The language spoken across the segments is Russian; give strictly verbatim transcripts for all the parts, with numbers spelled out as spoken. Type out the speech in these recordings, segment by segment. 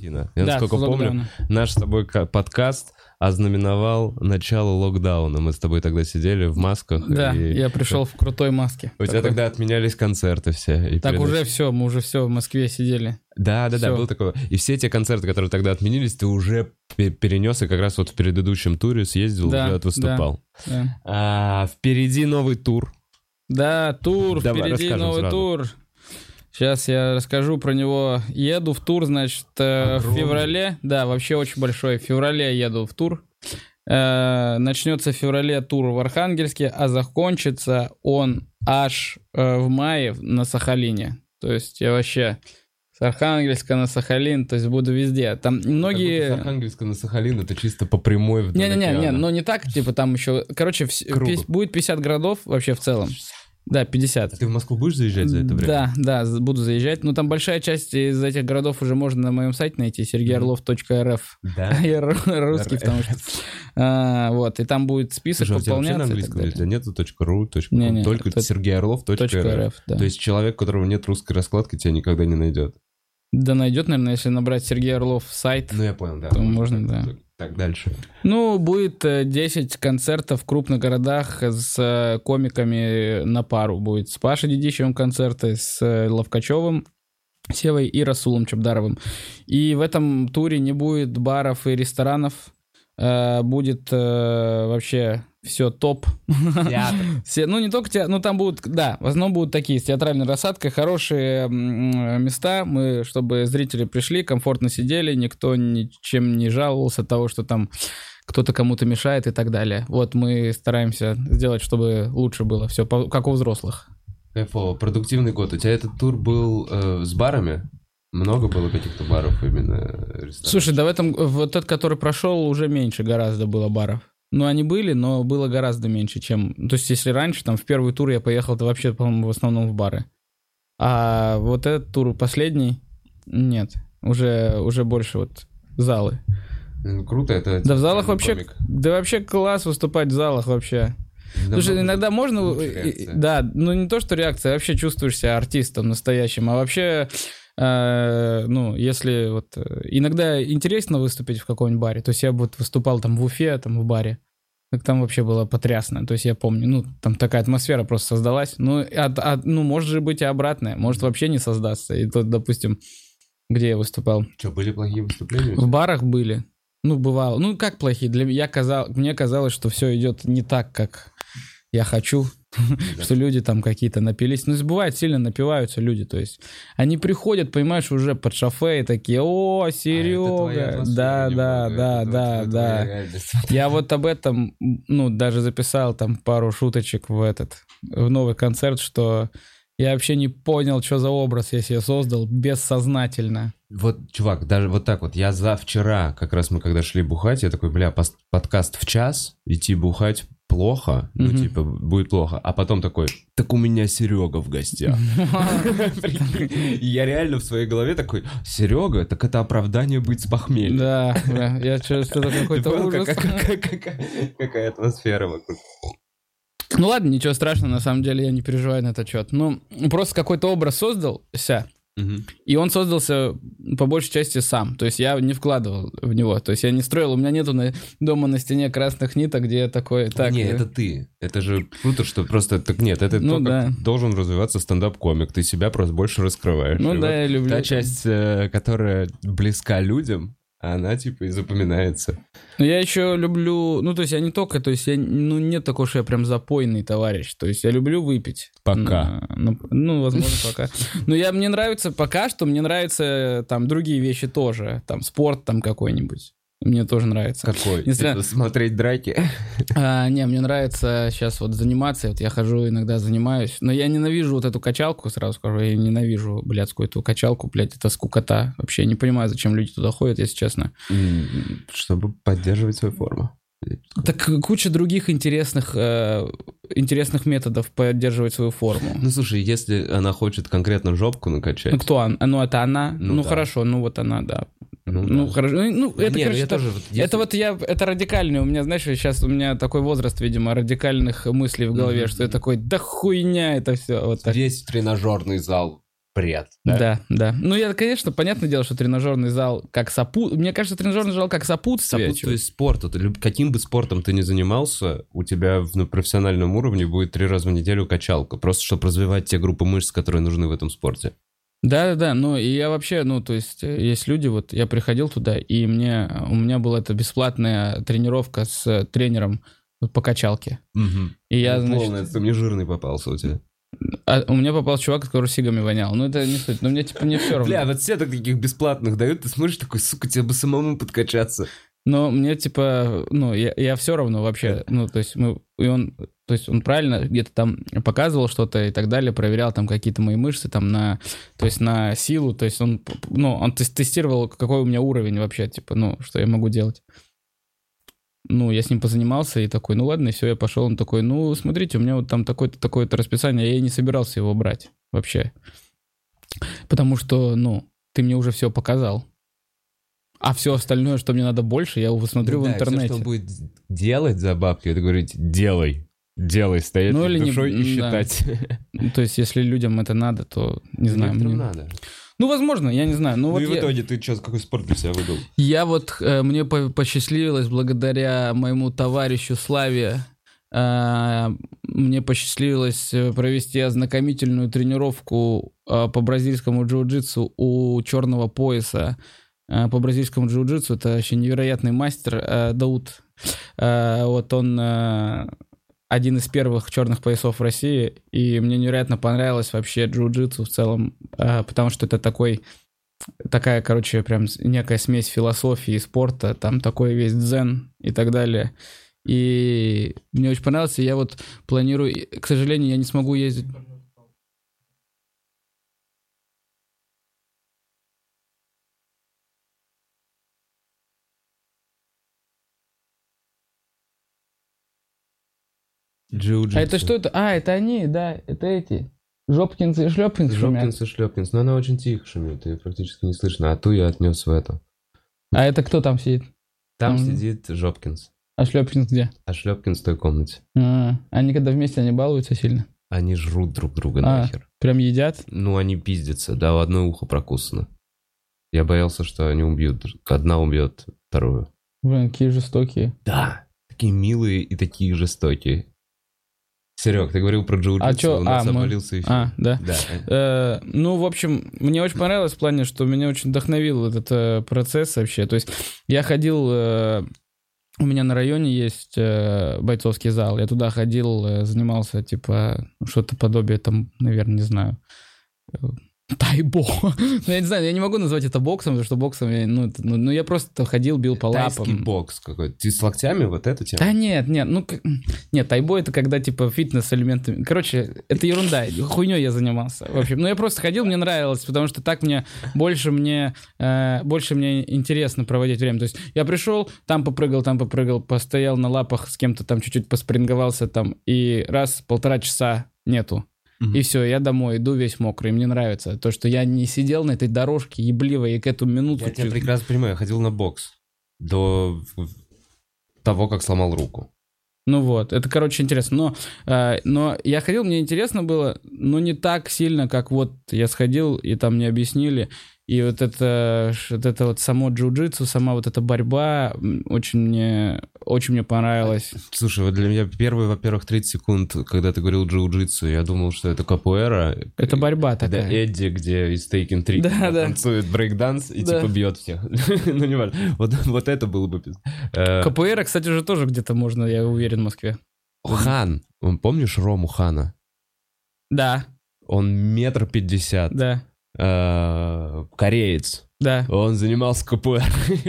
карантина. Я, Да, насколько с помню, локдауна. наш с тобой ка- подкаст ознаменовал начало локдауна. Мы с тобой тогда сидели в масках. Да, и... я пришел в крутой маске. У тебя Такой. тогда отменялись концерты все. И Так передачи. уже все, мы уже все в Москве сидели. Да, да, да, Всё. был такое. И все те концерты, которые тогда отменились, ты уже пе- перенес, и как раз вот в предыдущем туре съездил, Да, уже выступал. Да, А, впереди новый тур. да тур, Давай, впереди расскажем новый сразу. тур. Сейчас я расскажу про него. Еду в тур, значит, э, в Огромный. феврале. Да, вообще очень большой. В феврале еду в тур. Э, Начнется в феврале тур в Архангельске, а закончится он аж э, в мае на Сахалине. То есть я вообще с Архангельска на Сахалин, то есть буду везде. Там многие... С Архангельска на Сахалин, это чисто по прямой вдоль Не-не-не, не, океана. ну не так, типа там еще... Короче, вс- Кругом. пи- будет пятьдесят городов вообще в целом. Да, пятьдесят. А ты в Москву будешь заезжать за это время? Да, да, з- буду заезжать. Ну, там большая часть из этих городов уже можно на моем сайте найти, сергей орлов точка эр эф. Да? Я ру- русский, потому что... А, вот, и там будет список Слушай, а у тебя вообще на пополняться и так английском языке далее. нету точка ру, точка Не-не, ком, только это- сергей орлов точка Точка эр эф. .рф, да. То есть человек, у которого нет русской раскладки, тебя никогда не найдет. Да найдет, наверное, если набрать Сергей Орлов сайт. Ну, я понял, да. То можно, так, да. Так, так, дальше. Ну, будет э, десять концертов в крупных городах с э, комиками на пару. Будет с Пашей Дедищевым концерты, с э, Ловкачевым, Севой и Расулом Чабдаровым. И в этом туре не будет баров и ресторанов. Э, Будет э, вообще все топ. Театр. Все, ну, не только театр, ну, там будут, да, в основном будут такие с театральной рассадкой, хорошие м, места, мы, чтобы зрители пришли, комфортно сидели, никто ничем не жаловался от того, что там кто-то кому-то мешает и так далее. Вот мы стараемся сделать, чтобы лучше было все, как у взрослых. Кайфово. Продуктивный год. У тебя этот тур был э, с барами? Много было каких-то баров именно? Ресторанов? Слушай, да в этом, вот этот, который прошел, уже меньше гораздо было баров. Ну, они были, но было гораздо меньше, чем... То есть, если раньше, там, в первый тур я поехал, то вообще, по-моему, в основном в бары. А вот этот тур последний, нет. Уже, уже больше вот залы. Ну, круто, это... Да в залах вообще... комик. Да вообще класс выступать в залах вообще. Намного Слушай, иногда можно... лучше и- реакция. Да, ну не то, что реакция, а вообще чувствуешь себя артистом настоящим. А вообще, э, ну, если вот... э, Иногда интересно выступить в каком-нибудь баре. То есть я вот выступал там в Уфе, там в баре. Так там вообще было потрясно. То есть я помню, ну, там такая атмосфера просто создалась. Ну, а- а- ну может же быть и обратное. Может вообще не создастся. И тут, допустим, где я выступал? Что, были плохие выступления? у В тебя? барах были. Ну, бывало. Ну, как плохие? Для меня казалось, мне казалось, что все идет не так, как я хочу. Что люди там какие-то напились. Ну, бывает, сильно напиваются люди. То есть они приходят, понимаешь, уже под шофе и такие: о, А, это твоя Серега. атмосфера Да, немного, да, это да, твоя- да, твоя да. реальность. Я вот об этом, ну, даже записал там пару шуточек в этот, в новый концерт, что я вообще не понял, что за образ я себе создал бессознательно. Вот, чувак, даже вот так вот, я за вчера, как раз мы когда шли бухать, я такой, бля, пос- подкаст в час, идти бухать плохо, ну, Мгм. типа, будет плохо. А потом такой, так у меня Серега в гостях. Прикинь. И я реально в своей голове такой, Серега, так это оправдание быть с похмелья. Да, да, я что-то Ты какой-то понял, ужас. какая- какая- какая- какая атмосфера вокруг? Ну ладно, ничего страшного, на самом деле я не переживаю на этот счет. Ну, просто какой-то образ создался, Мгм. и он создался по большей части сам. То есть я не вкладывал в него. То есть я не строил, у меня нету на, дома на стене красных ниток, где я такой... Так, не, э, это ты. Это же круто, что просто... Так нет, это Ну то, да. как должен развиваться стендап-комик. Ты себя просто больше раскрываешь. Ну И да, вот я люблю. та это. часть, э, которая близка людям, она типа и запоминается. Но я еще люблю... Ну, то есть я не только... То есть я... Ну, нет такого, что я прям запойный товарищ. То есть я люблю выпить. Пока. Ну, ну, возможно, пока. Но я, мне нравится пока что, мне нравятся там другие вещи тоже. Там спорт там какой-нибудь. Мне тоже нравится. Какой? Несмотря- Типа смотреть драки? А, не, мне нравится сейчас вот заниматься. Вот я хожу, иногда занимаюсь. Но я ненавижу вот эту качалку, сразу скажу. Я ненавижу блядскую эту качалку, блядь, это скукота. Вообще не понимаю, зачем люди туда ходят, если честно. М, Чтобы поддерживать свою форму. Так куча других интересных, э, интересных методов поддерживать свою форму. Ну, слушай, если она хочет конкретно жопку накачать... Ну, кто она? Ну, это она? Ну, Ну, да. хорошо, ну, вот она, да. Ну, Ну, да. хорошо. Ну, ну, это, Не, ну, короче, я это, тоже вот если- это вот я, это радикальный. У меня, знаешь, сейчас у меня такой возраст, видимо, радикальных мыслей в голове, Мгм. что я такой, да хуйня это все. Вот так. Весь тренажерный зал бред. Да, да. да. Ну, я, конечно, понятное дело, что тренажерный зал как сопу... Мне кажется, тренажерный зал как сопутствие. Сопутствие спорту. Ты, каким бы спортом ты ни занимался, у тебя на профессиональном уровне будет три раза в неделю качалка. Просто чтобы развивать те группы мышц, которые нужны в этом спорте. Да-да-да, ну и я вообще, ну, то есть есть люди, вот я приходил туда, и мне, у меня была эта бесплатная тренировка с тренером по качалке. Угу. И я, ну, значит... Полный, это мне жирный попался у тебя. А у меня попался чувак, который сигами вонял. Ну, это не суть, но мне, типа, не все равно. Бля, вот все таких бесплатных дают, ты смотришь такой, сука, тебе бы самому подкачаться. Но мне, типа, ну, я, я все равно вообще, ну, то есть мы, и он, то есть он правильно где-то там показывал что-то и так далее, проверял там какие-то мои мышцы там на, то есть на силу, то есть он, ну, он тестировал, какой у меня уровень вообще, типа, ну, что я могу делать. Ну, я с ним позанимался и такой, ну ладно, и все, я пошел. Он такой, ну, смотрите, у меня вот там такое-то, такое-то расписание, я и не собирался его брать вообще. Потому что, ну, ты мне уже все показал. А все остальное, что мне надо больше, я смотрю ну, в да, интернете. Все, что он будет делать за бабки, это говорить, делай, делай, стоять ну, или душой не, и считать. Да. То есть, если людям это надо, то, не знаю. Мне... надо. Ну, возможно, я не знаю. Ну, ну вот и я... в итоге ты что, какой спорт для себя выбрал? Я вот, э, мне по- посчастливилось благодаря моему товарищу Славе, э, мне посчастливилось провести ознакомительную тренировку э, по бразильскому джиу-джитсу у черного пояса. Э, по бразильскому джиу-джитсу это вообще невероятный мастер э, Дауд. Э, вот он... Э, один из первых черных поясов в России, и мне невероятно понравилось вообще джиу-джитсу в целом, потому что это такой, такая, короче, прям некая смесь философии и спорта, там такой весь дзен и так далее. И мне очень понравилось, и я вот планирую, к сожалению, я не смогу ездить... Джиу-джитсу. А это что это? А, это они, да, это эти. Жопкинс и Шлепкинс шумят. Жопкинс и Шлепкинс, но она очень тихо шумит, ее практически не слышно, а ту я отнес в эту. А это кто там сидит? Там, там... сидит Жопкинс. А Шлепкинс где? А Шлепкинс в той комнате. А, они когда вместе, они балуются сильно? Они жрут друг друга а, нахер. Прям едят? Ну, они пиздятся, да, в одно ухо прокусано. Я боялся, что они убьют, одна убьет вторую. Блин, какие жестокие. Да, такие милые и такие жестокие. Серег, ты говорил про джиу-джитсу, а чё? у нас а, обвалился мы... эфир. А, да? да. Э, ну, в общем, мне очень понравилось в плане, что меня очень вдохновил этот э, процесс вообще. То есть я ходил... Э, у меня на районе есть э, бойцовский зал. Я туда ходил, э, занимался, типа, что-то подобие там, наверное, не знаю... Тайбо. Ну, я не знаю, я не могу назвать это боксом, потому что боксом я, ну, это, ну, ну, я просто ходил, бил по Тайский лапам. бокс какой-то. Ты с локтями вот эту тему? Да нет, нет, ну, нет, тайбо это когда, типа, фитнес с элементами. Короче, это ерунда, хуйней я занимался. В общем, ну, я просто ходил, мне нравилось, потому что так мне больше мне, э, больше мне интересно проводить время. То есть я пришел, там попрыгал, там попрыгал, постоял на лапах с кем-то там чуть-чуть поспринговался там, и раз, полтора часа нету. Mm-hmm. И все, я домой иду весь мокрый. Мне нравится то, что я не сидел на этой дорожке ебливой и к эту минуту... Я тебя прекрасно понимаю, я ходил на бокс до того, как сломал руку. Ну вот, это, короче, интересно. Но, э, но я ходил, мне интересно было, но не так сильно, как вот я сходил, и там мне объяснили. И вот это, вот это вот само джиу-джитсу, сама вот эта борьба очень мне, очень мне понравилась. Слушай, вот для меня первые, во-первых, тридцать секунд, когда ты говорил джиу-джитсу, я думал, что это капуэра. Это борьба такая. Да, Эдди, где из Taken три да, да. танцует брейк-данс и да. типа бьет всех. Ну, не важно. Вот, вот это было бы... Капуэра, кстати, же тоже где-то можно, я уверен, в Москве. Хан. Помнишь Рому Хана? Да. Он метр пятьдесят. Да. Кореец. Да. Он занимался КПР.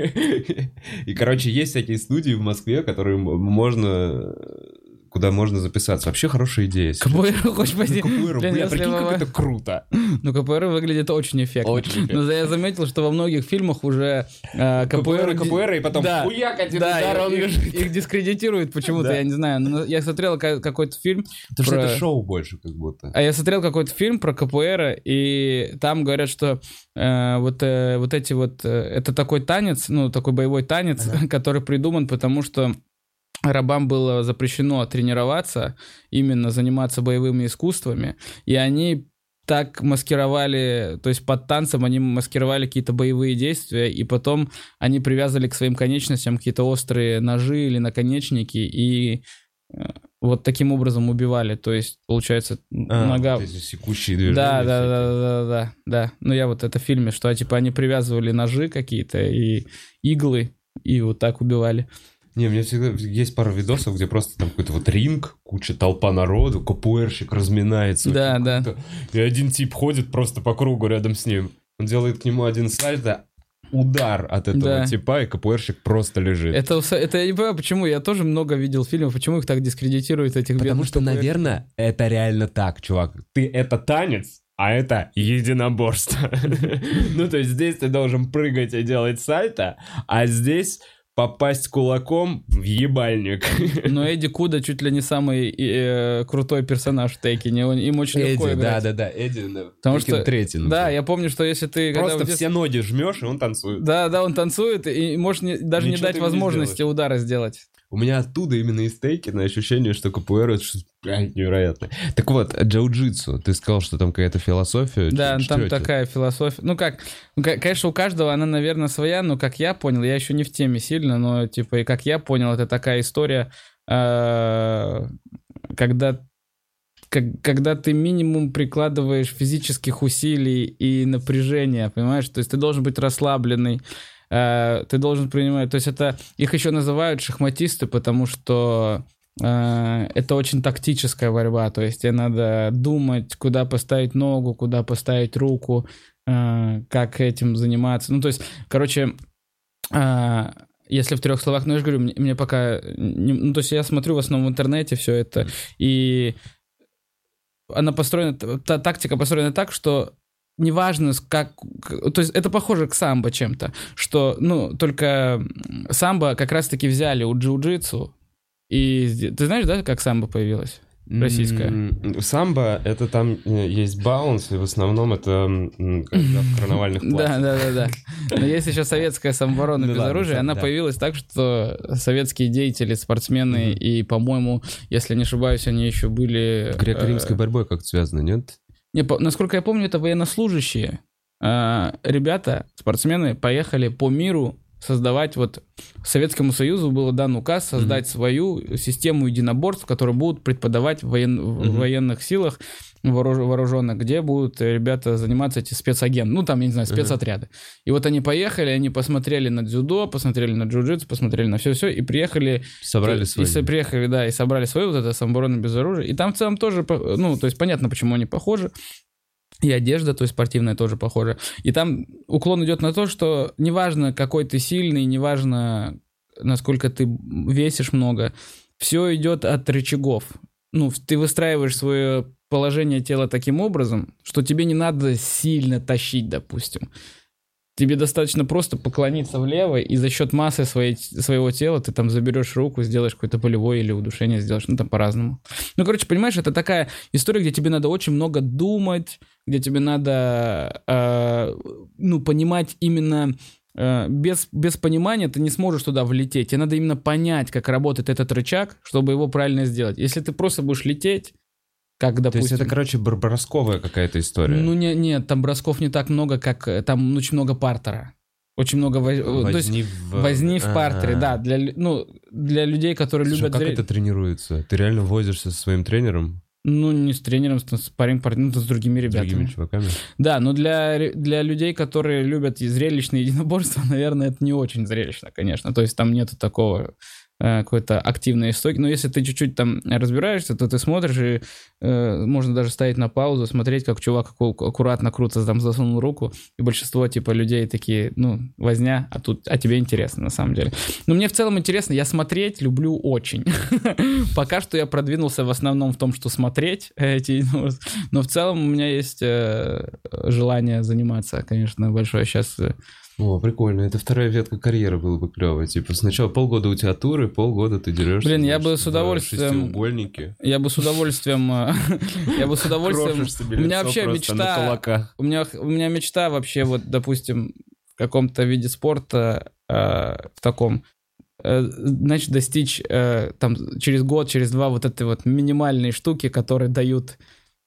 И, короче, есть всякие студии в Москве, которые можно... куда можно записаться. Вообще хорошая идея. КПР хочешь пойти? КПР, бля, прикинь, как это круто. Ну, КПР выглядит очень эффектно. Очень эффектно. Но я заметил, что во многих фильмах уже э, КПР... КПР, и потом да, хуяк один да, удар, он их, лежит. Их дискредитируют почему-то, да. Я не знаю. Но я смотрел какой-то фильм... Потому про... что это шоу больше как будто. А я смотрел какой-то фильм про КПР, и там говорят, что э, вот, э, вот эти вот... Э, это такой танец, ну, такой боевой танец, ага. который придуман, потому что рабам было запрещено тренироваться, именно заниматься боевыми искусствами, и они так маскировали, то есть под танцем они маскировали какие-то боевые действия, и потом они привязывали к своим конечностям какие-то острые ножи или наконечники, и вот таким образом убивали. То есть, получается, а, нога... Вот эти секущие движения. Да, да, да, да, да, да. Ну, я вот это в фильме, что типа они привязывали ножи какие-то и иглы, и вот так убивали. Не, у меня всегда есть пара видосов, где просто там какой-то вот ринг, куча толпа народу, капуэрщик разминается. Да, да. И один тип ходит просто по кругу рядом с ним. Он делает к нему один сальто, удар от этого Да. типа, и капуэрщик просто лежит. Это, это я не понимаю, почему. Я тоже много видел фильмов, почему их так дискредитируют, этих Потому бедных что, капуэрщиков. наверное, это реально так, чувак. Ты это танец, а это единоборство. Ну, то есть здесь ты должен прыгать и делать сальто, а здесь попасть кулаком в ебальник. Но Эдди Куда чуть ли не самый э, крутой персонаж в Текине. Он- Им очень легко Эдди, играть. да-да-да, Эдди, да. Потому Текин что- третий. Да, я помню, что если ты... когда Просто в детстве- все ноги жмешь, и он танцует. Да, да, он танцует, и можешь не- даже Ничего не дать ты ему не возможности сделаешь. удара сделать. У меня оттуда именно из Тейкина ощущение, что капуэра это что-то, блядь, невероятное. Так вот, джиу-джитсу. Ты сказал, что там какая-то философия. Да, Ч- там что это? такая философия. Ну как, ну, ка- конечно, у каждого она, наверное, своя, но как я понял, я еще не в теме сильно, но типа, и как я понял, это такая история, э, когда, как- когда ты минимум прикладываешь физических усилий и напряжения, понимаешь? То есть ты должен быть расслабленный, э, ты должен принимать... То есть это... Их еще называют шахматисты, потому что... э, Это очень тактическая борьба, то есть тебе надо думать, куда поставить ногу, куда поставить руку, э, как этим заниматься. Ну, то есть, короче, э, если в трех словах, ну, я же говорю, мне, мне пока... не- ну, то есть я смотрю в основном в интернете все это, и она построена... Та тактика построена так, что неважно, с как... к- То есть это похоже к самбо чем-то, что, ну, только самбо как раз-таки взяли у джиу-джитсу, и сде- ты знаешь, да, как самбо появилась? Российская. М, Самбо, это там э, есть баунс, и в основном это м, когда в карнавальных Да, платьях. да, да, да. Но есть еще советская самооборона Ну без ладно, оружия. сам- Она да. появилась так, что советские деятели, спортсмены, Мгм. и, по-моему, если не ошибаюсь, они еще были... С греко-римской э, борьбой как-то связано, нет? Не, по- насколько я помню, это военнослужащие. А, ребята, спортсмены, поехали по миру создавать вот... Советскому Союзу был дан указ создать свою систему единоборств, которые будут преподавать в, воен- в Мгм. военных силах вооруж- вооруженных, где будут ребята заниматься эти спецагенты, ну там, я не знаю, спецотряды. И вот они поехали, они посмотрели на дзюдо, посмотрели на джиу-джитсу, посмотрели на все-все, и приехали... Собрали и, свои. со- приехали, да, и собрали свою вот это самооборону без оружия. И там в целом тоже, по- ну, то есть понятно, почему они похожи. И одежда, то есть спортивная, тоже похожа. И там уклон идет на то, что неважно, какой ты сильный, неважно, насколько ты весишь много, все идет от рычагов. Ну, ты выстраиваешь свое положение тела таким образом, что тебе не надо сильно тащить, допустим. Тебе достаточно просто поклониться влево, и за счет массы своей, своего тела ты там заберешь руку, сделаешь какое-то болевое или удушение сделаешь, ну там по-разному. Ну, короче, понимаешь, это такая история, где тебе надо очень много думать, где тебе надо, э, ну, понимать именно... э, без, без понимания ты не сможешь туда влететь. Тебе надо именно понять, как работает этот рычаг, чтобы его правильно сделать. Если ты просто будешь лететь, как, То допустим... есть это, короче, барбаросковая какая-то история. Ну, не, нет, там бросков не так много, как... э, Там очень много партера. Очень много... воз- то есть Возни в... возни в Ага. партере, да. Для, лю- ну, для людей, которые Слушай, любят... а как зре- это тренируется? Ты реально возишься со своим тренером? Ну, не с тренером, с спарринг партнером, ну, с другими С ребятами. другими чуваками? Да, но для, ре- для людей, которые любят и зрелищные единоборства, наверное, это не очень зрелищно, конечно. То есть там нету такого э, какой-то активной стойки. Но если ты чуть-чуть там разбираешься, то ты смотришь, и э, можно даже ставить на паузу, смотреть, как чувак аку- аккуратно круто там засунул руку, и большинство типа людей такие, ну, возня, а тут, а тебе интересно на самом деле. Но мне в целом интересно, я смотреть люблю очень. Пока что я продвинулся в основном в том, что смотреть эти, ну, но в целом у меня есть э, желание заниматься, конечно, большое сейчас. О, прикольно. Это вторая ветка карьеры была бы клевая. Типа сначала полгода у тебя туры, полгода ты дерешься. Блин, я значит, бы с в удовольствием- шестиугольнике. Я бы с удовольствием, э, я бы с удовольствием. Крошишь себе У меня лицо вообще просто на мечта, кулаках. у меня у меня мечта вообще вот, допустим, в каком-то виде спорта э, в таком, э, значит, достичь э, там через год, через два вот этой вот минимальной штуки, которые дают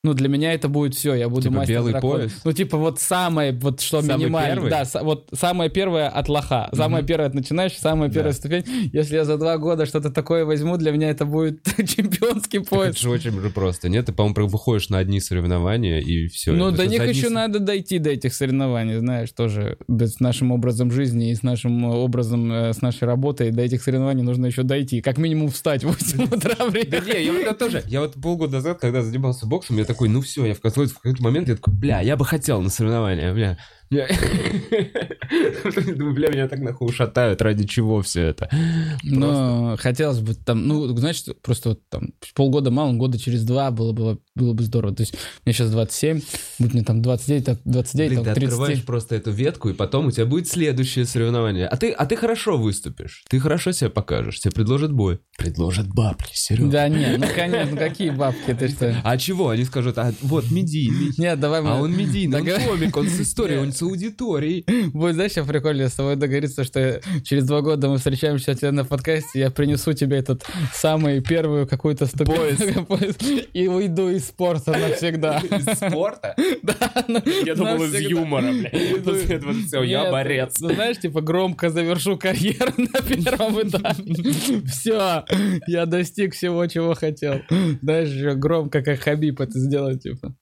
Ну, для меня это будет все, я буду Типа мастер белый дракона. пояс? Ну, типа вот самое, вот что Самый минимально. первый? Да, са- вот самое первое от лоха. Самое Мгм. первое от начинающего, самая Да. первая ступень. Если я за два года что-то такое возьму, для меня это будет чемпионский Так пояс. это же очень же просто. Нет, ты, по-моему, выходишь на одни соревнования, и все. Ну, до них еще надо дойти, до этих соревнований, знаешь, тоже с нашим образом жизни и с нашим образом, э, с нашей работой. До этих соревнований нужно еще дойти. Как минимум встать в восемь утра. Да не, я вот тоже. Я вот полгода назад, когда занимался боксом, я такой, ну все, я в какой-то, в какой-то момент, я такой, бля, я бы хотел на соревнования, бля. Бля. Думаю, бля, меня так нахуй ушатают, ради чего все это? Но хотелось бы там, ну, знаешь, просто вот там полгода мало, года через два было бы, было бы здорово. То есть мне сейчас двадцать семь, будет мне там двадцать девять, так двадцать девять, Блин, там ты тридцать. открываешь просто эту ветку, и потом у тебя будет следующее соревнование. А ты, а ты хорошо выступишь, ты хорошо себя покажешь, тебе предложат бой. Предложат бабки, Серега. Да не, ну конечно, какие бабки, ты что? А чего? Они скажут, а вот медийный. Нет, давай мы... А он медийный, он Догад- комик, он с историей, он с аудиторией. Будет, знаешь, я прикольно с тобой договориться, что через два года мы встречаемся у тебя на подкасте, я принесу тебе этот самый первую какую-то ступень пояс и уйду из спорта навсегда. Из спорта? Да, ну, Я думал, из навсегда. юмора, бля. После этого все, я Нет, борец. Ну, знаешь, типа, громко завершу карьеру на первом этапе. Все, я достиг всего, чего хотел. Знаешь, еще громко, как Хабиб это сделать, типа.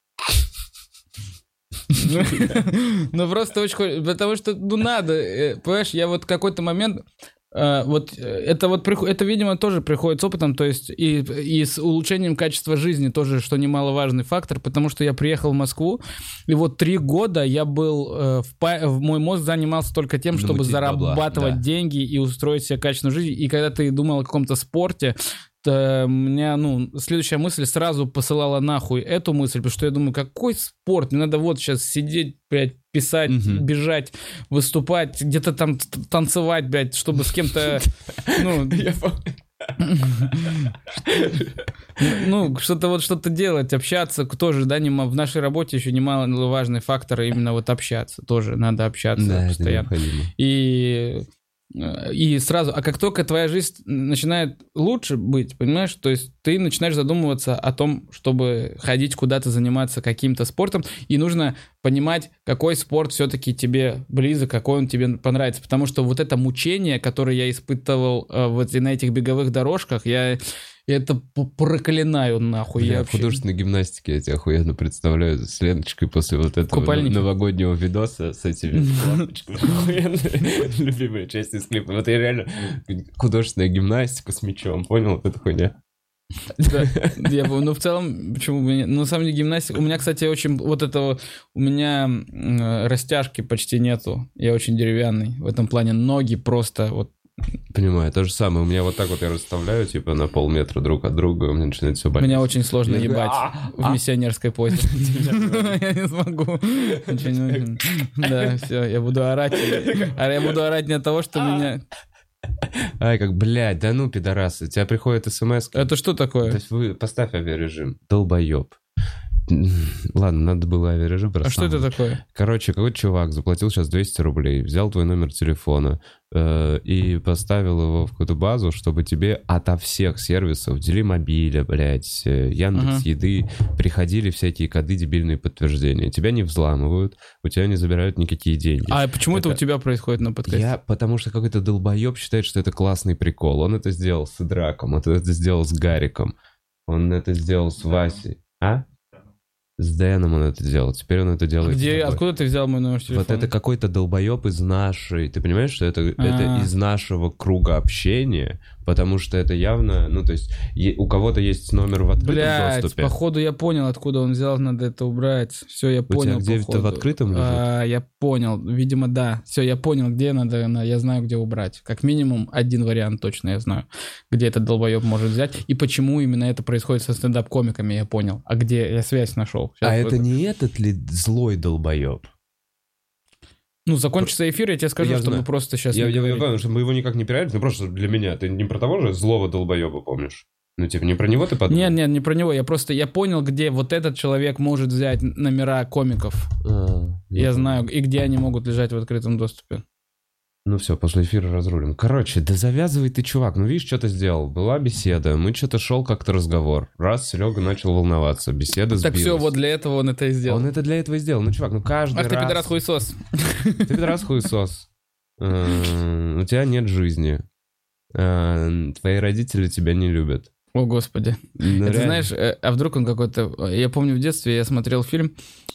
Ну, ну, просто очень хочется, потому что, ну, надо, э, понимаешь, я вот какой-то момент, э, вот э, это вот, приход- это, видимо, тоже приходит с опытом, то есть и, и с улучшением качества жизни тоже, что немаловажный фактор, потому что я приехал в Москву, и вот три года я был, э, в, па- в мой мозг занимался только тем, чтобы Намутить бабла, зарабатывать да. деньги и устроить себе качественную жизнь, и когда ты думал о каком-то спорте, то у меня, ну, следующая мысль сразу посылала нахуй эту мысль, потому что я думаю, какой спорт? Мне надо вот сейчас сидеть, блядь, писать, Мгм. бежать, выступать, где-то там т- танцевать, блядь, чтобы с кем-то, ну, Я помню. ну, что-то вот что-то делать, общаться тоже, да, нема- в нашей работе еще немаловажный фактор именно вот общаться, тоже надо общаться Да, это постоянно. необходимо. И, и сразу, а как только твоя жизнь начинает лучше быть, понимаешь, то есть ты начинаешь задумываться о том, чтобы ходить куда-то заниматься каким-то спортом, и нужно понимать, какой спорт все-таки тебе близок, какой он тебе понравится, потому что вот это мучение, которое я испытывал э, вот и на этих беговых дорожках, я это п- проклинаю нахуй. Бля, я в вообще... художественной гимнастике я тебя охуенно представляю с Леночкой после вот этого Купальнике. новогоднего видоса с этими лампочками. Охуенно. Любимая часть из клипа. Вот я реально художественная гимнастика с мячом, понял? Вот эта хуйня. Да, я бы, ну, в целом, почему бы нет? Ну, на самом деле, гимнастика... У меня, кстати, очень вот этого... У меня м, растяжки почти нету. Я очень деревянный. В этом плане ноги просто вот... Понимаю, то же самое. У меня вот так вот я расставляю, типа, на полметра друг от друга, у меня начинает все болеть. Меня очень сложно Я такой, ебать «А, в а». миссионерской позе. Я не смогу. Ничего не могу. Да, все, я буду орать. А я буду орать не от того, что меня... Ай, как, блядь, да ну, пидорасы, у тебя приходит смс. Это что То такое? есть вы поставь авиарежим. Долбоеб. Ладно, надо было авиарежим просто. А что это такое? Короче, какой-то чувак заплатил сейчас двести рублей, взял твой номер телефона э, и поставил его в какую-то базу, чтобы тебе ото всех сервисов, Делимобиля, блядь, э, Яндекс.Еды, приходили всякие коды, дебильные подтверждения. Тебя не взламывают, у тебя не забирают никакие деньги. А почему это у Это- тебя происходит на подкасте? Я, потому что какой-то долбоеб считает, что это классный прикол. Он это сделал с Идраком, он это сделал с Гариком, он это сделал с Васей. А? С Дэном он это делал, теперь он это делает с Где, тобой. откуда ты взял мой номер телефона? Вот это какой-то долбоеб из нашей... Ты понимаешь, что это, А. это из нашего круга общения, потому что это явно... Ну, то есть е- у кого-то есть номер в открытом Блядь, доступе. походу я понял, откуда он взял, надо это убрать. Все, я тебя понял, где это походу. в открытом лежит? А, я понял, видимо, да. Все, я понял, где надо, на- я знаю, где убрать. Как минимум один вариант точно я знаю, где этот долбоеб может взять. И почему именно это происходит со стендап-комиками, я понял. А где я связь нашел. Щас А вот это не этот ли злой долбоеб? Ну, закончится эфир, я тебе скажу, Я чтобы знаю. просто сейчас Я, не я, я говорить. понял, что мы его никак не пирали, ну просто для меня. Ты не про того же злого долбоеба помнишь? Ну, типа, не про него ты подумал? Нет, нет, не про него. Я просто, я понял, где вот этот человек может взять номера комиков. А, Я ну, знаю, и где они могут лежать в открытом доступе. Ну все, после эфира разрулим. Короче, да завязывай ты, чувак. Ну видишь, что ты сделал. Была беседа, мы что-то шел как-то разговор. Раз, Серега начал волноваться, беседа сбилась. Так все, вот для этого он это и сделал. Он это для этого и сделал. Ну, чувак, ну каждый Ах раз... ты пидорас-хуесос. Ты пидорас-хуесос. У тебя нет жизни. Твои родители тебя не любят. О, господи. Ну, это реально. знаешь, а вдруг он какой-то... Я помню, в детстве я смотрел фильм,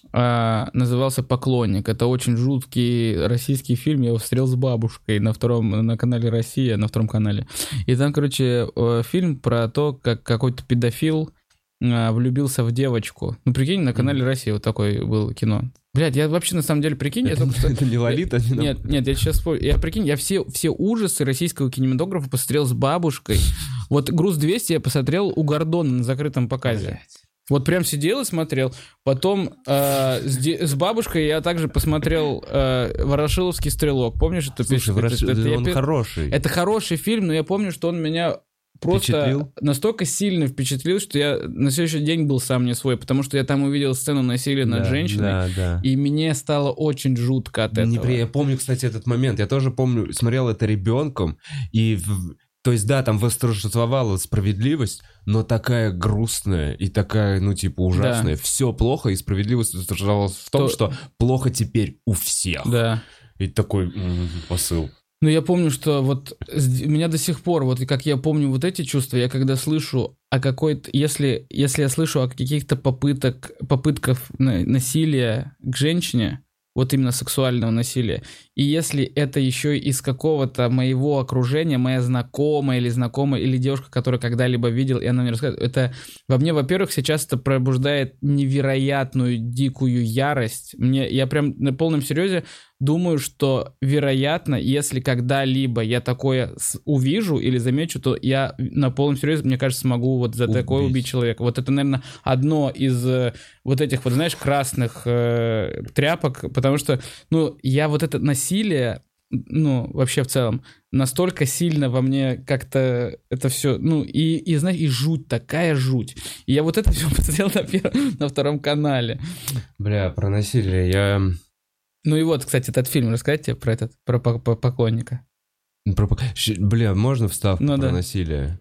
а, назывался «Поклонник». Это очень жуткий российский фильм. Я его смотрел с бабушкой на втором, на канале «Россия», на втором канале. И там, короче, фильм про то, как какой-то педофил а, влюбился в девочку. Ну, прикинь, на канале «Россия» вот такое было кино. Блядь, я вообще, на самом деле, прикинь... Я только что... Это не Лолита? Я... Нет, нет, я сейчас вспомню. Я, прикинь, я все, все ужасы российского кинематографа посмотрел с бабушкой. Вот «Груз двести» я посмотрел у Гордона на закрытом показе. Блядь. Вот прям сидел и смотрел. Потом э, с, де- с бабушкой я также посмотрел э, «Ворошиловский стрелок». Помнишь эту Слушай, песню? Ворош... Это- это я он пе- хороший. Это хороший фильм, но я помню, что он меня просто Впечатлил? настолько сильно впечатлил, что я на следующий день был сам не свой, потому что я там увидел сцену насилия над Да, женщиной, Да, да. и мне стало очень жутко от этого. Непри... Я помню, кстати, этот момент. Я тоже помню, смотрел это ребенком, и... в- То есть, да, там восторжествовала справедливость, но такая грустная и такая, ну, типа, ужасная. Да. Все плохо, и справедливость восторжествовалась в том, То- что плохо теперь у всех. Да. И такой м, посыл. Ну, я помню, что вот с- у меня до сих пор, вот и как я помню вот эти чувства, я когда слышу о какой-то, если, если я слышу о каких-то попыток, попытках на- насилия к женщине, вот именно сексуального насилия, и если это еще из какого-то моего окружения, моя знакомая или знакомая, или девушка, которую когда-либо видел, и она мне рассказывает, это во мне, во-первых, сейчас это пробуждает невероятную дикую ярость. Мне, я прям на полном серьезе думаю, что, вероятно, если когда-либо я такое с- увижу или замечу, то я на полном серьезе, мне кажется, смогу вот за такое Убить. убить человека. Вот это, наверное, одно из э, вот этих вот, знаешь, красных э, тряпок, потому что, ну, я вот это насилие, ну, вообще в целом, настолько сильно во мне как-то это все, ну, и, и знаешь, и жуть, такая жуть. И я вот это все посмотрел на, первом, на втором канале. Бля, про насилие я... Ну и вот, кстати, этот фильм, рассказать тебе про этот, про по- по- поклонника. Про... щ- Бля, можно вставку Ну про да. насилие?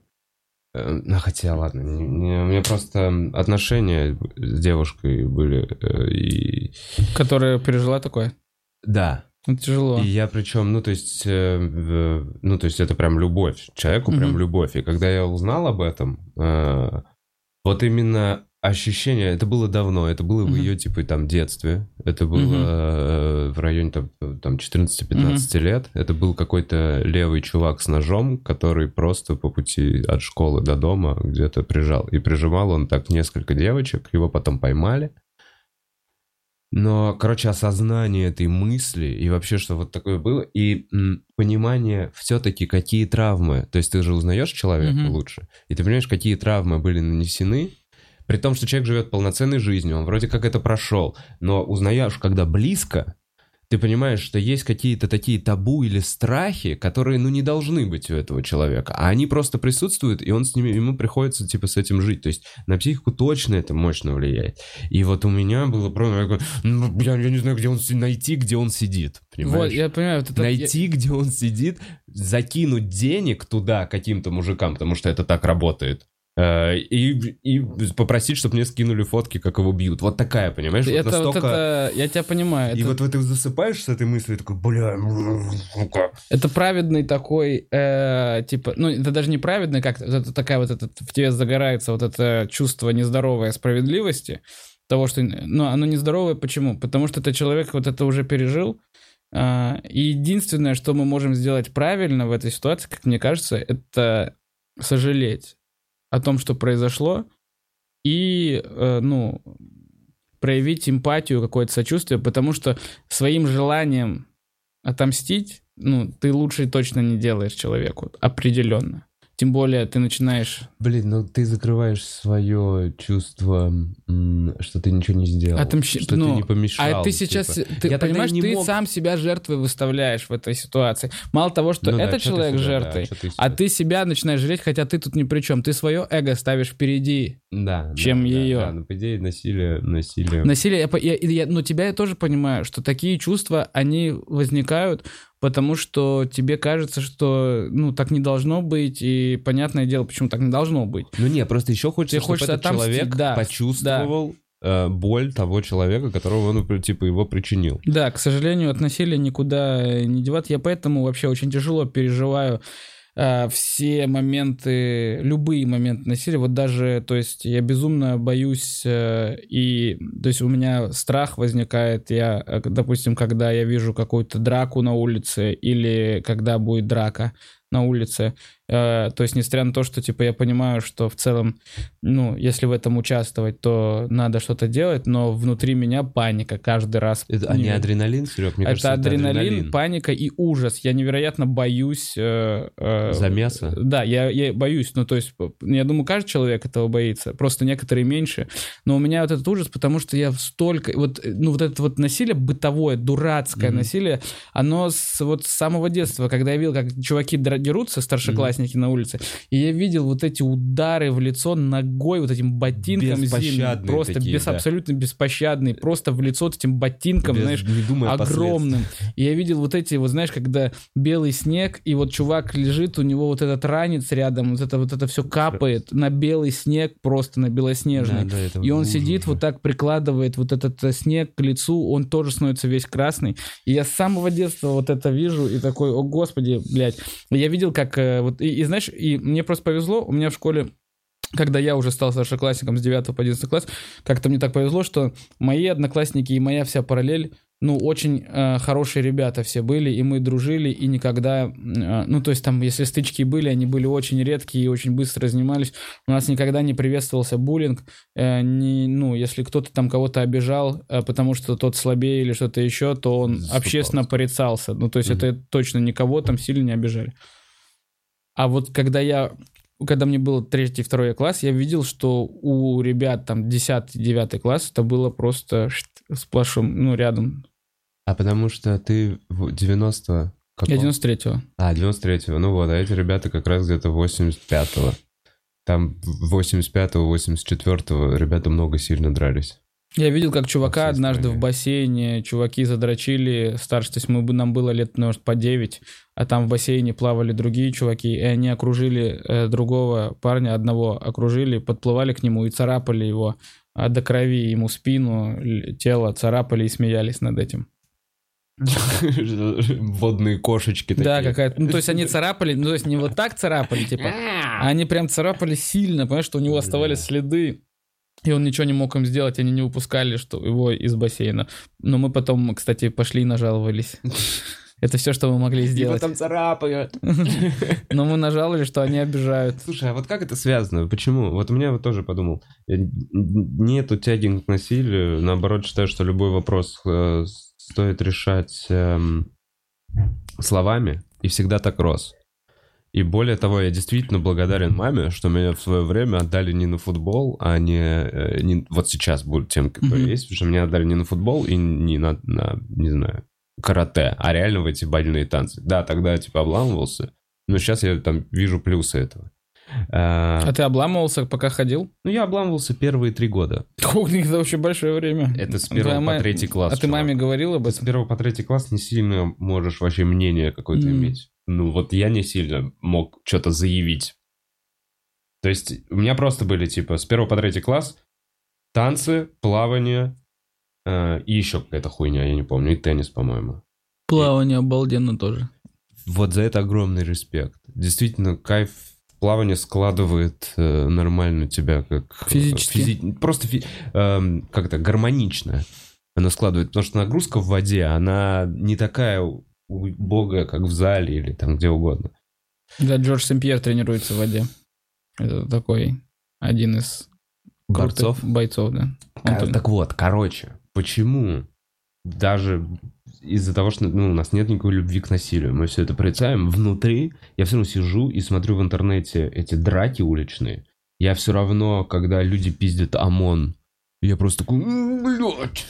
Э, Ну, хотя, ладно, не- не- у меня просто отношения с девушкой были, э, и... Которая пережила такое. Да. Ну, тяжело. И я причем, ну, то есть, э, в- ну, то есть, это прям любовь. Человеку прям Мгм. любовь. И когда я узнал об этом, э, вот именно ощущение, это было давно, это было в Мгм. ее, типа, там, детстве. Это было Мгм. э, в районе, там, там четырнадцати-пятнадцати лет. Это был какой-то левый чувак с ножом, который просто по пути от школы до дома где-то прижал. И прижимал он так несколько девочек, его потом поймали. Но, короче, осознание этой мысли и вообще, что вот такое было, и м, понимание все-таки, какие травмы, то есть ты же узнаешь человека Мгм. лучше, и ты понимаешь, какие травмы были нанесены, при том, что человек живет полноценной жизнью, он вроде как это прошел, но узнаешь, когда близко, ты понимаешь, что есть какие-то такие табу или страхи, которые, ну, не должны быть у этого человека, а они просто присутствуют, и он с ними, ему приходится, типа, с этим жить. То есть на психику точно это мощно влияет. И вот у меня было просто, я, говорю, ну, я, я не знаю, где он си- найти, где он сидит, понимаешь? Вот, я понимаю. Вот это, Найти, где он сидит, закинуть денег туда каким-то мужикам, потому что это так работает. э, И, и попросить, чтобы мне скинули фотки, как его бьют. Вот такая, понимаешь? я, Вот это, вот настолько... это, я тебя понимаю. И Это, вот, вот ты засыпаешь с этой мыслью, и такой, бля, сука. это праведный такой, э, типа, ну, это даже не праведный, как это такая вот, это, в тебе загорается вот это чувство нездоровой справедливости, того, что, ну, оно нездоровое, почему? Потому что этот человек вот это уже пережил, э, и единственное, что мы можем сделать правильно в этой ситуации, как мне кажется, это сожалеть о том, что произошло, и, э, ну, проявить эмпатию, какое-то сочувствие, потому что своим желанием отомстить, ну, ты лучше точно не делаешь человеку, определенно. Тем более ты начинаешь... Блин, ну ты закрываешь свое чувство, м, что ты ничего не сделал, Отомщи- что ну, ты не помешал. А ты сейчас, типа. ты Я тогда понимаешь, не ты мог- сам себя жертвой выставляешь в этой ситуации. Мало того, что Ну да, этот чё ты человек себя, жертвой, да, чё ты а себя- ты себя начинаешь жалеть, хотя ты тут ни при чем. Ты свое эго ставишь впереди. Да, чем да, её. Да, да, ну, по идее, насилие, насилие... Насилие, я, по- я- я- но тебя я тоже понимаю, что такие чувства, они возникают потому что тебе кажется, что, ну, так не должно быть, и понятное дело, почему так не должно быть. Ну не, просто еще хочется, Тебе чтобы хочется этот отомстить, человек да, почувствовал э, боль того человека, которого он, типа, его причинил. Да, к сожалению, от насилия никуда не деваться. Я поэтому вообще очень тяжело переживаю э, все моменты, любые моменты насилия. Вот даже, то есть я безумно боюсь, э, и, то есть у меня страх возникает, я, э, допустим, когда я вижу какую-то драку на улице или когда будет драка на улице. Э, то есть, несмотря на то, что, типа, я понимаю, что в целом, ну, если в этом участвовать, то надо что-то делать, но внутри меня паника каждый раз. Это, а не адреналин, Серег? Мне это кажется, адреналин, это адреналин, паника и ужас. Я невероятно боюсь... Э, э, За мясо? Да, я, я боюсь. Ну, то есть, я думаю, каждый человек этого боится. Просто некоторые меньше. Но у меня вот этот ужас, потому что я столько... Вот, ну, вот это вот насилие бытовое, дурацкое mm-hmm. насилие, оно с, вот с самого детства, когда я видел, как чуваки дерутся, старшеклассники mm-hmm. на улице, и я видел вот эти удары в лицо ногой, вот этим ботинком зимним. Просто такие, без, да. абсолютно беспощадные. Просто в лицо вот этим ботинком, без, знаешь, огромным. И я видел вот эти, вот знаешь, когда белый снег, и вот чувак лежит, у него вот этот ранец рядом, вот это вот это все капает на белый снег, просто на белоснежный. Да, да, и он сидит уже. Вот так, прикладывает вот этот снег к лицу, он тоже становится весь красный. И я с самого детства вот это вижу, и такой, о господи, блядь. Я видел, как вот, и, и знаешь, и мне просто повезло, у меня в школе, когда я уже стал старшеклассником с девятого по одиннадцатый класс, как-то мне так повезло, что мои одноклассники и моя вся параллель, ну, очень э, хорошие ребята все были, и мы дружили, и никогда, э, ну, то есть там, если стычки были, они были очень редкие и очень быстро разнимались. У нас никогда не приветствовался буллинг, э, не, ну, если кто-то там кого-то обижал, э, потому что тот слабее или что-то еще, то он Заступался. общественно порицался. Ну, то есть mm-hmm. это точно никого там сильно не обижали. А вот когда я... Когда мне было третий, второй класс, я видел, что у ребят там десятый, девятый класс это было просто сплошом, ну, рядом. А потому что ты девяностого... Какого? Я девяносто третьего. А, девяносто третьего. Ну вот, а эти ребята как раз где-то восемьдесят пятого. Там восемьдесят пятого, восемьдесят четвёртого ребята много сильно дрались. Я видел, как чувака однажды стране. В бассейне, чуваки задрочили старше, то есть мы, нам было лет, может, по девять, а там в бассейне плавали другие чуваки, и они окружили э, другого парня, одного окружили, подплывали к нему и царапали его а до крови, ему спину, тело царапали и смеялись над этим. Водные кошечки такие. Да, какая-то. Ну, то есть они царапали, ну, то есть не вот так царапали, типа, а они прям царапали сильно, понимаешь, что у него оставались следы. И он ничего не мог им сделать, они не выпускали что, его из бассейна. Но мы потом, кстати, пошли и нажаловались. Это все, что мы могли сделать. И потом царапают. Но мы нажаловались, что они обижают. Слушай, а вот как это связано? Почему? Вот у меня вот тоже подумал. Нету тяги к насилию. Наоборот, считаю, что любой вопрос э, стоит решать э, словами. И всегда так рос. И более того, я действительно благодарен маме, что меня в свое время отдали не на футбол, а не... не вот сейчас будет тем, который mm-hmm. есть, потому что меня отдали не на футбол и не на, на, не знаю, карате, а реально в эти бальные танцы. Да, тогда я типа обламывался, но сейчас я там вижу плюсы этого. А, а ты обламывался, пока ходил? Ну, я обламывался первые три года. Ох, это вообще большое время. Это с первого Твоя по третий класс. А чувак. Ты маме говорил об этом? С первого по третий класс не сильно можешь вообще мнение какое-то mm. иметь. Ну, вот я не сильно мог что-то заявить. То есть у меня просто были, типа, с первого по третий класс танцы, плавание э, и еще какая-то хуйня, я не помню, и теннис, по-моему. Плавание и... обалденно тоже. Вот за это огромный респект. Действительно, кайф плавание складывает э, нормально тебя как... Физически. Физи... Просто фи... э, как-то гармонично она складывает, потому что нагрузка в воде, она не такая... убогая, как в зале или там где угодно. Да, Джордж Сен-Пьер тренируется в воде. Это такой один из борцов, бойцов, да. А, так вот, короче, почему даже из-за того, что ну, у нас нет никакой любви к насилию, мы все это порицаем, внутри я все равно сижу и смотрю в интернете эти драки уличные, я все равно, когда люди пиздят ОМОН, я просто такой, блядь.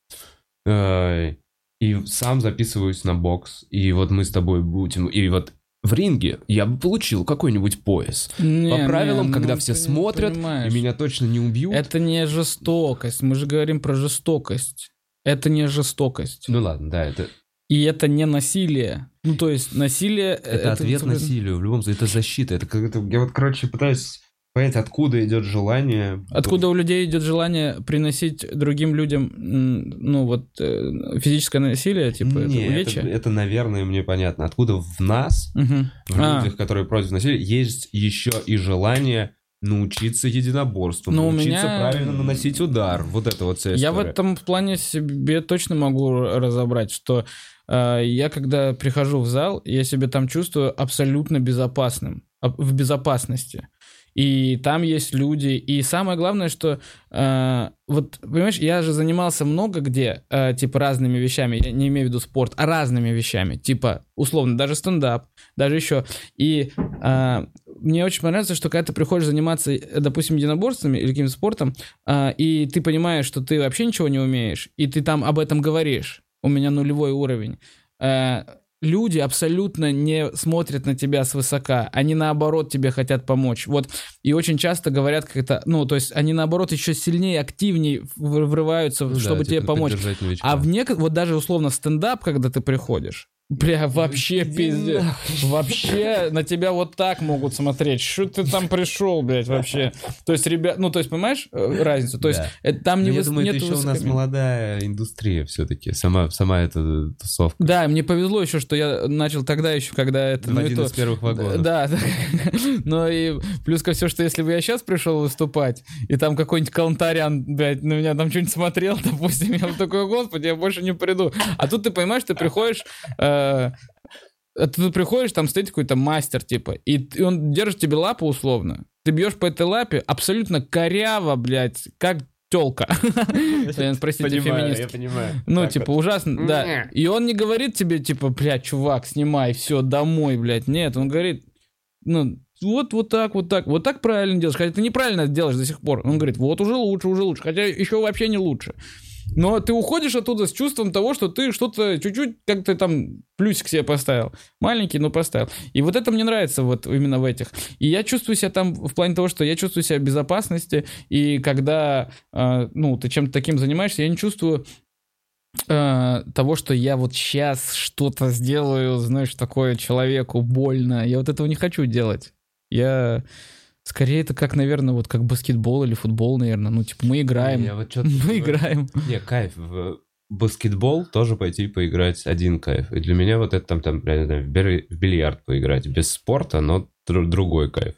И сам записываюсь на бокс, и вот мы с тобой будем... И вот в ринге я бы получил какой-нибудь пояс. Не, По правилам, не, когда ну, все смотрят, и меня точно не убьют. Это не жестокость, мы же говорим про жестокость. Это не жестокость. Ну ладно, да, это... И это не насилие. Ну, то есть насилие... Это, это ответ насилию, в любом случае. Это защита. Это как-то... Я вот, короче, пытаюсь понять, откуда идет желание... Откуда у людей идет желание приносить другим людям, ну, вот, физическое насилие, типа, Не, это увечья? Это, это, наверное, мне понятно. Откуда в нас, угу. в а. людях, которые против насилия, есть еще и желание... научиться единоборству, Но научиться меня... правильно наносить удар. Вот это вот вся история. Я в этом плане себе точно могу разобрать, что э, я, когда прихожу в зал, я себя там чувствую абсолютно безопасным, в безопасности. И там есть люди. И самое главное, что... Э, вот, понимаешь, я же занимался много где, э, типа, разными вещами. Я не имею в виду спорт, а разными вещами. Типа, условно, даже стендап, даже еще. И э, мне очень понравится, что когда ты приходишь заниматься, допустим, единоборствами или каким-то спортом, э, и ты понимаешь, что ты вообще ничего не умеешь, и ты там об этом говоришь. У меня нулевой уровень. Э, Люди абсолютно не смотрят на тебя свысока, они наоборот тебе хотят помочь. Вот, и очень часто говорят как-то, ну, то есть они наоборот еще сильнее, активнее врываются, ну, чтобы да, тебе помочь. А в нек... вот даже условно стендап, когда ты приходишь, бля, вообще пиздец. Вообще на тебя вот так могут смотреть. Что ты там пришел, блядь, вообще? То есть, ребят, ну, то есть, понимаешь разницу? То есть, да. это, там не я выс... думаю, нет это еще высокомерия. У нас молодая индустрия все-таки, сама, сама эта тусовка. Да, мне повезло еще, что я начал тогда еще, когда это... В ну, один то... из первых вагонов. Да, да. Но и плюс ко всему, что если бы я сейчас пришел выступать, и там какой-нибудь Калантарян, блядь, на меня там что-нибудь смотрел, допустим, я бы такой, господи, я больше не приду. А тут ты понимаешь, ты приходишь... Э... Ты тут приходишь, там стоит какой-то мастер, типа, и он держит тебе лапу условно. Ты бьешь по этой лапе абсолютно коряво, блядь, как тёлка. Простите, феминист. Я понимаю. Ну, типа, ужасно, да. И он не говорит тебе, типа, блядь, чувак, снимай, все, домой, блядь. Нет, он говорит, ну, вот, вот так, вот так, вот так правильно делаешь. Хотя ты неправильно делаешь до сих пор. Он говорит, вот уже лучше, уже лучше. Хотя еще вообще не лучше. Но ты уходишь оттуда с чувством того, что ты что-то чуть-чуть как-то там плюсик себе поставил. Маленький, но поставил. И вот это мне нравится вот именно в этих. И я чувствую себя там в плане того, что я чувствую себя в безопасности. И когда, э, ну, ты чем-то таким занимаешься, я не чувствую э, того, что я вот сейчас что-то сделаю, знаешь, такое человеку больно. Я вот этого не хочу делать. Я... Скорее это как, наверное, вот как баскетбол или футбол, наверное. Ну, типа, мы играем. Не, вот мы играем. Не, кайф. В баскетбол тоже пойти поиграть один кайф. И для меня вот это там, там в бильярд поиграть. Без спорта, но другой кайф.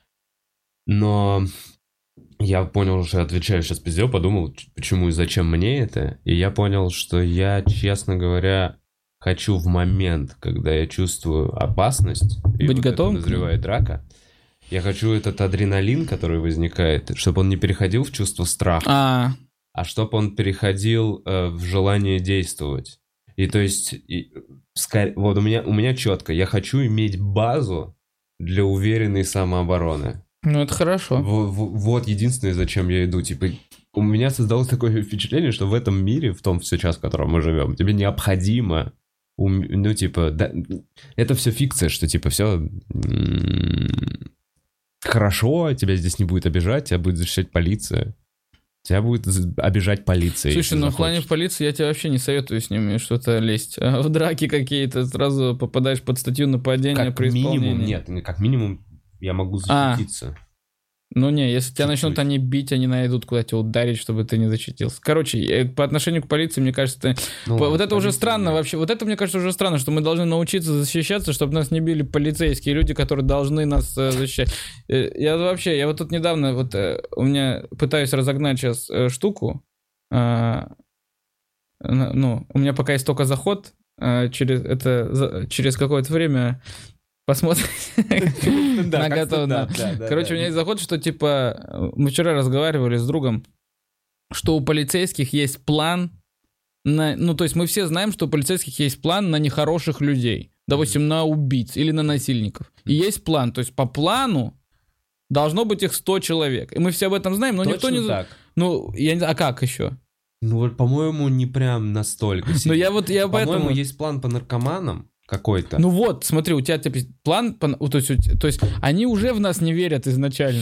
Но я понял, уже отвечаю сейчас пиздел, подумал, почему и зачем мне это. И я понял, что я, честно говоря, хочу в момент, когда я чувствую опасность. Быть и вот готовым? Назревает драка. Я хочу этот адреналин, который возникает, чтобы он не переходил в чувство страха, а, а чтобы он переходил э, в желание действовать. И то есть, и, скорее, вот у меня, у меня четко, я хочу иметь базу для уверенной самообороны. Ну, это хорошо. В, в, вот единственное, зачем я иду. Типа, у меня создалось такое впечатление, что в этом мире, в том сейчас, в котором мы живем, тебе необходимо... Ну, типа, да, это все фикция, что, типа, все... Хорошо, тебя здесь не будет обижать, тебя будет защищать полиция. Тебя будет обижать полиция. Слушай, ну в плане в полиции я тебе вообще не советую с ними что-то лезть. А в драки какие-то сразу попадаешь под статью нападения как при исполнении. Минимум, нет, как минимум я могу защититься. А. Ну не, если тебя начнут они бить, они найдут куда тебя ударить, чтобы ты не защитился. Короче, по отношению к полиции, мне кажется, это... ну, вот ладно, это уже странно нет. Вообще. Вот это, мне кажется, уже странно, что мы должны научиться защищаться, чтобы нас не били полицейские люди, которые должны нас э, защищать. Я вообще, я вот тут недавно, вот э, у меня пытаюсь разогнать сейчас э, штуку. Э, ну, у меня пока есть только заход, э, через, это, за, через какое-то время... Посмотрим на готовность. Короче, у меня есть заход, что типа мы вчера разговаривали с другом, что у полицейских есть план на, ну то есть мы все знаем, что у полицейских есть план на нехороших людей, допустим, на убийц или на насильников. И есть план, то есть по плану должно быть их сто человек. И мы все об этом знаем, но никто не... так. Ну, я не знаю, а как еще? Ну вот, по-моему, не прям настолько. Но я вот я По-моему, поэтому... есть план по наркоманам. Какой-то. Ну вот, смотри, у тебя типа, план, то есть, то есть они уже в нас не верят изначально.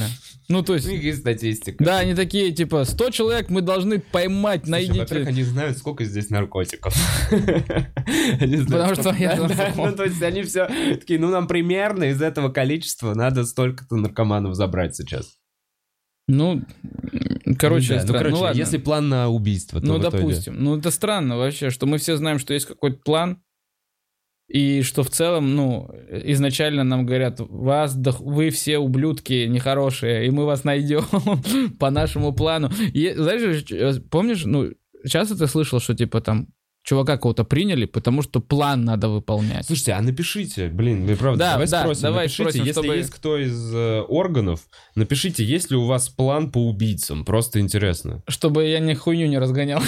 Ну, то есть... У них есть статистика. Да, они такие, типа, сто человек мы должны поймать, Слушай, найдите. во-первых, они знают, сколько здесь наркотиков. Они знают, Потому что я Да, же да, запомнил. ну, то есть они все такие, ну, нам примерно из этого количества надо столько-то наркоманов забрать сейчас. Ну, короче, Ну да, ну, странно. короче, Ну, ладно. если план на убийство, то Ну, в итоге- допустим. Ну, это странно вообще, что мы все знаем, что есть какой-то план, и что в целом, ну, изначально нам говорят, вас, да- вы все ублюдки нехорошие, и мы вас найдем по нашему плану. И, знаешь, ч- помнишь, ну, часто ты слышал, что, типа, там, чувака кого-то приняли, потому что план надо выполнять. Слушайте, а напишите, блин, вы правда, Да, давай да, спросим, давай напишите, спросим, если чтобы- есть кто из э, органов, напишите, есть ли у вас план по убийцам, просто интересно. Чтобы я ни хуйню не разгонял.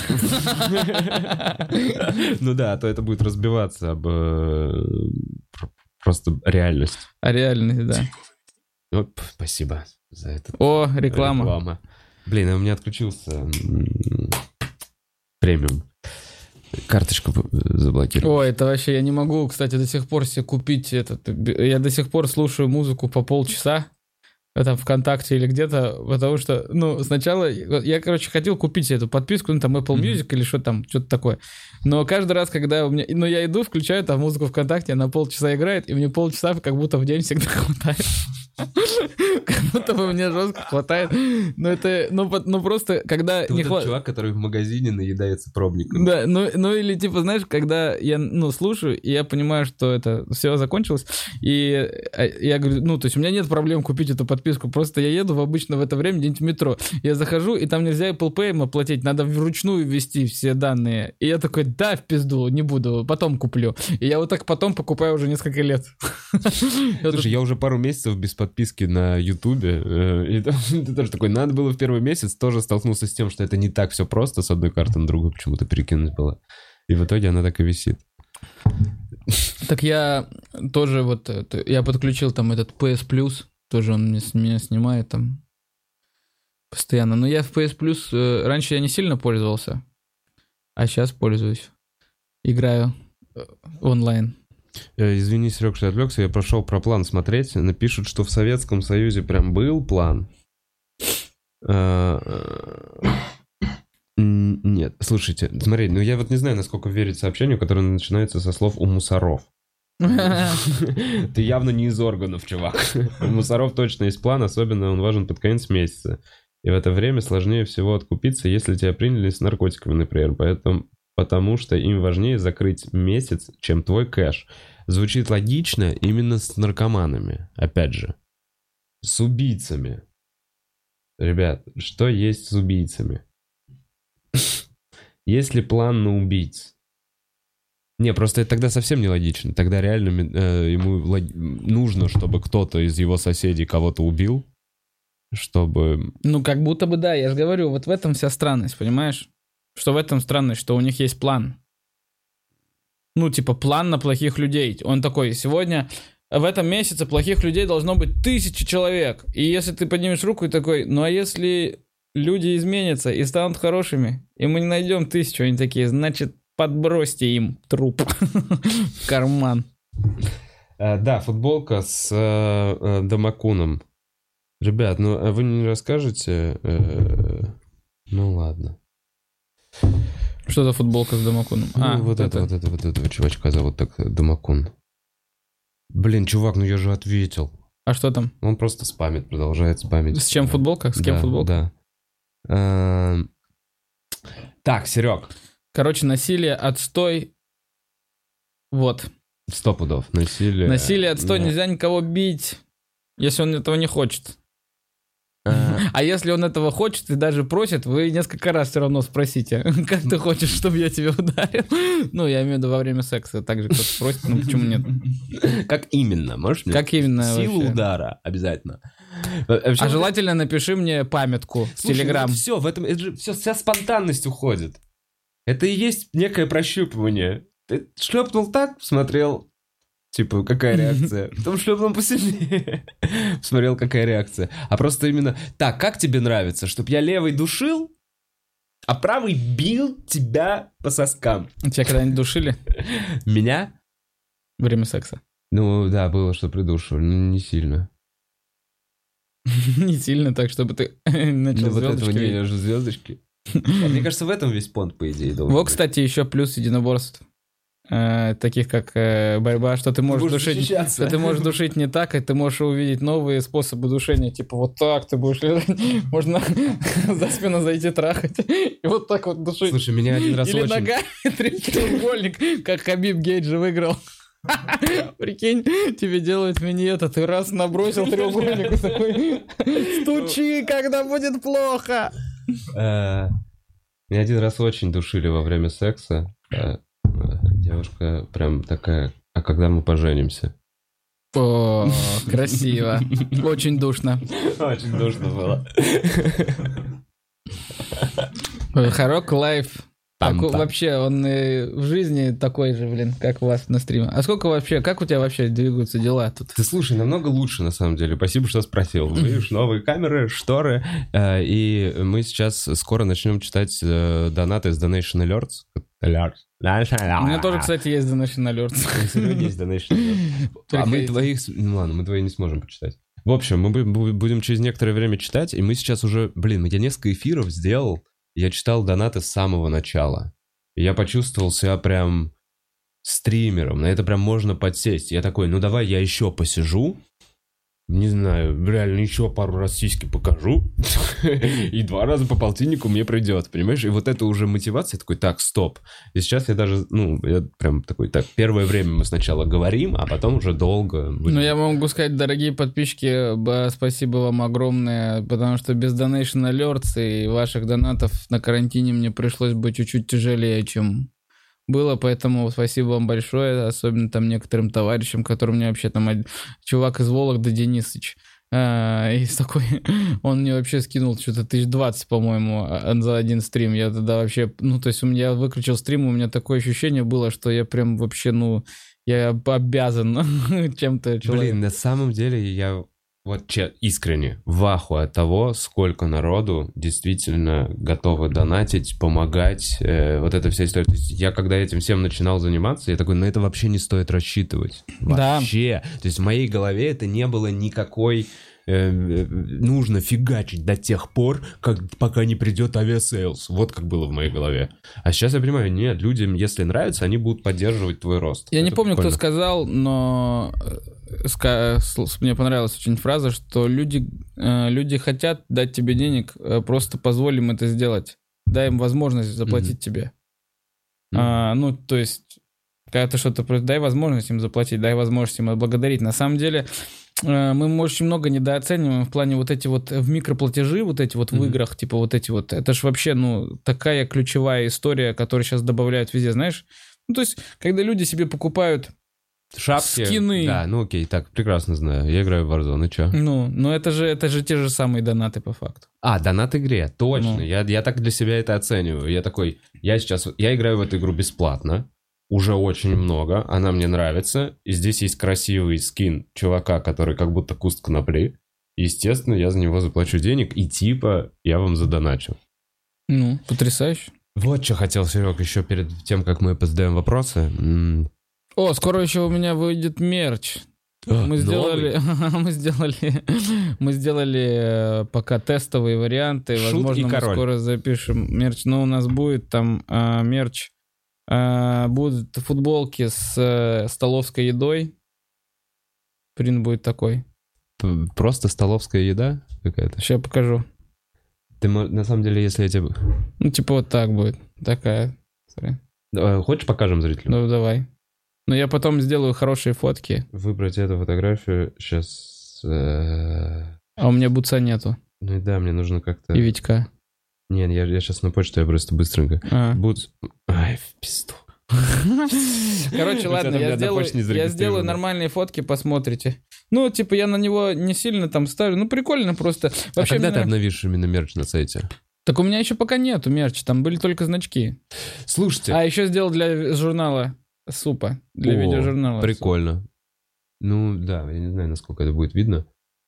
Ну да, а то это будет разбиваться об э, пр- просто реальность. А реальность, да. Оп, спасибо за это. О, реклама. Реклама. Блин, а у меня отключился м, премиум. Карточку заблокировал. Ой, это вообще, я не могу, кстати, до сих пор себе купить этот... Я до сих пор слушаю музыку по полчаса, там, ВКонтакте или где-то, потому что, ну, сначала я, короче, хотел купить эту подписку, ну, там, Apple Music или что там, что-то такое. Но каждый раз, когда у меня... Ну, я иду, включаю там музыку ВКонтакте, она полчаса играет, и мне полчаса как будто в день всегда хватает. Как будто бы мне жестко хватает. Ну, это... Ну, по- ну просто, когда... Ты не вот хва- этот чувак, который в магазине наедается пробником. Да, ну, ну или типа, знаешь, когда я, ну, слушаю, и я понимаю, что это все закончилось, и э, я говорю, ну, то есть у меня нет проблем купить эту подписку, просто я еду в обычно в это время где-нибудь в метро, я захожу, и там нельзя Apple Pay оплатить, надо вручную ввести все данные, и я такой, да, в пизду, не буду, потом куплю, и я вот так потом покупаю уже несколько лет. Слушай, я уже пару месяцев без подписки на Ютубе, э, и там ты тоже такой, надо было в первый месяц, тоже столкнулся с тем, что это не так все просто, с одной карты на другую почему-то перекинуть было. И в итоге она так и висит. Так я тоже вот, это, я подключил там этот пи эс Plus, тоже он мне, с- меня снимает там постоянно. Но я в пи эс Plus, э, раньше я не сильно пользовался, а сейчас пользуюсь. Играю э, онлайн. Э, Извини, Серег, что я отвлекся, я прошел про план смотреть. Напишут, что в Советском Союзе прям был план. Э, э, м, Нет, слушайте, смотри, ну я вот не знаю, насколько верить сообщению, которое начинается со слов «у мусоров». Ты явно не из органов, чувак. У мусоров точно есть план, особенно он важен под конец месяца. И в это время сложнее всего откупиться, если тебя приняли с наркотиками, например. Поэтому, потому что им важнее закрыть месяц, чем твой кэш. Звучит логично именно с наркоманами. Опять же. С убийцами. Ребят, что есть с убийцами? Есть ли план на убийц? Не, просто это тогда совсем не логично. Тогда реально э, ему лог- нужно, чтобы кто-то из его соседей кого-то убил, чтобы... Ну, как будто бы да, я же говорю, вот в этом вся странность, понимаешь? Что в этом странность, что у них есть план. Ну, типа, план на плохих людей. Он такой, сегодня, в этом месяце плохих людей должно быть тысячи человек. И если ты поднимешь руку и такой, ну а если люди изменятся и станут хорошими, и мы не найдем тысячу, они такие, значит, подбросьте им труп в карман. Э, да, футболка с э, э, Дамакуном. Ребят, ну а вы не расскажете? Э, ну ладно. Что за футболка с Дамакуном? Ну, А, вот это, вот это, вот этого чувачка зовут так Дамакун. Блин, чувак, ну я же ответил. А что там? Он просто спамит, продолжает спамить. С чем футболка? С кем Да, футболка? Да. Эм, Так, Серег. Короче, насилие, отстой. Вот. Сто пудов. Насилие. Насилие, отстой, Да. нельзя никого бить, если он этого не хочет. Э, А если он этого хочет и даже просит, вы несколько раз все равно спросите, как ты хочешь, чтобы я тебя ударил? Ну, я имею в виду во время секса. Также кто-то спросит, ну почему нет? Как именно? Можешь мне? Как именно Силу вообще? удара, обязательно. А желательно напиши мне памятку в Телеграм. Все, в этом, это же все, вся спонтанность уходит. Это и есть некое прощупывание. Ты шлепнул так, смотрел, типа, какая реакция. Потом шлепнул посильнее, смотрел, какая реакция. А просто именно, так, как тебе нравится, чтоб я левой душил, а правый бил тебя по соскам? Тебя когда-нибудь душили Меня? во время секса? Ну, да, было, что придушивали, но не сильно. Не сильно так, чтобы ты начал Ну, вот этого звездочки не, видеть. я же звездочки. Мне кажется, в этом весь понт, по идее, должен Вот, быть. кстати, еще плюс единоборств. Э, таких как э, борьба, что ты можешь, можешь душить, защищаться. что ты можешь душить не так, и ты можешь увидеть новые способы душения, типа вот так ты будешь лежать, можно за спину зайти трахать, и вот так вот душить. Слушай, меня один раз Или очень... ногами треугольник, как Хабиб Гейджи выиграл. Прикинь, тебе делают миньета, ты раз набросил треугольник и такой, стучи, когда будет плохо. Э, Меня один раз очень душили во время секса. Э, Девушка прям такая, а когда мы поженимся? О, красиво. Очень душно. Очень душно было. Харок лайф. Там-то. Такой- вообще, он и в жизни такой же, блин, как у вас на стриме. А сколько вообще, как у тебя вообще двигаются дела тут? Ты слушай, намного лучше, на самом деле. Спасибо, что спросил. Видишь, новые камеры, шторы. э, И мы сейчас скоро начнем читать э, донаты из Donation Alerts. Alerts. У меня тоже, кстати, есть Donation Alerts. У тебя есть Donation Alerts. А мы Только твоих... Ну ладно, мы твои не сможем почитать. В общем, мы бу- бу- будем через некоторое время читать, и мы сейчас уже... Блин, я несколько эфиров сделал, я читал донаты с самого начала. И я почувствовал себя прям стримером. На это прям можно подсесть. Я такой, ну давай я еще посижу. Не знаю, реально еще пару раз сиськи покажу. И два раза по полтиннику мне придет, понимаешь? И вот это уже мотивация. Я такой, так, стоп. И сейчас я даже, ну, я прям такой, так, первое время мы сначала говорим, а потом уже долго. Ну, я могу сказать, дорогие подписчики, ба- спасибо вам огромное, потому что без Donation Alerts и ваших донатов на карантине мне пришлось бы чуть-чуть тяжелее, чем было, поэтому спасибо вам большое, особенно там некоторым товарищам, которым мне вообще там один- чувак из Вологды, Денисыч, а, и такой, он мне вообще скинул что-то тысяч двадцать, по-моему, а- за один стрим. Я тогда вообще, ну, то есть у меня выключил стрим, у меня такое ощущение было, что я прям вообще, ну, я обязан чем-то человеку. Блин, на самом деле я вот че- искренне в ахуе от того, сколько народу действительно готовы донатить, помогать. э, вот эта вся история. То есть я когда этим всем начинал заниматься, я такой, на это вообще не стоит рассчитывать. Да. Вообще. То есть в моей голове это не было никакой... э, э, нужно фигачить до тех пор, как, пока не придет авиасейлс. Вот как было в моей голове. А сейчас я понимаю, нет, людям, если нравится, они будут поддерживать твой рост. Я не Это помню, кто прикольно. сказал, но э, ска- с- мне понравилась очень фраза, что люди, э, люди хотят дать тебе денег, э, просто позволь им это сделать. Дай им возможность заплатить тебе. Мгм. А, ну, то есть, когда ты что-то... про- Дай возможность им заплатить, дай возможность им отблагодарить. На самом деле, э, мы очень много недооцениваем в плане вот эти вот в микроплатежи, вот эти вот в Мгм. играх, типа вот эти вот. Это ж вообще, ну, такая ключевая история, которую сейчас добавляют везде, знаешь? Ну, то есть, когда люди себе покупают... Шапки. Скины. Да, ну окей, так, прекрасно знаю. Я играю в Warzone, и чё? Ну, но это же, это же те же самые донаты по факту. А, донат игре, точно. Ну. Я, я так для себя это оцениваю. Я такой, я сейчас, я играю в эту игру бесплатно. Уже очень много, она мне нравится. И здесь есть красивый скин чувака, который как будто куст конопли. Естественно, я за него заплачу денег, и типа я вам задоначу. Ну, потрясающе. Вот что хотел, Серег, еще перед тем, как мы позадаем вопросы. М, О, скоро еще у меня выйдет мерч. А, Мы сделали, новый? мы сделали, мы сделали э, пока тестовые варианты. Шут Возможно, и мы король. скоро запишем мерч. Но у нас будет там а, мерч. а, будут футболки с э, столовской едой. Принт будет такой. п- Просто столовская еда какая-то. Сейчас покажу. Ты, мо- на самом деле, если я тебе... Ну, типа вот так будет. Такая. Смотри. Давай, хочешь, покажем зрителям? Ну, давай. Но я потом сделаю хорошие фотки. Выбрать эту фотографию сейчас. А у меня буца нету. Ну и да, мне нужно как-то. И Витька. Не, я, я сейчас на почту, я просто быстренько. А. Бутс. Ай, в пизду. Короче, У тебя ладно, там я на сделаю, почте не я зарегистрировано. сделаю нормальные фотки, посмотрите. Ну, типа, я на него не сильно там ставлю. Ну, прикольно просто. А Вообще, когда мне ты нрав- обновишь именно мерч на сайте? Так у меня еще пока нету мерча, там были только значки. Слушайте. А еще сделал для журнала Супа. Для О, видеожурнала. Прикольно. Ну да, я не знаю, насколько это будет видно.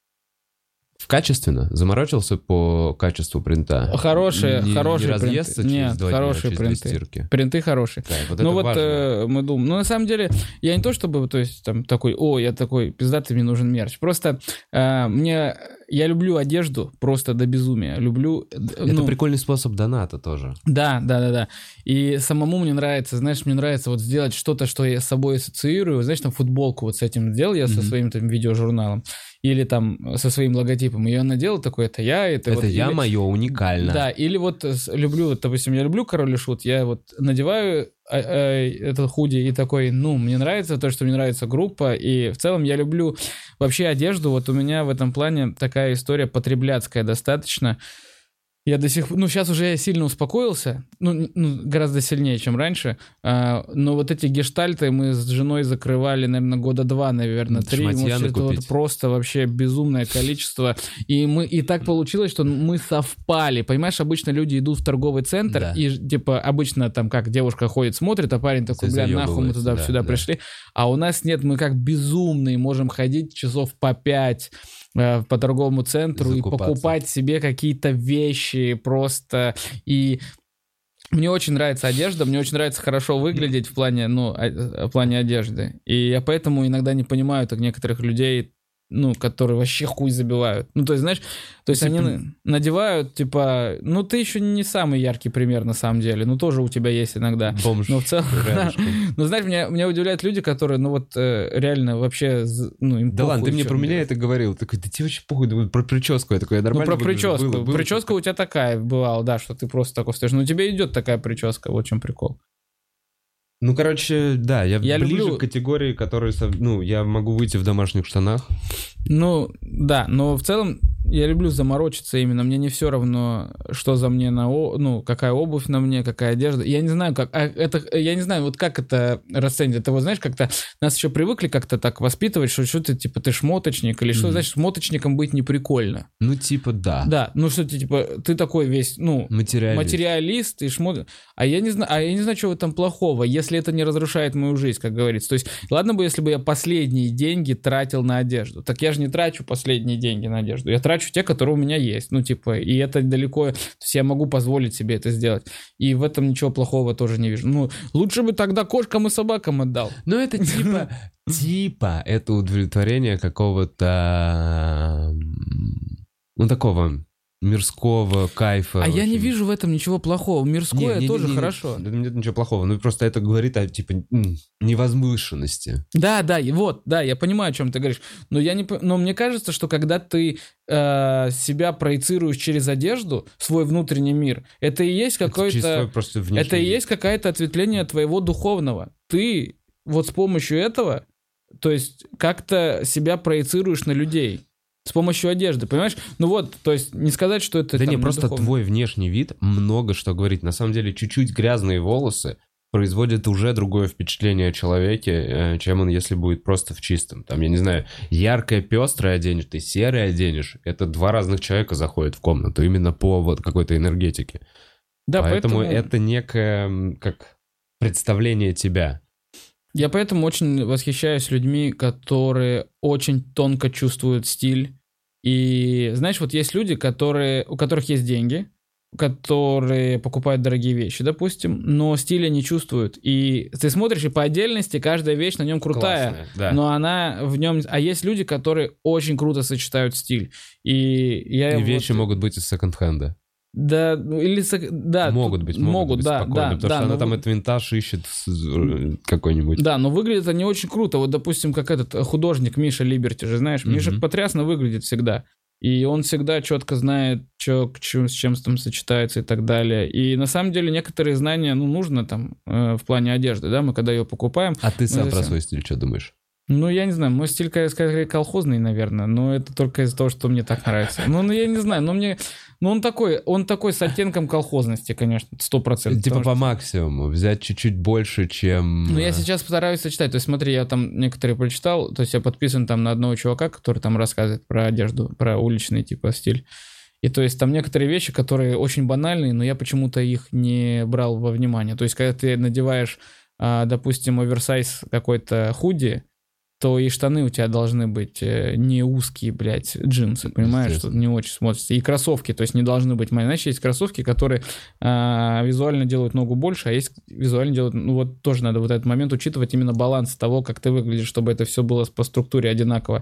Качественно? Заморочился по качеству принта? Хорошие, не, хорошие не разъестся принты. через Нет, два дня, хорошие через две принты. стирки? Принты хорошие. Да, вот Ну это вот важно. э, мы думаем, ну на самом деле я не то чтобы, то есть там такой, о, я такой пиздатый, мне нужен мерч. Просто э, мне я люблю одежду просто до безумия. Люблю... Это ну, прикольный способ доната тоже. Да, да, да, да. И самому мне нравится, знаешь, мне нравится вот сделать что-то, что я с собой ассоциирую. Знаешь, там футболку вот с этим сделал я mm-hmm. со своим там видеожурналом. Или там со своим логотипом. И я надел такой, это я. Это, это вот, я, или... мое, уникально. Да, или вот люблю, вот, допустим, я люблю Король и Шут, я вот надеваю а, а, этот худи и такой, ну, мне нравится то, что мне нравится группа, и в целом я люблю вообще одежду. Вот у меня в этом плане такая история потребляцкая достаточно. Я до сих пор... Ну, сейчас уже я сильно успокоился. Ну, ну гораздо сильнее, чем раньше. А, но вот эти гештальты мы с женой закрывали, наверное, года два, наверное, три. Шматьяны это вот просто вообще безумное количество. И, мы... и так получилось, что мы совпали. Понимаешь, обычно люди идут в торговый центр, да. и, типа, обычно там как девушка ходит, смотрит, а парень такой, бля, нахуй мы туда-сюда да, пришли. Да. А у нас нет, мы как безумные можем ходить часов по пять по торговому центру и покупать себе какие-то вещи просто. И мне очень нравится одежда, мне очень нравится хорошо выглядеть в плане, ну, в плане одежды. И я поэтому иногда не понимаю так некоторых людей, ну, которые вообще хуй забивают. Ну, то есть, знаешь, то есть типа... они надевают, типа, ну, ты еще не самый яркий пример, на самом деле, ну, тоже у тебя есть иногда. Бомж. Но в целом, ну, знаешь, меня, меня удивляют люди, которые, ну, вот, реально вообще, ну, им да ладно, ты мне про меня это говорил, такой, да тебе вообще похуй, про прическу, я такой, я нормально. Ну, про прическу, было, было, прическа было. У тебя такая бывала, да, что ты просто такой стоишь, ну, тебе идет такая прическа, вот в чем прикол. Ну, короче, да, я, я ближе люблю... к категории, которые, ну, я могу выйти в домашних штанах. Ну, да, но в целом я люблю заморочиться именно. Мне не все равно, что за мне на, ну, какая обувь на мне, какая одежда. Я не знаю, как, а это, я не знаю, вот как это расценить. Это вот, знаешь, как-то нас еще привыкли как-то так воспитывать, что, что ты, типа, ты шмоточник, или что, mm-hmm. значит, шмоточником быть не прикольно. Ну, типа, да. Да, ну, что ты, типа, ты такой весь, ну, материалист, материалист и шмот... А я не знаю, а я не знаю, что в этом плохого, если это не разрушает мою жизнь, как говорится. То есть, ладно бы, если бы я последние деньги тратил на одежду. Так я же не трачу последние деньги на одежду. Я трачу те, которые у меня есть. Ну, типа, и это далеко... То есть я могу позволить себе это сделать. И в этом ничего плохого тоже не вижу. Ну, лучше бы тогда кошкам и собакам отдал. Ну, это типа... Типа, это удовлетворение какого-то... Ну, такого... мирского кайфа. А я не вижу в этом ничего плохого. Мирское не, не, тоже не, не, хорошо. Не, нет ничего плохого. Ну, просто это говорит о, типа, невозвышенности. Да, да, вот, да, я понимаю, о чем ты говоришь. Но, я не, но мне кажется, что когда ты э, себя проецируешь через одежду, свой внутренний мир, это и есть какое-то... Это, это и есть какое-то ответвление твоего духовного. Ты вот с помощью этого, то есть как-то себя проецируешь на людей. С помощью одежды, понимаешь? Ну вот, то есть не сказать, что это... Да там, не, просто духовно. Твой внешний вид много что говорит. На самом деле, чуть-чуть грязные волосы производят уже другое впечатление о человеке, чем он, если будет просто в чистом. Там, я не знаю, яркое, пестрое оденешь, ты серое оденешь. Это два разных человека заходят в комнату именно по вот какой-то энергетике. Да, поэтому, поэтому это некое, как представление тебя. Я поэтому очень восхищаюсь людьми, которые очень тонко чувствуют стиль. И знаешь, вот есть люди, которые, у которых есть деньги, которые покупают дорогие вещи, допустим, но стиля не чувствуют. И ты смотришь, и по отдельности каждая вещь на нем крутая, классная, да. Но она в нем... А есть люди, которые очень круто сочетают стиль. И, я и вещи вот... могут быть из секонд-хенда. Да, или да, могут быть, могут, могут быть, да, спокойно, да, потому да, что она там вы... этот винтаж ищет какой-нибудь. Да, но выглядит они очень круто. Вот, допустим, как этот художник Миша Либерти же, знаешь, mm-hmm. Миша потрясно выглядит всегда. И он всегда четко знает, что, с чем там сочетается и так далее. И на самом деле некоторые знания, ну, нужно там э, в плане одежды, да, мы когда ее покупаем. А ты сам про свой стиль что думаешь? Ну, я не знаю, мой стиль, скорее, колхозный, наверное, но это только из-за того, что мне так нравится. Ну, ну я не знаю, но мне... Ну, он такой, он такой с оттенком колхозности, конечно, сто процентов. Типа по что... максимуму, взять чуть-чуть больше, чем... Ну, я сейчас постараюсь сочетать. То есть, смотри, я там некоторые прочитал, то есть я подписан там на одного чувака, который там рассказывает про одежду, про уличный типа стиль. И то есть там некоторые вещи, которые очень банальные, но я почему-то их не брал во внимание. То есть, когда ты надеваешь, допустим, оверсайз какой-то худи, то и штаны у тебя должны быть не узкие, блядь, джинсы, понимаешь, что не очень смотрится. И кроссовки, то есть не должны быть мои. Знаешь, есть кроссовки, которые а, визуально делают ногу больше, а есть визуально делают... Ну вот тоже надо вот этот момент учитывать, именно баланс того, как ты выглядишь, чтобы это все было по структуре одинаково.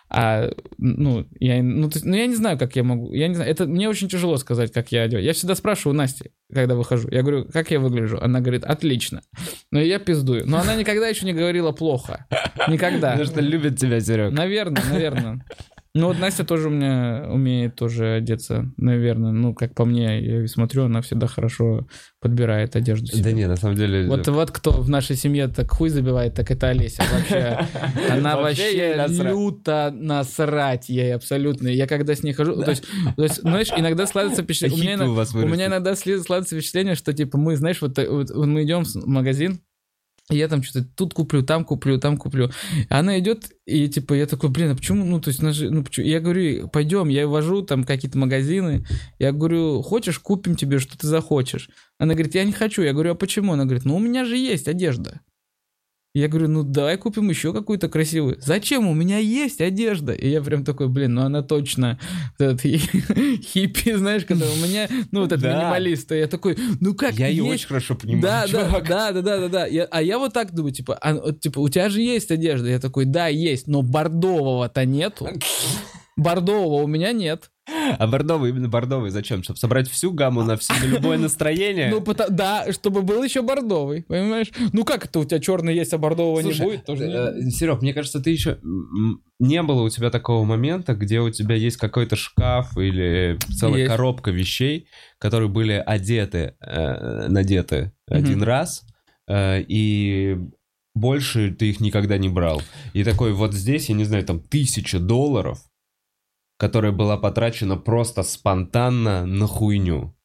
А, ну, я, ну, то есть, ну, я не знаю, как я могу. Я не знаю. Это мне очень тяжело сказать, как я одет. Я всегда спрашиваю у Насти, когда выхожу. Я говорю, как я выгляжу? Она говорит, отлично. Но я пиздую. Но она никогда еще не говорила плохо. Никогда. Потому что любит тебя, Серег. Наверное, наверное. Ну вот Настя тоже у меня умеет тоже одеться, наверное. Ну, как по мне, я ее смотрю, она всегда хорошо подбирает одежду себе. Да не, на самом деле... Вот, вот кто в нашей семье так хуй забивает, так это Олеся. Вообще, она вообще люто насрать ей абсолютно. Я когда с ней хожу, то есть, то есть, знаешь, иногда складывается впечатление... У меня, у меня иногда складывается впечатление, что типа мы, знаешь, вот, вот мы идем в магазин, и я там что-то тут куплю, там куплю, там куплю. Она идет, и типа я такой, блин, а почему, ну, то есть, ну, почему? Я говорю, пойдем, я вожу там какие-то магазины. Я говорю, хочешь, купим тебе, что ты захочешь. Она говорит, я не хочу. Я говорю, а почему? Она говорит, ну, у меня же есть одежда. Я говорю, ну, давай купим еще какую-то красивую. Зачем? У меня есть одежда. И я прям такой, блин, ну, она точно вот этот хиппи, знаешь, когда у меня, ну, вот этот да. минималист. И я такой, ну, как Я есть? ее очень хорошо понимаю, да, чувак. Да, да, да, да, да. Я, а я вот так думаю, типа, а, типа, у тебя же есть одежда. Я такой, да, есть, но бордового-то нету. Бордового у меня нет. А бордовый, именно бордовый зачем? Чтобы собрать всю гамму на, все, на любое настроение? Ну, да, чтобы был еще бордовый, понимаешь? Ну, как это у тебя черный есть, а бордового Слушай, не будет? Тоже э, не... Серег, мне кажется, ты еще... Не было у тебя такого момента, где у тебя есть какой-то шкаф или целая есть. коробка вещей, которые были одеты, э, надеты mm-hmm. один раз, э, и... больше ты их никогда не брал. И такой, вот здесь, я не знаю, там тысяча долларов, которая была потрачена просто спонтанно на хуйню.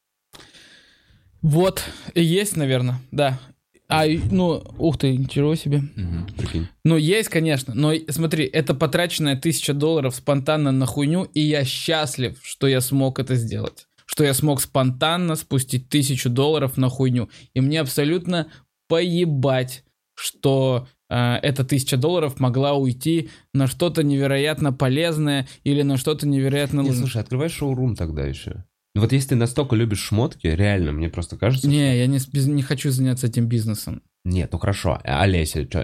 Вот, и есть, наверное, да. А, ну, ух ты, ничего себе. Угу, прикинь. Ну, есть, конечно, но смотри, это потраченная тысяча долларов спонтанно на хуйню, и я счастлив, что я смог это сделать. Что я смог спонтанно спустить тысячу долларов на хуйню. И мне абсолютно поебать, что э, эта тысяча долларов могла уйти на что-то невероятно полезное или на что-то невероятно... Не, слушай, открывай шоурум тогда еще. Вот если ты настолько любишь шмотки, реально, мне просто кажется... Не, что... я не, не хочу заняться этим бизнесом. Нет, ну хорошо, Олеся... Я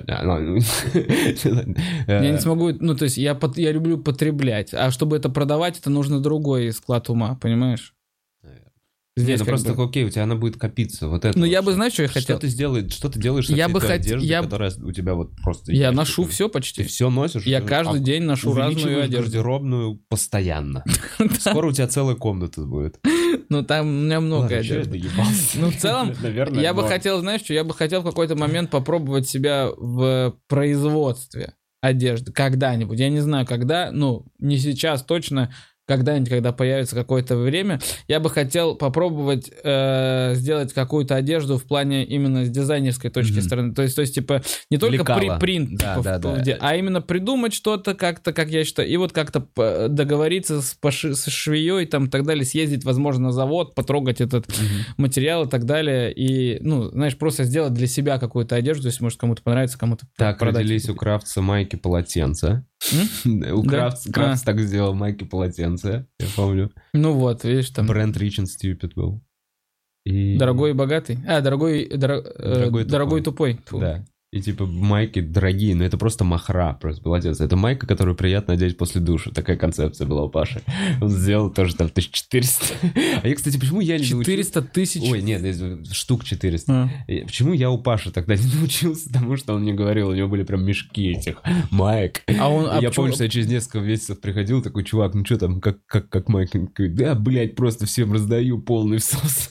не смогу... Ну, то есть я, я люблю потреблять, а чтобы это продавать, это нужно другой склад ума, понимаешь? Здесь ну, просто бы... такой, окей, у тебя она будет копиться. Вот это ну, вот, я что, бы, знаешь, что я хотел? Что ты, сделаешь, что ты делаешь с я этой бы хот... одеждой, я... которая у тебя вот просто... Я есть, ношу ты, все почти. Ты все носишь? Я ты, каждый а, день ношу разную одежду. гардеробную постоянно. Скоро у тебя целая комната будет. Ну, там у меня много одежды. Ну, в целом, я бы хотел, знаешь что, я бы хотел в какой-то момент попробовать себя в производстве одежды. Когда-нибудь. Я не знаю, когда, ну, не сейчас точно... Когда-нибудь, когда появится какое-то время, я бы хотел попробовать э, сделать какую-то одежду в плане именно с дизайнерской точки mm-hmm. стороны. То есть, то есть, типа, не только при, принт, да, типа, да, в, да. а именно придумать что-то как-то, как я считаю, и вот как-то договориться с, поши, с швеей там, и так далее, съездить, возможно, на завод, потрогать этот mm-hmm. материал и так далее. И, ну, знаешь, просто сделать для себя какую-то одежду, если, может, кому-то понравится, кому-то так продать. Так родились у Крафтса майки-полотенца. У Крафтс так сделал майки-полотенца. Я помню. Ну вот, видишь, там... Бренд Rich and Stupid был. И... Дорогой и богатый? А, дорогой, дор... дорогой, э, дорогой тупой. тупой. Да. И типа майки дорогие, но это просто махра, просто молодец. Это майка, которую приятно одеть после душа. Такая концепция была у Паши. Он сделал тоже там тысяча четыреста. А я, кстати, почему я не научился... четыреста тысяч? Ой, нет, штук четыреста. А. Почему я у Паши тогда не научился? Потому что он мне говорил, у него были прям мешки этих маек. А он, а я почему... помню, что я через несколько месяцев приходил, такой, чувак, ну что там, как, как, как майка? Да, блядь, просто всем раздаю полный всос.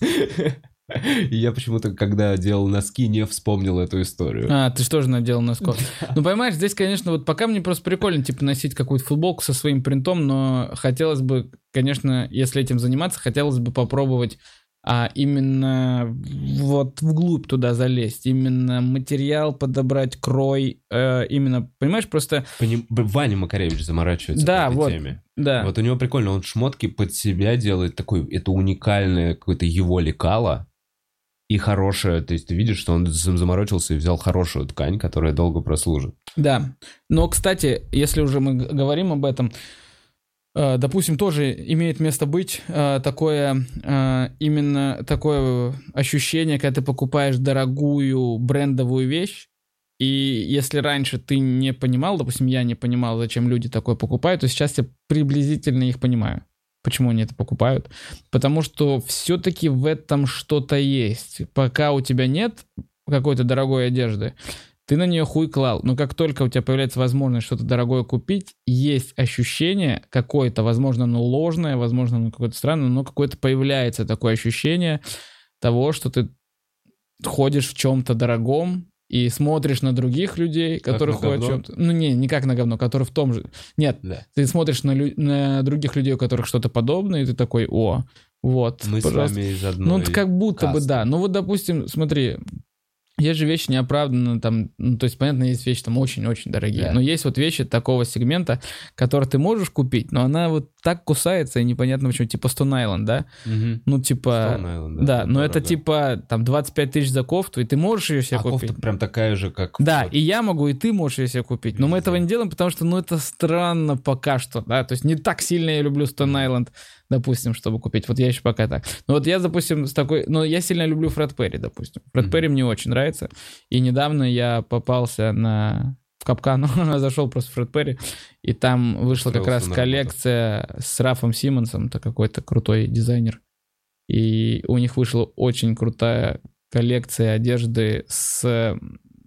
И я почему-то, когда делал носки, не вспомнил эту историю. А, ты что же наделал носков? Ну, понимаешь, здесь, конечно, вот пока мне просто прикольно, типа, носить какую-то футболку со своим принтом, но хотелось бы, конечно, если этим заниматься, хотелось бы попробовать а именно вот вглубь туда залезть, именно материал подобрать, крой, э, именно, понимаешь, просто... Поним... Ваня Макаревич заморачивается да, по этой вот, теме. Да. Вот у него прикольно, он шмотки под себя делает, такой, это уникальное какое-то его лекало. И хорошая, то есть ты видишь, что он заморочился и взял хорошую ткань, которая долго прослужит. Да, но, кстати, если уже мы говорим об этом, э, допустим, тоже имеет место быть э, такое, э, именно такое ощущение, когда ты покупаешь дорогую брендовую вещь, и И если раньше ты не понимал, допустим, я не понимал, зачем люди такое покупают, то сейчас я приблизительно их понимаю. Почему они это покупают? Потому что все-таки в этом что-то есть. Пока у тебя нет какой-то дорогой одежды, ты на нее хуй клал. Но как только у тебя появляется возможность что-то дорогое купить, есть ощущение какое-то, возможно, оно ложное, возможно, оно какое-то странное, но какое-то появляется такое ощущение того, что ты ходишь в чем-то дорогом и смотришь на других людей, как которые ходят в чем-то... Ну не, не как на говно, которые в том же... Нет, да. Ты смотришь на, лю... на других людей, у которых что-то подобное, и ты такой, о, вот, мы пожалуйста. с вами из одной Ну, как будто касты. бы, да. Ну вот, допустим, смотри... Есть же вещи неоправданно, там, ну, то есть, понятно, есть вещи там очень-очень дорогие, yeah. но есть вот вещи такого сегмента, которые ты можешь купить, но она вот так кусается, и непонятно почему, типа Stone Island, да? Mm-hmm. Ну, типа... Stone Island, да. Да, но дорого. Это типа, там, двадцать пять тысяч за кофту, и ты можешь ее себе а купить. А кофта прям такая же, как... Да, вот. И я могу, и ты можешь ее себе купить, но мы этого не делаем, потому что, ну, это странно пока что, да, то есть не так сильно я люблю Stone Island, допустим, чтобы купить. Вот я еще пока так. Но вот я, допустим, с такой... Ну, я сильно люблю Фред Перри, допустим. Фред mm-hmm. Перри мне очень нравится. И недавно я попался на... в капкан, зашел просто в Фред Перри, и там вышла как раз коллекция с Рафом Симмонсом, это какой-то крутой дизайнер. И у них вышла очень крутая коллекция одежды с...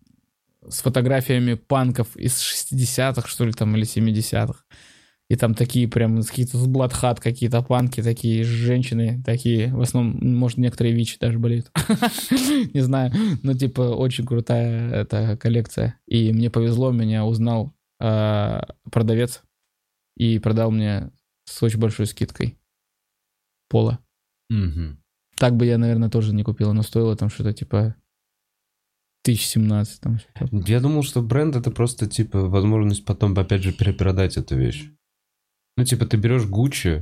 с фотографиями панков из шестидесятых, что ли, там, или семидесятых. И там такие прям какие-то с Bloodhat, какие-то панки, такие женщины, такие, в основном, может, некоторые ВИЧ даже болеют. Не знаю, но типа очень крутая эта коллекция. И мне повезло, меня узнал продавец и продал мне с очень большой скидкой поло. Так бы я, наверное, тоже не купила, но стоило там что-то типа тысяча семнадцать. Там, я думал, что бренд — это просто типа возможность потом опять же перепродать эту вещь. Ну, типа, ты берешь Гуччи,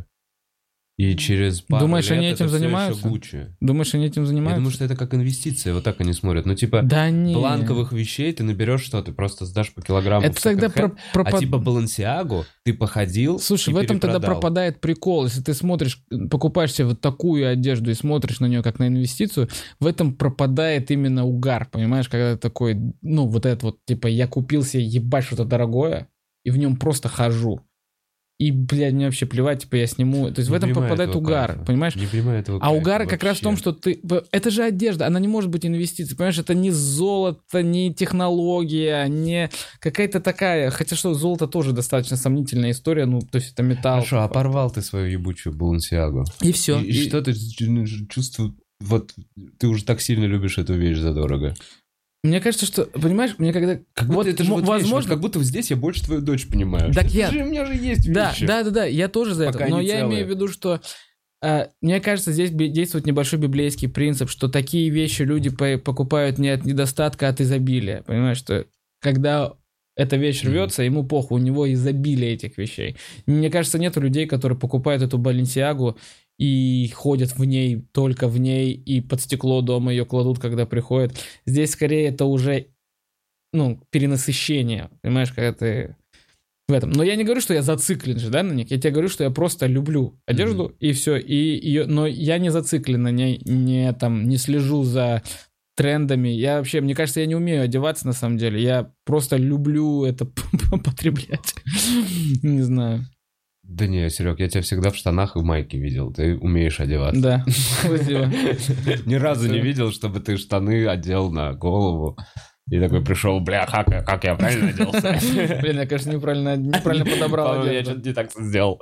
и через пару Думаешь, лет они это этим все занимаются? еще Гуччи. Думаешь, они этим занимаются? Я думаю, что это как инвестиция, вот так они смотрят. Ну, типа, да бланковых вещей ты наберешь что, ты просто сдашь по килограмму. Это тогда про, пропад... А типа Balenciaga ты походил. Слушай, и в этом перепродал. Тогда пропадает прикол. Если ты смотришь, покупаешь себе вот такую одежду и смотришь на нее как на инвестицию, в этом пропадает именно угар, понимаешь? Когда ты такой, ну, вот это вот, типа, я купил себе ебать что-то дорогое, и в нем просто хожу. И, блядь, мне вообще плевать, типа, я сниму... То есть не в этом пропадает угар, кайфа. Понимаешь? Не понимаю этого А угар вообще. как раз в том, что ты... Это же одежда, она не может быть инвестицией, понимаешь? Это не золото, не технология, не какая-то такая... Хотя что, золото тоже достаточно сомнительная история, ну, то есть это металл. Хорошо, а порвал ты свою ебучую Balenciaga. И все. И, и что ты чувствуешь... Вот ты уже так сильно любишь эту вещь задорого. Мне кажется, что, понимаешь, мне когда... Как будто вот, это же вот возможно... вещь, вот как будто здесь я больше твою дочь понимаю. Так я... Же, у меня же есть да, вещи. Да, да, да, я тоже за Пока это. Но я целые. имею в виду, что... Э, мне кажется, здесь действует небольшой библейский принцип, что такие вещи люди по- покупают не от недостатка, а от изобилия. Понимаешь, что когда эта вещь рвется, mm-hmm. ему похуй, у него изобилие этих вещей. Мне кажется, нету людей, которые покупают эту Balenciaga и ходят в ней, только в ней, и под стекло дома ее кладут, когда приходят. Здесь скорее это уже... ну, перенасыщение, понимаешь, когда ты в этом. Но я не говорю, что я зациклен же, да, на них. Я тебе говорю, что я просто люблю одежду, mm-hmm. и все. И ее, но я не зациклен на ней, не, там, не слежу за трендами. Я вообще, мне кажется, я не умею одеваться, на самом деле. Я просто люблю это потреблять. Не знаю. Да не, Серег, я тебя всегда в штанах и в майке видел. Ты умеешь одеваться. Да, спасибо. Ни разу не видел, чтобы ты штаны одел на голову. И такой пришел, бля, как, как я правильно оделся? Блин, я, кажется, неправильно, неправильно подобрал одежду. Я что-то не так сделал.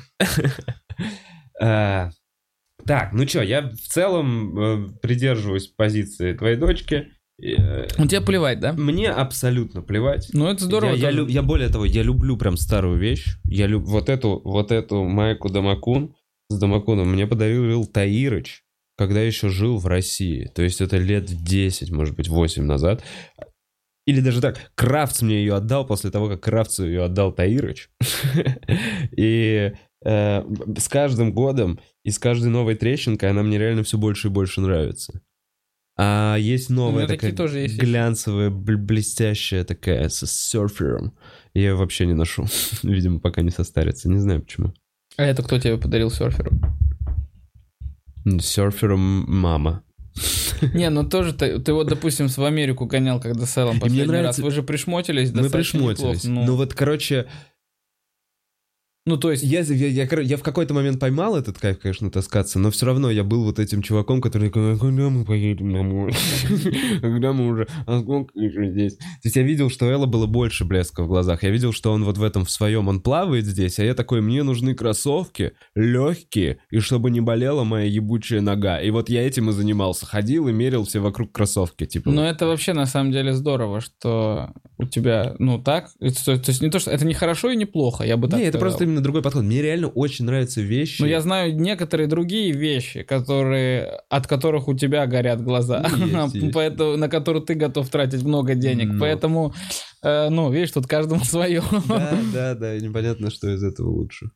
Так, ну что, я в целом придерживаюсь позиции твоей дочки. Ну, тебе плевать, да? Мне абсолютно плевать. Ну, это здорово. Я, я, я более того, я люблю прям старую вещь. Я люблю вот эту, вот эту майку Дамакун с Дамакуном мне подарил Таирыч, когда еще жил в России. То есть это лет десять, может быть, восемь назад. Или даже так, Крафтс мне ее отдал после того, как Крафтсу ее отдал Таирыч. И с каждым годом и с каждой новой трещинкой она мне реально все больше и больше нравится. А есть новая такая есть глянцевая, блестящая такая с серфером. Я ее вообще не ношу. Видимо, пока не состарится. Не знаю почему. А это кто тебе подарил серфером? Серфером мама. Не, ну тоже ты, ты вот, допустим, в Америку гонял, когда с Эллом последний раз. Вы же пришмотились Мы пришмотились. Ну... ну вот, короче... Ну, то есть... Я, я, я, я в какой-то момент поймал этот кайф, конечно, таскаться, но все равно я был вот этим чуваком, который такой, когда мы поедем домой? Когда мы уже... А сколько еще здесь? То есть я видел, что у Элла было больше блеска в глазах. Я видел, что он вот в этом в своем, он плавает здесь, а я такой, мне нужны кроссовки, легкие, и чтобы не болела моя ебучая нога. И вот я этим и занимался. Ходил и мерил все вокруг кроссовки. Типа. Но это вообще на самом деле здорово, что у тебя, ну, так... То есть не то, что... Это не хорошо и не плохо, я бы так Не, сказал. это просто именно другой подход. Мне реально очень нравятся вещи. Ну, я знаю некоторые другие вещи, которые, от которых у тебя горят глаза, есть, есть. Поэтому, на которые ты готов тратить много денег. Но. Поэтому, э, ну, видишь, тут каждому свое. Да, да, да, непонятно, что из этого лучше.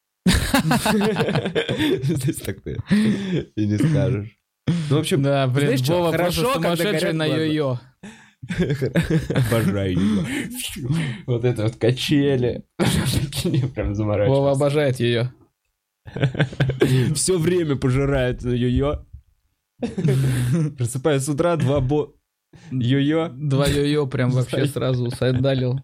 Здесь так ты и не скажешь. Ну, в общем, да, блин, знаешь, Вова хорошо, просто сумасшедший на йо-йо. Обожаю ее. Вот это вот качели. Прям заморачиваюсь. Вова обожает ее. Все время пожирает йо-йо. Просыпаюсь с утра, два бо... Йо-йо. Два йо-йо прям вообще сразу сайдалил.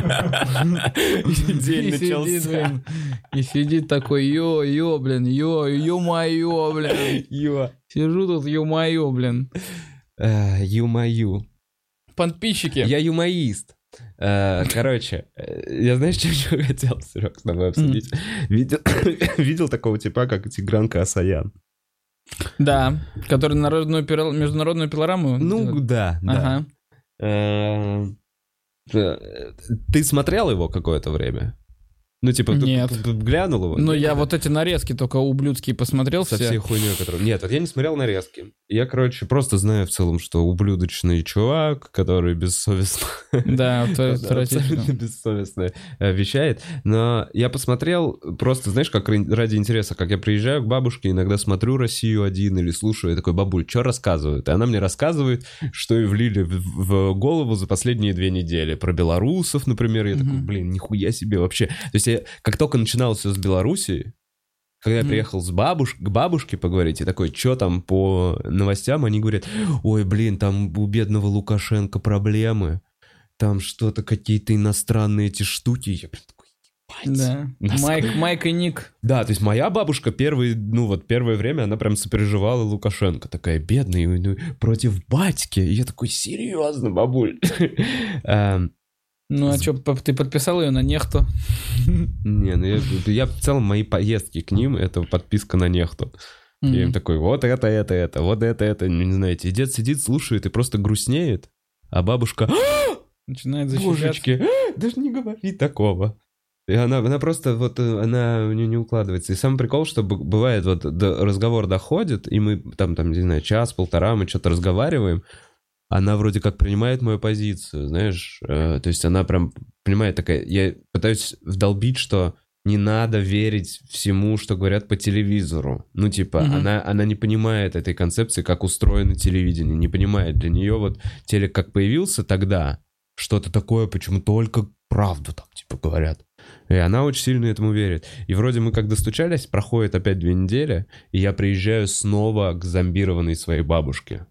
День начался. И сидит такой, йо-йо, блин, йо-йо-моё, блин. Йо. Сижу тут, йо-моё, блин. Ю-мою. Подписчики. Я юмоист. Короче, я знаешь, что хотел, Серег, с тобой обсудить? Видел, видел такого типа, как Тигран Каасаян? Да, который народную, международную пилораму? Ну, делает? да, да. Ага. Ты смотрел его какое-то время? Ну, типа, Нет. Ты, ты, ты глянул его? Ну, я вот эти нарезки только ублюдские посмотрел Со все. всей хуйней, которую... Нет, вот я не смотрел нарезки. Я, короче, просто знаю в целом, что ублюдочный чувак, который бессовестно... Да, абсолютно бессовестно вещает. Но я посмотрел просто, знаешь, как ради интереса, как я приезжаю к бабушке, иногда смотрю «Россию один» или слушаю, я такой, бабуль, что рассказывают? И она мне рассказывает, что и влили в голову за последние две недели. Про белорусов, например. Я такой, блин, нихуя себе вообще. То есть я, как только начиналось все с Белоруссии, когда я приехал с бабуш... к бабушке поговорить, и такой, что там по новостям, они говорят, ой, блин, там у бедного Лукашенко проблемы, там что-то, какие-то иностранные эти штуки. Я прям такой, ебать. Да, насколько... Майк, Майк и Ник. Да, то есть моя бабушка первые, ну вот первое время, она прям сопереживала Лукашенко, такая бедная, ну, против батьки. И я такой, серьезно, бабуль? Ну, а что, ты подписал ее на Нехту? Не, ну я, я в целом, мои поездки к ним, это подписка на Нехту. Mm-hmm. Я им такой, вот это, это, это, вот это, это, не знаете. И дед сидит, слушает и просто грустнеет, а бабушка... Начинает защищаться. Божечки, даже не говори такого. И она, она просто, вот, она у нее не укладывается. И самый прикол, что бывает, вот, до, разговор доходит, и мы там, там, не знаю, час-полтора, мы что-то разговариваем, она вроде как принимает мою позицию, знаешь, э, то есть она прям понимает такая, я пытаюсь вдолбить, что не надо верить всему, что говорят по телевизору, ну типа, mm-hmm. она, она не понимает этой концепции, как устроено телевидение, не понимает, для нее вот телек как появился тогда, что-то такое, почему только правду там типа говорят, и она очень сильно этому верит, и вроде мы как достучались, проходит опять две недели, и я приезжаю снова к зомбированной своей бабушке,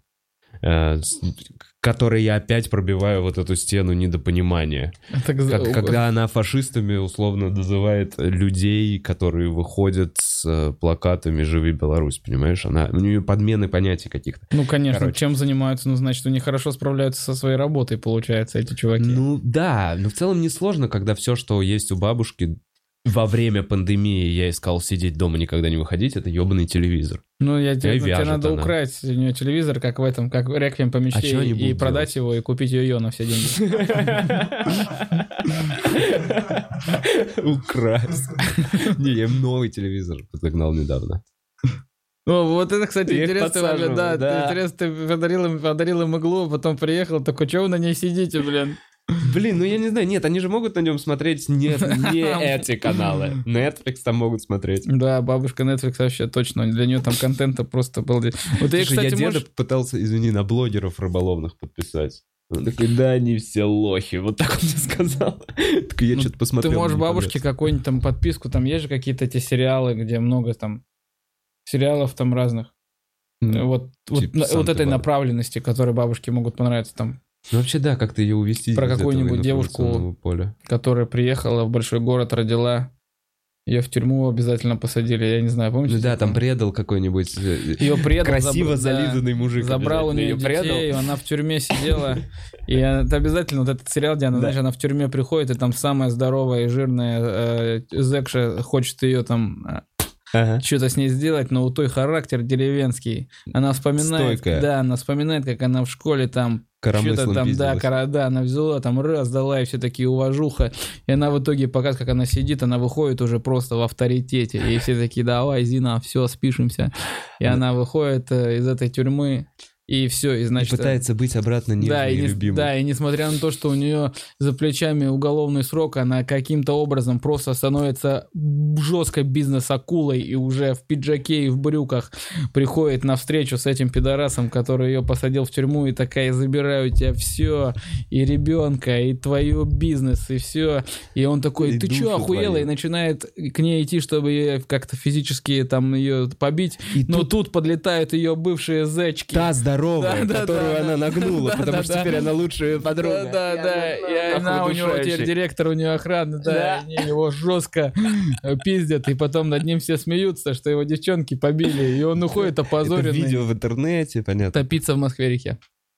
которой я опять пробиваю вот эту стену недопонимания. Так... Как, когда она фашистами условно называет людей, которые выходят с плакатами «Живи Беларусь», понимаешь? Она, у нее подмены понятий каких-то. Ну, конечно, Короче. Чем занимаются? Ну, значит, они хорошо справляются со своей работой, получается, эти чуваки. Ну, да, но в целом несложно, когда все, что есть у бабушки... Во время пандемии я искал сидеть дома, никогда не выходить, это ебаный телевизор. Ну, я тебе, тебе надо она. украсть у нее телевизор, как в этом, как «Реквием по мечте», а и, и продать его, и купить ее на все деньги. Украсть. Не, я новый телевизор подогнал недавно. О, вот это, кстати, интересный момент, да. Интересно, ты подарил им, подарил им иглу, потом приехал, такой, что вы на ней сидите, блин? Блин, ну я не знаю, нет, они же могут на нем смотреть не, не эти каналы. Netflix там могут смотреть. Да, бабушка Netflix вообще точно, для нее там контента просто обалдеть. Вот Слушай, я, кстати, я деда можешь... пытался, извини, на блогеров рыболовных подписать. Он такой, да, они все лохи, вот так он мне сказал. Так я ну, что-то посмотрел. Ты можешь бабушке какую-нибудь там подписку, там есть же какие-то эти сериалы, где много там сериалов там разных. Mm. Вот, типа, вот, вот этой направленности, которой бабушке могут понравиться там. Ну, вообще, да, как-то ее увести. Про какую-нибудь девушку, поля. которая приехала в большой город, родила, ее в тюрьму обязательно посадили, я не знаю, помните? Ну да, там предал какой-нибудь ее предал, красиво заб... зализанный мужик. Забрал у нее детей, предал. Она в тюрьме сидела. И это обязательно вот этот сериал, где она, да. знаешь, она в тюрьме приходит, и там самая здоровая и жирная э, зэкша хочет ее там... Ага. Что-то с ней сделать, но у той характер деревенский. Она вспоминает, Стойкая. да, она вспоминает, как она в школе там что-то там, да, кара, да, она взяла, там раз дала, и все такие уважуха. И она в итоге показывает, как она сидит, она выходит уже просто в авторитете. И все такие, давай, Зина, все, спишемся. И она выходит из этой тюрьмы. И все, и значит... И пытается быть обратно нежной да, и, и не, любимой. Да, и несмотря на то, что у нее за плечами уголовный срок, она каким-то образом просто становится жесткой бизнес-акулой и уже в пиджаке и в брюках приходит на встречу с этим пидорасом, который ее посадил в тюрьму, и такая, забираю у тебя все, и ребенка, и твою бизнес, и все. И он такой, и ты че, охуела? И начинает к ней идти, чтобы ее как-то физически там ее побить. И но тут... тут подлетают ее бывшие зэчки. Та здоровая, да, которую да, она нагнула, да, потому да, что да. теперь она лучшая подруга. Да, да, да. И она у него теперь директор, у нее охрана, да, да. Они его жестко пиздят, и потом над ним все смеются, что его девчонки побили, и он уходит опозоренный. Это видео в интернете, понятно. Топиться в Москве-реке.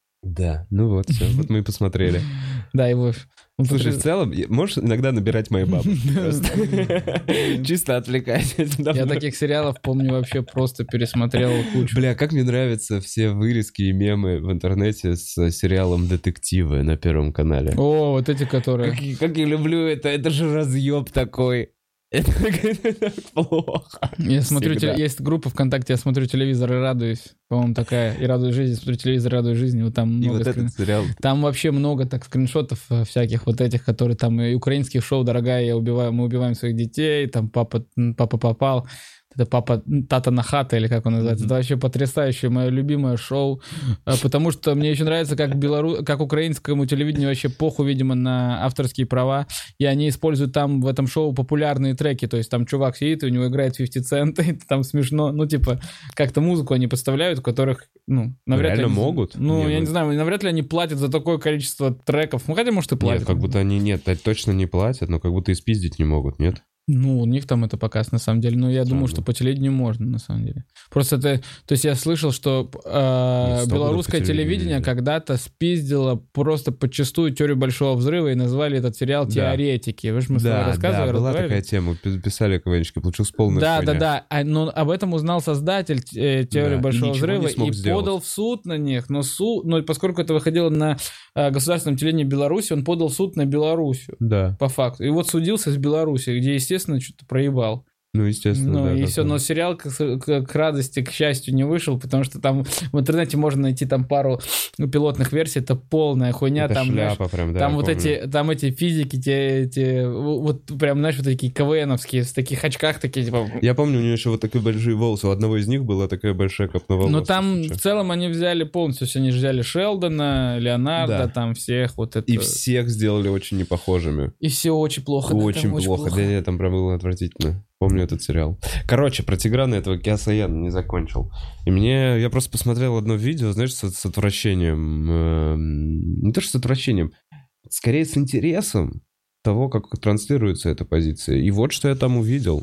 Да, ну вот, все, вот мы и посмотрели. Да, его... Слушай, в целом, можешь иногда набирать мои бабушки просто. Чисто отвлекать. Я таких сериалов, помню, вообще просто пересмотрел кучу. Бля, как мне нравятся все вырезки и мемы в интернете с сериалом «Детективы» на Первом канале. О, вот эти, которые... Как я люблю это, это же разъеб такой. Это так плохо. Я смотрю, те, есть группа ВКонтакте, я смотрю телевизор и радуюсь. По-моему, такая. И радуюсь жизни, смотрю телевизор, радуюсь жизни. Вот там много и вот скрин... этот сериал. Там вообще много так скриншотов всяких вот этих, которые там и украинских шоу «Дорогая, я убиваю, мы убиваем своих детей», там «Папа, папа попал». Это папа Тата на хата, или как он называется. Mm-hmm. Это вообще потрясающее, мое любимое шоу. Потому что мне еще нравится, как, белору... как украинскому телевидению вообще похуй, видимо, на авторские права. И они используют там в этом шоу популярные треки. То есть там чувак сидит, и у него играет фифти цент, и там смешно. Ну, типа, как-то музыку они подставляют, у которых, ну, навряд Реально ли... Они... могут? Ну, нет, я ну... не знаю, навряд ли они платят за такое количество треков. Ну, хотя, может, и платят. Нет, как будто они, нет, точно не платят, но как будто и спиздить не могут, нет? Ну, у них там это показ, на самом деле. Но я Странно. думаю, что по телевидению можно, на самом деле. Просто это... То есть я слышал, что э, Нет, белорусское телевидение когда-то спиздило просто подчастую «Теорию большого взрыва» и назвали этот сериал «Теоретики». Вы же мы да, рассказывали, да, была такая тема. Писали КВНщики, получился полный Да, хуйня. да, да. А, но об этом узнал создатель э, «Теории да, большого взрыва» и сделать. подал в суд на них. Но, суд, но поскольку это выходило на э, государственном телевидении Беларуси, он подал в суд на Белоруссию. Да. По факту. И вот судился с Белоруссией, где, естественно, Естественно, что-то проебал. Ну, естественно, ну, да. и все, но сериал к, к, к радости, к счастью, не вышел, потому что там в интернете можно найти там пару пилотных версий, это полная хуйня. Это там, шляпа знаешь, прям, да, там вот помню. эти, там эти физики, те, эти, вот прям, знаешь, вот такие КВНовские, в таких очках такие, типа... Я помню, у него еще вот такие большие волосы, у одного из них была такая большая копна волос. Ну, там в целом они взяли полностью, они же взяли Шелдона, Леонардо, да. там всех вот это... И всех сделали очень непохожими. И все очень плохо. Очень да, плохо, очень да, нет, там прям было отвратительно. Помню этот сериал. Короче, про Тиграна этого Кеосаяна не закончил. И мне... Я просто посмотрел одно видео, знаешь, с, с отвращением. Э, не то, что с отвращением. Скорее, с интересом того, как транслируется эта позиция. И вот что я там увидел.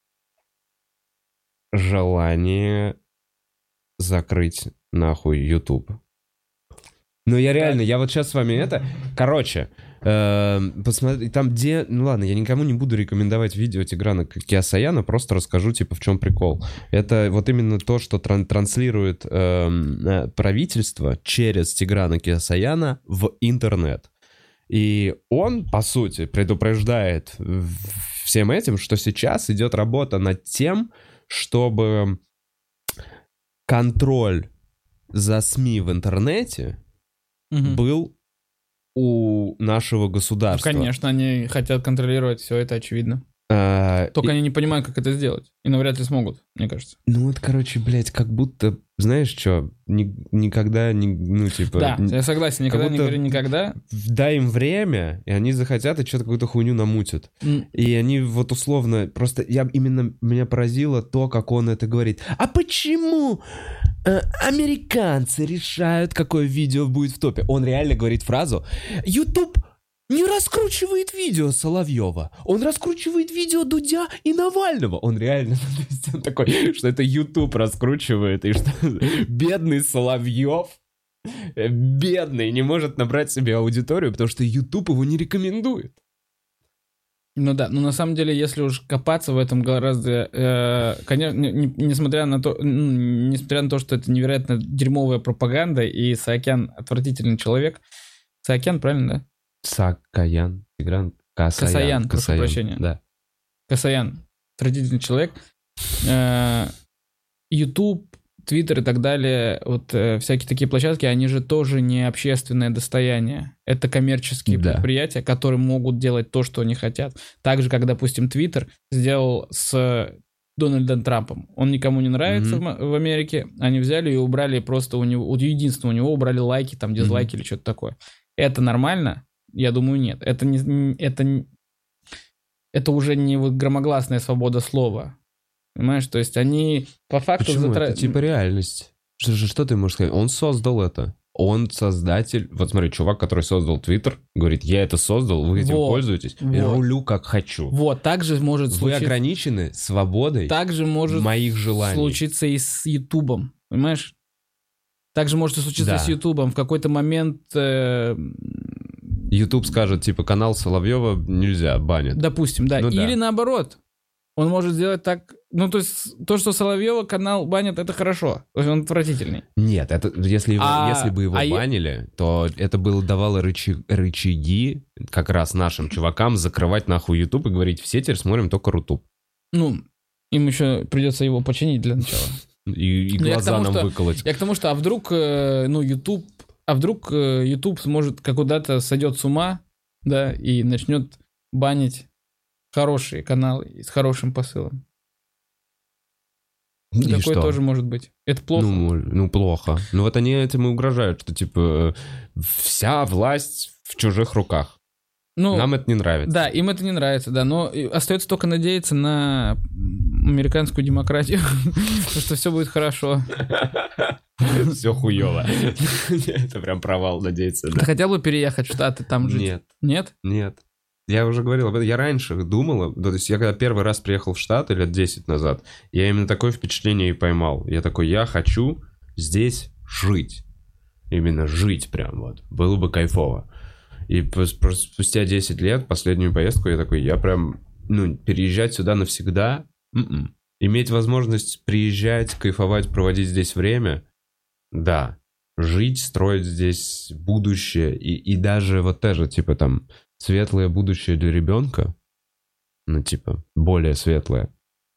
Желание закрыть нахуй YouTube. Ну, я реально... Я вот сейчас с вами это... Короче... Посмотри, там где... Ну ладно, я никому не буду рекомендовать видео Тиграна Кеосаяна, просто расскажу, типа, в чем прикол. Это вот именно то, что тран- транслирует э, правительство через Тиграна Кеосаяна в интернет. И он, по сути, предупреждает всем этим, что сейчас идет работа над тем, чтобы контроль за СМИ в интернете угу. был у нашего государства. Ну, конечно, они хотят контролировать все это, очевидно. А, Только и... они не понимают, как это сделать. И навряд ли смогут, мне кажется. Ну вот, короче, блядь, как будто, знаешь что, ни, никогда, не, ну типа... Да, я согласен, никогда не говори никогда. Дай им время, и они захотят, и что-то какую-то хуйню намутят. Mm. И они вот условно, просто я именно, меня поразило то, как он это говорит. А почему э, американцы решают, какое видео будет в топе. Он реально говорит фразу YouTube не раскручивает видео Соловьева. Он раскручивает видео Дудя и Навального. Он реально, то есть он такой, что это YouTube раскручивает, и что бедный Соловьев, бедный, не может набрать себе аудиторию, потому что YouTube его не рекомендует. Ну да, но на самом деле, если уж копаться в этом гораздо, э, конечно, не, не, несмотря на то, ну, несмотря на то, что это невероятно дерьмовая пропаганда, и Саакян отвратительный человек. Саакян, правильно, да? Саакян, Тигран, Касаян. Касаян, прошу прощения. Да. Касаян, отвратительный человек. Э, YouTube, Twitter и так далее, вот э, всякие такие площадки, они же тоже не общественное достояние. Это коммерческие да. предприятия, которые могут делать то, что они хотят. Так же, как, допустим, Twitter сделал с Дональдом Трампом. Он никому не нравится mm-hmm. в, в Америке. Они взяли и убрали просто у него, единственное, у него убрали лайки, там, дизлайки mm-hmm. или что-то такое. Это нормально? Я думаю, нет. Это, не, это, это уже не вот громогласная свобода слова. Понимаешь, то есть они по факту... Почему? Затра... Это типа реальность. Что, что ты можешь сказать? Он создал это. Он создатель. Вот смотри, чувак, который создал Твиттер, говорит, я это создал, вы этим вот, пользуетесь, вот. Я рулю как хочу. Вот, так же может вы случиться... Вы ограничены свободой так же может моих желаний. случиться и с Ютубом, понимаешь? Так же может и случиться да. с Ютубом. В какой-то момент... Э... Ютуб скажет, типа, канал Соловьева нельзя, банят. Допустим, да. Ну, Или да. наоборот. Он может сделать так... Ну, то есть, то, что Соловьева канал банят, это хорошо. То есть, он отвратительный. Нет, это если, его, а, если бы его а банили, я... то это было, давало рычаг, рычаги как раз нашим чувакам закрывать нахуй YouTube и говорить, все теперь смотрим только Рутуб. Ну, им еще придется его починить для начала. И, и глаза тому, нам что, выколоть. Я к тому, что, а вдруг, ну, YouTube... А вдруг YouTube сможет, как куда-то сойдет с ума, да, и начнет банить хорошие каналы с хорошим посылом. И Такое что? Тоже может быть. Это плохо. Ну, ну, плохо. Ну, вот они этим и угрожают, что, типа, вся власть в чужих руках. Ну, нам это не нравится. Да, им это не нравится, да. Но остается только надеяться на американскую демократию, что все будет хорошо. Все хуево. Это прям провал, надеяться. Ты хотел бы переехать в Штаты, там жить? Нет. Нет? Нет. Я уже говорил об этом. Я раньше думал, то есть я когда первый раз приехал в Штаты лет десять назад, я именно такое впечатление и поймал. Я такой, я хочу здесь жить. Именно жить прям вот. Было бы кайфово. И спустя десять лет, последнюю поездку, я такой, я прям, ну, переезжать сюда навсегда, м-м. Иметь возможность приезжать, кайфовать, проводить здесь время, да. Жить, строить здесь будущее, и, и даже вот тоже, типа, там, светлое будущее для ребенка, ну, типа, более светлое.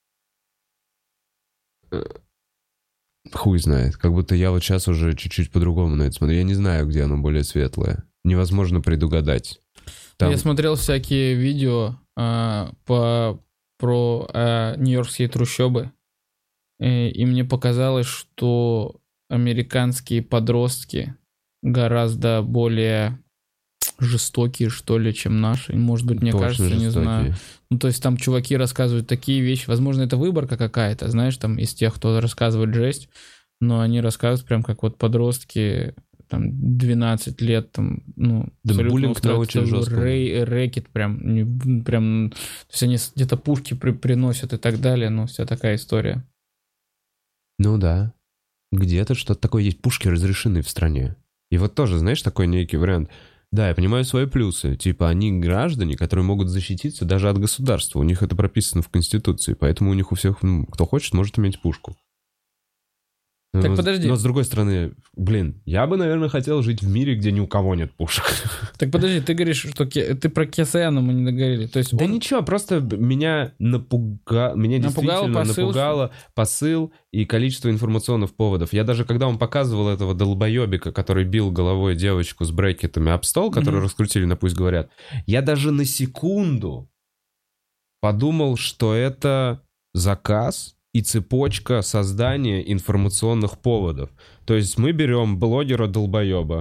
Хуй знает, как будто я вот сейчас уже чуть-чуть по-другому на это смотрю. Я не знаю, где оно более светлое. Невозможно предугадать. Там... Я смотрел всякие видео а, по, про а, нью-йоркские трущобы, и, и мне показалось, что американские подростки гораздо более жестокие, что ли, чем наши. Может быть, мне Точно кажется, жестокие. Не знаю. Ну, то есть там чуваки рассказывают такие вещи. Возможно, это выборка какая-то, знаешь, там из тех, кто рассказывает жесть, но они рассказывают прям как вот подростки, там, двенадцать лет, там, ну, да, буллинг на очень жестком. Рэ- рэкет прям, не, прям, то есть они где-то пушки при- приносят и так далее, ну, вся такая история. Ну да. Где-то что-то такое есть. Пушки разрешены в стране. И вот тоже, знаешь, такой некий вариант. Да, я понимаю свои плюсы. Типа, они граждане, которые могут защититься даже от государства. У них это прописано в Конституции. Поэтому у них у всех, ну, кто хочет, может иметь пушку. Так но, подожди. Но с другой стороны, блин, я бы, наверное, хотел жить в мире, где ни у кого нет пушек. Так подожди, ты говоришь, что ке... ты про Кесаяна мы не договорили. То есть да он... ничего, просто меня напугало, меня Напугал действительно посыл, напугало посыл и количество информационных поводов. Я даже, когда он показывал этого долбоебика, который бил головой девочку с брекетами об стол, которую mm-hmm. раскрутили на «Пусть говорят», я даже на секунду подумал, что это заказ и цепочка создания информационных поводов. То есть мы берем блогера-долбоеба,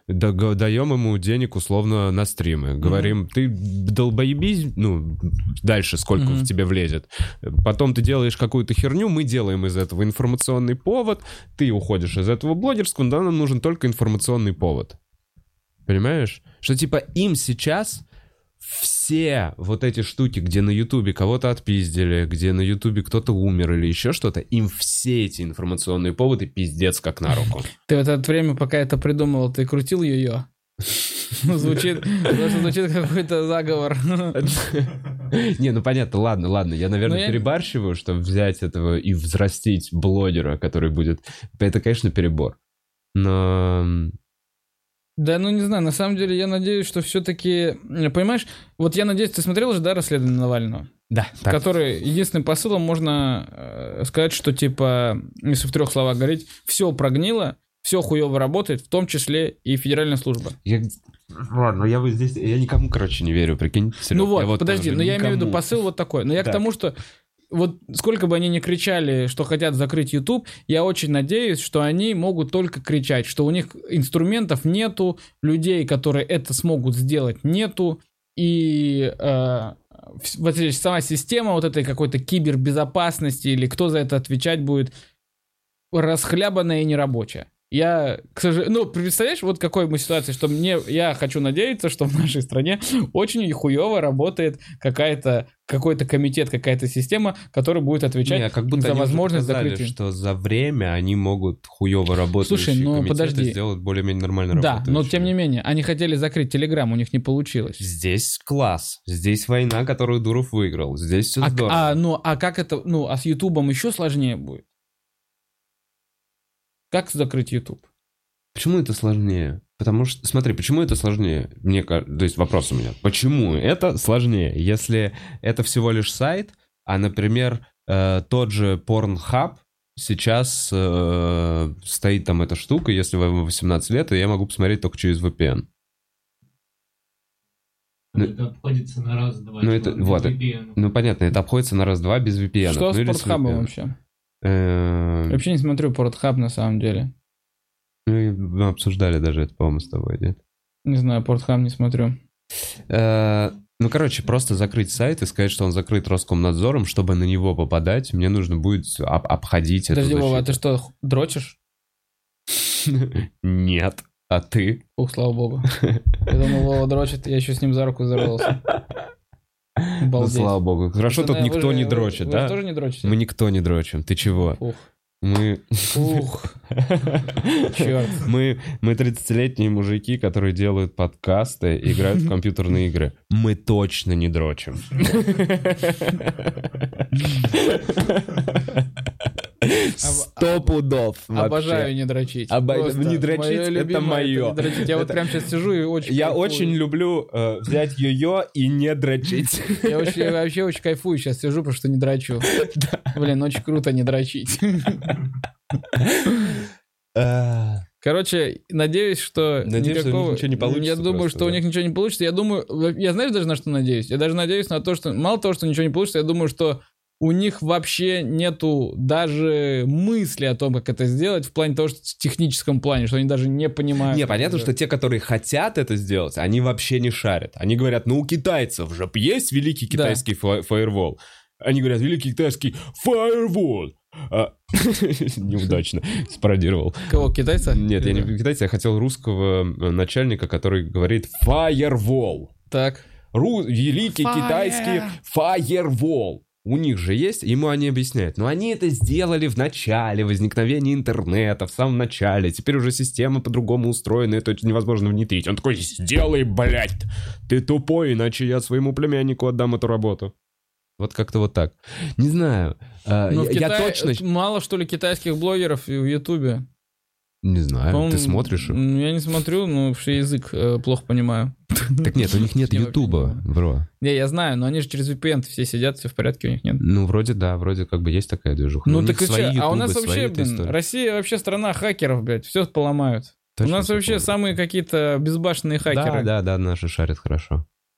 даем ему денег условно на стримы. Говорим, mm-hmm. ты долбоебись, ну, дальше сколько mm-hmm. в тебе влезет. Потом ты делаешь какую-то херню, мы делаем из этого информационный повод, ты уходишь из этого блогерского, да, нам нужен только информационный повод. Понимаешь? Что типа им сейчас все вот эти штуки, где на Ютубе кого-то отпиздили, где на Ютубе кто-то умер или еще что-то, им все эти информационные поводы пиздец как на руку. Ты в это время, пока это придумывал, ты крутил ее? Звучит, звучит какой-то заговор. Не, ну понятно, ладно, ладно. Я, наверное, я... перебарщиваю, чтобы взять этого и взрастить блогера, который будет... Это, конечно, перебор. Но... Да, ну не знаю, на самом деле я надеюсь, что все-таки... Понимаешь, вот я надеюсь, ты смотрел же, да, расследование Навального? Да. Так. Который единственным посылом можно э, сказать, что типа, если в трех словах говорить, все прогнило, все хуево работает, в том числе и федеральная служба. Я... Ладно, я вот здесь... Я никому, короче, не верю, прикинь. Серег, ну вот, вот подожди, но никому. Я имею в виду посыл вот такой. Но я так. К тому, что... Вот сколько бы они ни кричали, что хотят закрыть YouTube, я очень надеюсь, что они могут только кричать, что у них инструментов нету, людей, которые это смогут сделать, нету, и э, вот сама система вот этой какой-то кибербезопасности, или кто за это отвечать будет, расхлябанная и нерабочая. Я, к сожалению, ну, представляешь, вот какой мы ситуации, что мне, я хочу надеяться, что в нашей стране очень хуево работает какая-то, какой-то комитет, какая-то система, которая будет отвечать Не, как будто за они возможность уже показали, закрытия. Что за время они могут хуево работающие Слушай, ну, комитеты подожди. сделать более-менее нормально да, работающие. но тем не менее, они хотели закрыть Телеграм, у них не получилось. Здесь класс, здесь война, которую Дуров выиграл, здесь все а, здорово. А, ну, а как это, ну, а с Ютубом еще сложнее будет? Как закрыть YouTube? Почему это сложнее? Потому что, смотри, почему это сложнее? Мне кажется, то есть вопрос у меня. Почему это сложнее, если это всего лишь сайт, а, например, э, тот же Pornhub сейчас э, стоит там эта штука, если вам восемнадцать лет, и я могу посмотреть только через ви пи эн. Ну, это обходится на раз-два. Ну, это, вот, ну, понятно, это обходится на раз-два без ви пи эн. Что ну, с Pornhub вообще? Я вообще не смотрю Pornhub на самом деле. Мы обсуждали даже это, по-моему, с тобой, нет? Не знаю, Pornhub не смотрю. Ну, короче, просто закрыть сайт и сказать, что он закрыт Роскомнадзором, чтобы на него попадать, мне нужно будет об- обходить Подожди, эту защиту. Вова, а ты что, дрочишь? Нет. А ты? Ух, слава богу. Я думал, Вова дрочит, я еще с ним за руку здоровался. Ну, слава богу. Хорошо, тут никто не дрочит, да? Вы тоже не дрочите? Мы никто не дрочим. Ты чего? Ух. Мы... Ух. Черт. Мы, мы тридцатилетние мужики, которые делают подкасты и играют в компьютерные игры. Мы точно не дрочим. Сто пудов вообще. Обожаю не дрочить. Оба... Не дрочить, это мое. Это дрочить. Я это... вот прямо сейчас сижу и очень Я кайфую. очень люблю э, взять йо-йо и не дрочить. Я, очень, я вообще очень кайфую сейчас сижу, потому что не дрочу. Блин, очень круто не дрочить. Короче, надеюсь, что надеюсь, никакого... что у них ничего не получится. Я думаю, просто, что да. у них ничего не получится. Я думаю... Я знаешь даже на что надеюсь? Я даже надеюсь на то, что... Мало того, что ничего не получится, я думаю, что у них вообще нету даже мысли о том, как это сделать, в плане того, что в техническом плане, что они даже не понимают. Не, понятно, что те, которые хотят это сделать, они вообще не шарят. Они говорят, ну у китайцев же есть великий китайский да. фаервол. Они говорят, великий китайский фаервол. А, неудачно спародировал. Кого, китайца? Нет, я не китайца, я хотел русского начальника, который говорит фаервол. Так. Ру... Великий Fire. Китайский фаервол. У них же есть, ему они объясняют. Но они это сделали в начале возникновения интернета, в самом начале. Теперь уже система по-другому устроена, это невозможно внедрить. Он такой, сделай, блядь, ты тупой, иначе я своему племяннику отдам эту работу. Вот как-то вот так. Не знаю. Но я, в Китае я точно... мало, что ли, китайских блогеров в Ютубе? Не знаю, По-моему, ты смотришь их? Я не смотрю, но вообще язык э, плохо понимаю. Так нет, у них нет Ютуба, бро. Не, я знаю, но они же через ви пи эн все сидят, все в порядке, у них нет. Ну, вроде да, вроде как бы есть такая движуха. Ну, так и что? А у нас вообще, блин, Россия вообще страна хакеров, блядь, все поломают. У нас вообще самые какие-то безбашенные хакеры. Да, да, да, наши шарят хорошо.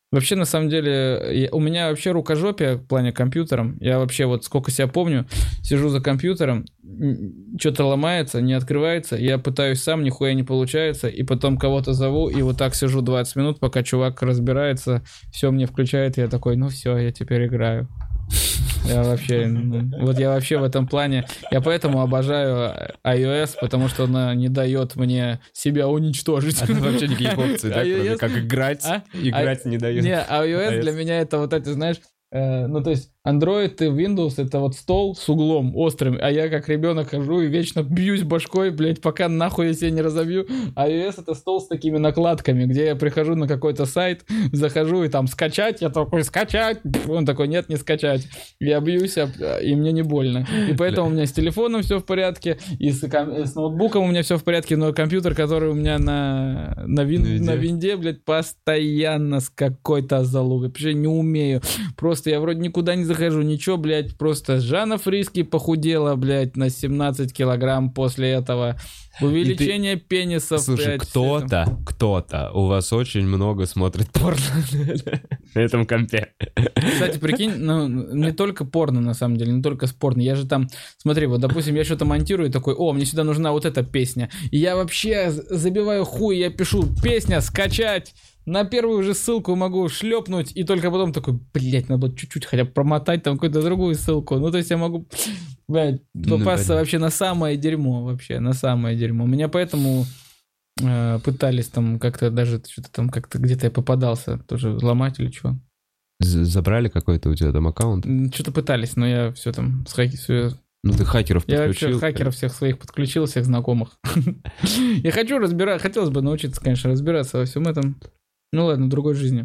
Вообще, на самом деле, я, у меня вообще рукожопие в плане компьютером. Я вообще вот сколько себя помню, сижу за компьютером, что-то ломается, не открывается, я пытаюсь сам, нихуя не получается, и потом кого-то зову, и вот так сижу двадцать минут, пока чувак разбирается, все мне включает, и я такой, ну все, я теперь играю. Я вообще, ну, вот я вообще в этом плане, я поэтому обожаю iOS, потому что она не дает мне себя уничтожить. А там вообще никаких опций, да, кроме как играть, а? играть а, не дает. Не, iOS для меня это вот это, знаешь, э, ну то есть Android и Windows это вот стол с углом острым, а я как ребенок хожу и вечно бьюсь башкой, блядь, пока нахуй я себя не разобью. iOS это стол с такими накладками, где я прихожу на какой-то сайт, захожу и там скачать, я такой скачать, он такой нет, не скачать. Я бьюсь, и мне не больно. И поэтому у меня с телефоном все в порядке, и с, с ноутбуком у меня все в порядке, но компьютер, который у меня на, на, вин, на винде, блядь, постоянно с какой-то залогой. Вообще не умею. Просто я вроде никуда не захожу, ничего, блядь, просто Жанна Фриски похудела, блядь, на семнадцать килограмм после этого. Увеличение ты... пенисов. Слушай, блядь, кто-то, кто-то у вас очень много смотрит порно на этом компе. Кстати, прикинь, ну, не только порно, на самом деле, не только спорно. Я же там, смотри, вот, допустим, я что-то монтирую, такой, о, мне сюда нужна вот эта песня. И я вообще забиваю хуй, я пишу, песня, скачать. На первую же ссылку могу шлепнуть, и только потом такой, блядь, надо было чуть-чуть хотя бы промотать там какую-то другую ссылку. Ну, то есть я могу, блядь, попасться ну, вообще на самое дерьмо, вообще, на самое дерьмо. Меня поэтому э, пытались там как-то даже, что-то там как-то где-то я попадался, тоже ломать или что. Забрали какой-то у тебя там аккаунт? Что-то пытались, но я все там, с хаки, все... Ну, ты хакеров подключил. Я вообще хакеров всех своих подключил, всех знакомых. Я хочу разбираться, хотелось бы научиться, конечно, разбираться во всем этом. Ну ладно, в другой жизни.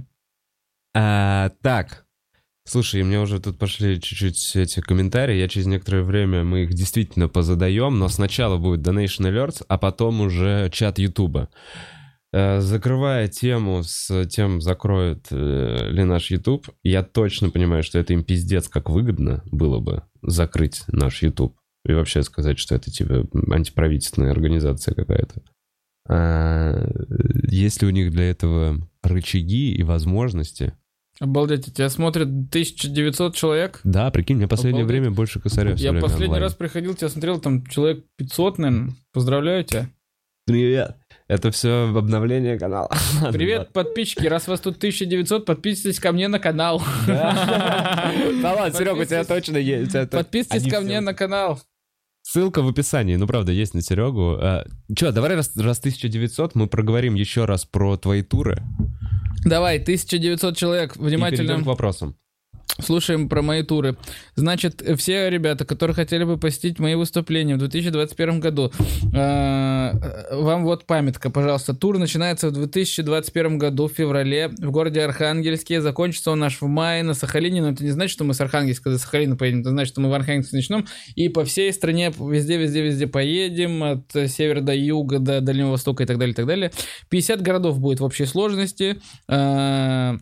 А, так, слушай, у меня уже тут пошли чуть-чуть эти комментарии. Я через некоторое время, мы их действительно позадаем, но сначала будет Donation Alerts, а потом уже чат Ютуба. Закрывая тему с тем, закроет ли наш Ютуб, я точно понимаю, что это им пиздец как выгодно было бы закрыть наш Ютуб. И вообще сказать, что это типа антиправительственная организация какая-то. А есть ли у них для этого рычаги и возможности? Обалдеть, тебя смотрят тысяча девятьсот человек? Да, прикинь, мне в последнее Обалдеть. время больше косаря. Я последний онлайн. раз приходил, тебя смотрел, там человек пятьсот, наверное. Поздравляю тебя. Привет. Это все обновление канала. Привет, подписчики. Раз вас тут тысяча девятьсот, подписывайтесь ко мне на канал. Да ладно, Серега, у тебя точно есть. Подписывайтесь ко мне на канал. Ссылка в описании, ну правда, есть на Серегу. А, Че, давай раз, раз тысяча девятьсот мы проговорим еще раз про твои туры. Давай, тысяча девятьсот человек, внимательно. И перейдем к вопросам. Слушаем про мои туры. Значит, все ребята, которые хотели бы посетить мои выступления в две тысячи двадцать первом году, э, вам вот памятка, пожалуйста. Тур начинается в две тысячи двадцать первом году, в феврале, в городе Архангельске. Закончится он аж в мае на Сахалине. Но это не значит, что мы с Архангельска до Сахалина поедем. Это значит, что мы в Архангельске начнем. И по всей стране, везде, везде, везде поедем. От севера до юга, до Дальнего Востока и так далее, и так далее. пятьдесят городов будет в общей сложности. Э,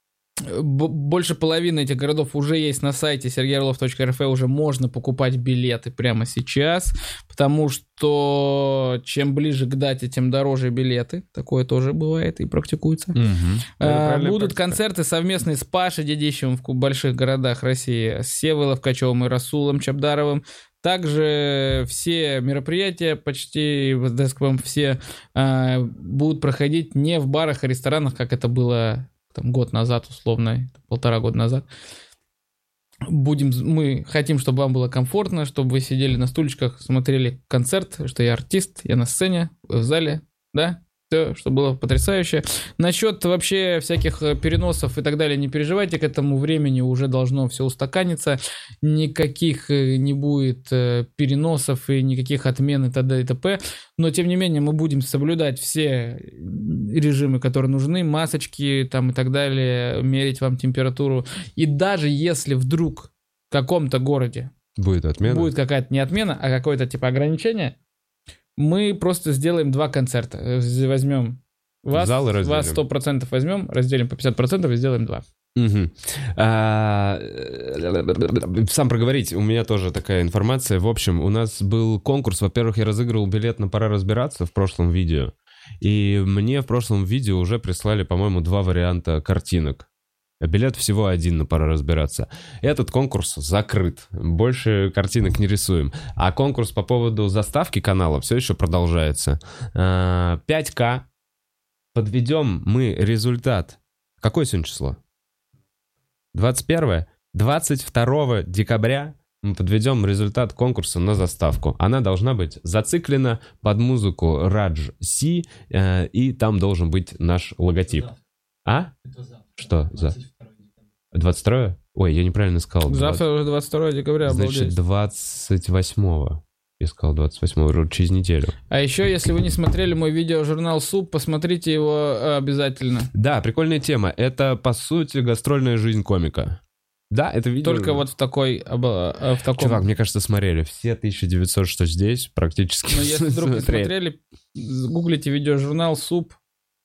Больше половины этих городов уже есть на сайте сергей орлов точка эр эф, уже можно покупать билеты прямо сейчас, потому что чем ближе к дате, тем дороже билеты. Такое тоже бывает и практикуется. Угу. А, будут практика. Концерты совместные с Пашей Дедищевым в больших городах России, с Севой Ловкачевым и Расулом Чабдаровым. Также все мероприятия, почти все, а, будут проходить не в барах и ресторанах, как это было там, год назад, условно, полтора года назад. Будем, мы хотим, чтобы вам было комфортно, чтобы вы сидели на стульчиках, смотрели концерт, что я артист, я на сцене, в зале, да? Все, что было потрясающе. Насчет вообще всяких переносов и так далее, не переживайте, к этому времени уже должно все устаканиться. Никаких не будет переносов и никаких отмен и т.д. и т.п. Но, тем не менее, мы будем соблюдать все режимы, которые нужны, масочки там и так далее, мерить вам температуру. И даже если вдруг в каком-то городе будет отмена, будет какая-то не отмена, а какое-то типа ограничение, мы просто сделаем два концерта. Возьмем вас, вас сто процентов возьмем, разделим по пятьдесят процентов и сделаем два. Угу. А, сам проговорить, у меня тоже такая информация. В общем, у нас был конкурс. Во-первых, я разыгрывал билет на «Пора разбираться» в прошлом видео. И мне в прошлом видео уже прислали, по-моему, два варианта картинок. Билет всего один, но пора разбираться. Этот конкурс закрыт. Больше картинок не рисуем. А конкурс по поводу заставки канала все еще продолжается. пять ка. Подведем мы результат. Какое сегодня число? двадцать первое. двадцать второго декабря мы подведем результат конкурса на заставку. Она должна быть зациклена под музыку Радж Си, э, и там должен быть наш логотип. А? Что? За? двадцать второе? Ой, я неправильно сказал. Завтра уже двадцать второго декабря, обалдеть. Значит, двадцать восьмого. Я сказал двадцать восьмого, через неделю. А еще, если вы не смотрели мой видеожурнал «Суп», посмотрите его обязательно. Да, прикольная тема. Это, по сути, гастрольная жизнь комика. Да, это видео... Только вот в такой... В таком... Чувак, мне кажется, смотрели. Все тысяча девятьсот, что здесь, практически. Но если вдруг не смотрели, гуглите видеожурнал «Суп»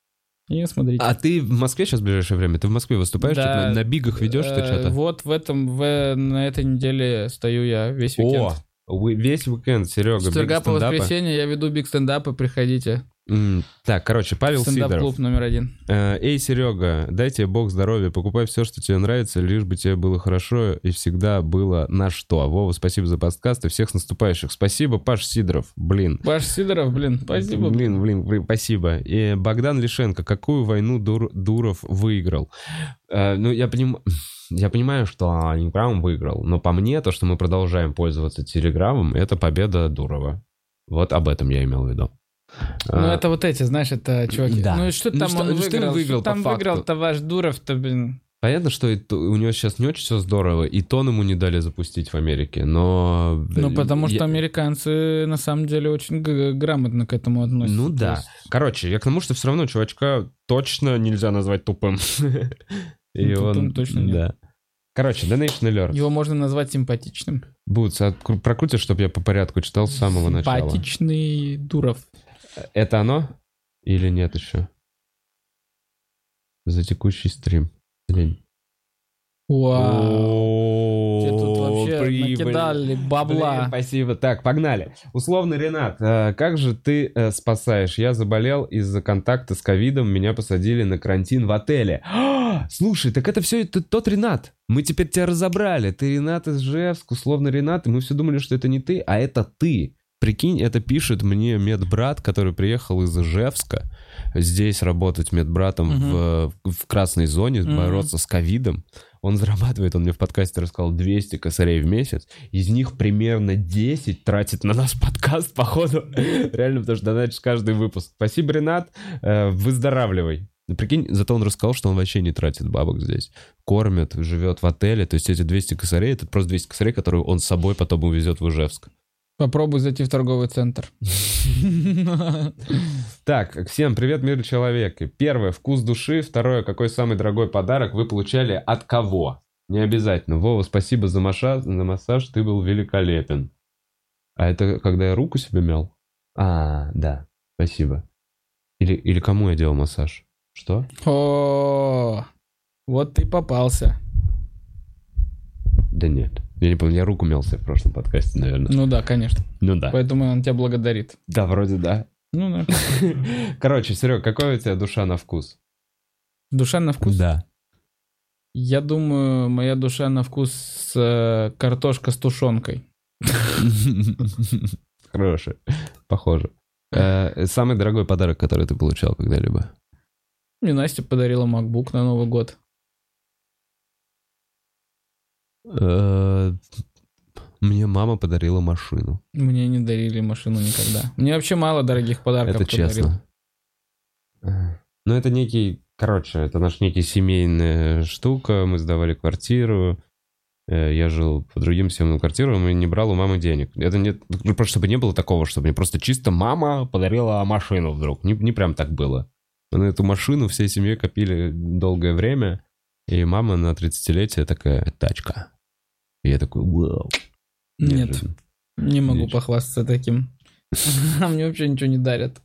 и смотрите. А ты в Москве сейчас в ближайшее время? Ты в Москве выступаешь? Да. На, на бигах ведешь ты что-то? Вот в этом, в, на этой неделе стою я весь уикенд. О, весь уикенд, Серега. С четверга по воскресенье я веду биг стендапы, приходите. Mm, так, короче, Павел Сидоров. Стендап-клуб номер один. Эй, Серега, дай тебе бог здоровья, покупай все, что тебе нравится, лишь бы тебе было хорошо и всегда было на что. Вова, спасибо за подкаст и всех с наступающих. Спасибо, Паш Сидоров, блин. Паш Сидоров, блин, спасибо. Блин, блин, блин, спасибо. И Богдан Лишенко, какую войну Дур, Дуров выиграл? Э, ну, я понимаю... Я понимаю, что Телеграм выиграл, но по мне то, что мы продолжаем пользоваться Телеграмом, это победа Дурова. Вот об этом я имел в виду. Ну, а, это вот эти, знаешь, это чуваки. Да. Ну, и что ну, там что, он ну, выиграл? Что выиграл что там по выиграл-то ваш Дуров-то, блин? Понятно, что это, у него сейчас не очень все здорово, и тон ему не дали запустить в Америке, но... Ну, потому я... что американцы на самом деле очень г- грамотно к этому относятся. Ну да. Есть... Короче, я к тому, что все равно чувачка точно нельзя назвать тупым. И он... точно нет. Да. Короче, Donation Alert. Его можно назвать симпатичным. Бутс, прокрутишь, чтобы я по порядку читал с самого начала. Симпатичный Дуров. Это оно? Или нет еще? За текущий стрим. Лень. Вау. Тебе тут вообще Прибыль. накидали бабла. Блин, спасибо. Так, погнали. Условный Ренат, э, как же ты э, спасаешь? Я заболел из-за контакта с ковидом, меня посадили на карантин в отеле. А, слушай, так это все это тот Ренат. Мы теперь тебя разобрали. Ты Ренат из Жевск, условный Ренат, и мы все думали, что это не ты, а это ты. Прикинь, это пишет мне медбрат, который приехал из Ижевска, здесь работать медбратом угу. в, в красной зоне, угу. бороться с ковидом. Он зарабатывает, он мне в подкасте рассказал, двести косарей в месяц. Из них примерно десять тратит на наш подкаст, походу. Реально, потому что донатишь каждый выпуск. Спасибо, Ренат. Выздоравливай. Прикинь, зато он рассказал, что он вообще не тратит бабок здесь. Кормит, живет в отеле. То есть эти двести косарей, это просто двести косарей, которые он с собой потом увезет в Ижевск. Попробуй зайти в торговый центр. Так, всем привет, мир человека. Первое, вкус души. Второе, какой самый дорогой подарок вы получали от кого? Не обязательно. Вова, спасибо за массаж, за массаж, ты был великолепен. А это когда я руку себе мял? А, да, спасибо. Или, или кому я делал массаж? Что? О, вот ты попался. Да нет. Я не помню, я руку мялся в прошлом подкасте, наверное. Ну да, конечно. Ну да. Поэтому он тебя благодарит. Да, вроде да. Ну да. Короче, Серег, какой у тебя душа на вкус? Душа на вкус? Да. Я думаю, моя душа на вкус э, картошка с тушенкой. Хорошая. Похоже. Э, самый дорогой подарок, который ты получал когда-либо? Мне Настя подарила MacBook на Новый год. Мне мама подарила машину. Мне не дарили машину никогда. Мне вообще мало дорогих подарков. Это честно. Ну, это некий... Короче, это наш некий семейная штука. Мы сдавали квартиру. Я жил по другим съемным квартирам и не брал у мамы денег. Это не... Просто чтобы не было такого, чтобы мне просто чисто мама подарила машину вдруг. Не, не прям так было. Мы на эту машину всей семьей копили долгое время. И мама на тридцатилетие такая, тачка. И я такой, вау. Нет, Неожиданно. не могу Отлично. похвастаться таким. А мне вообще ничего не дарят.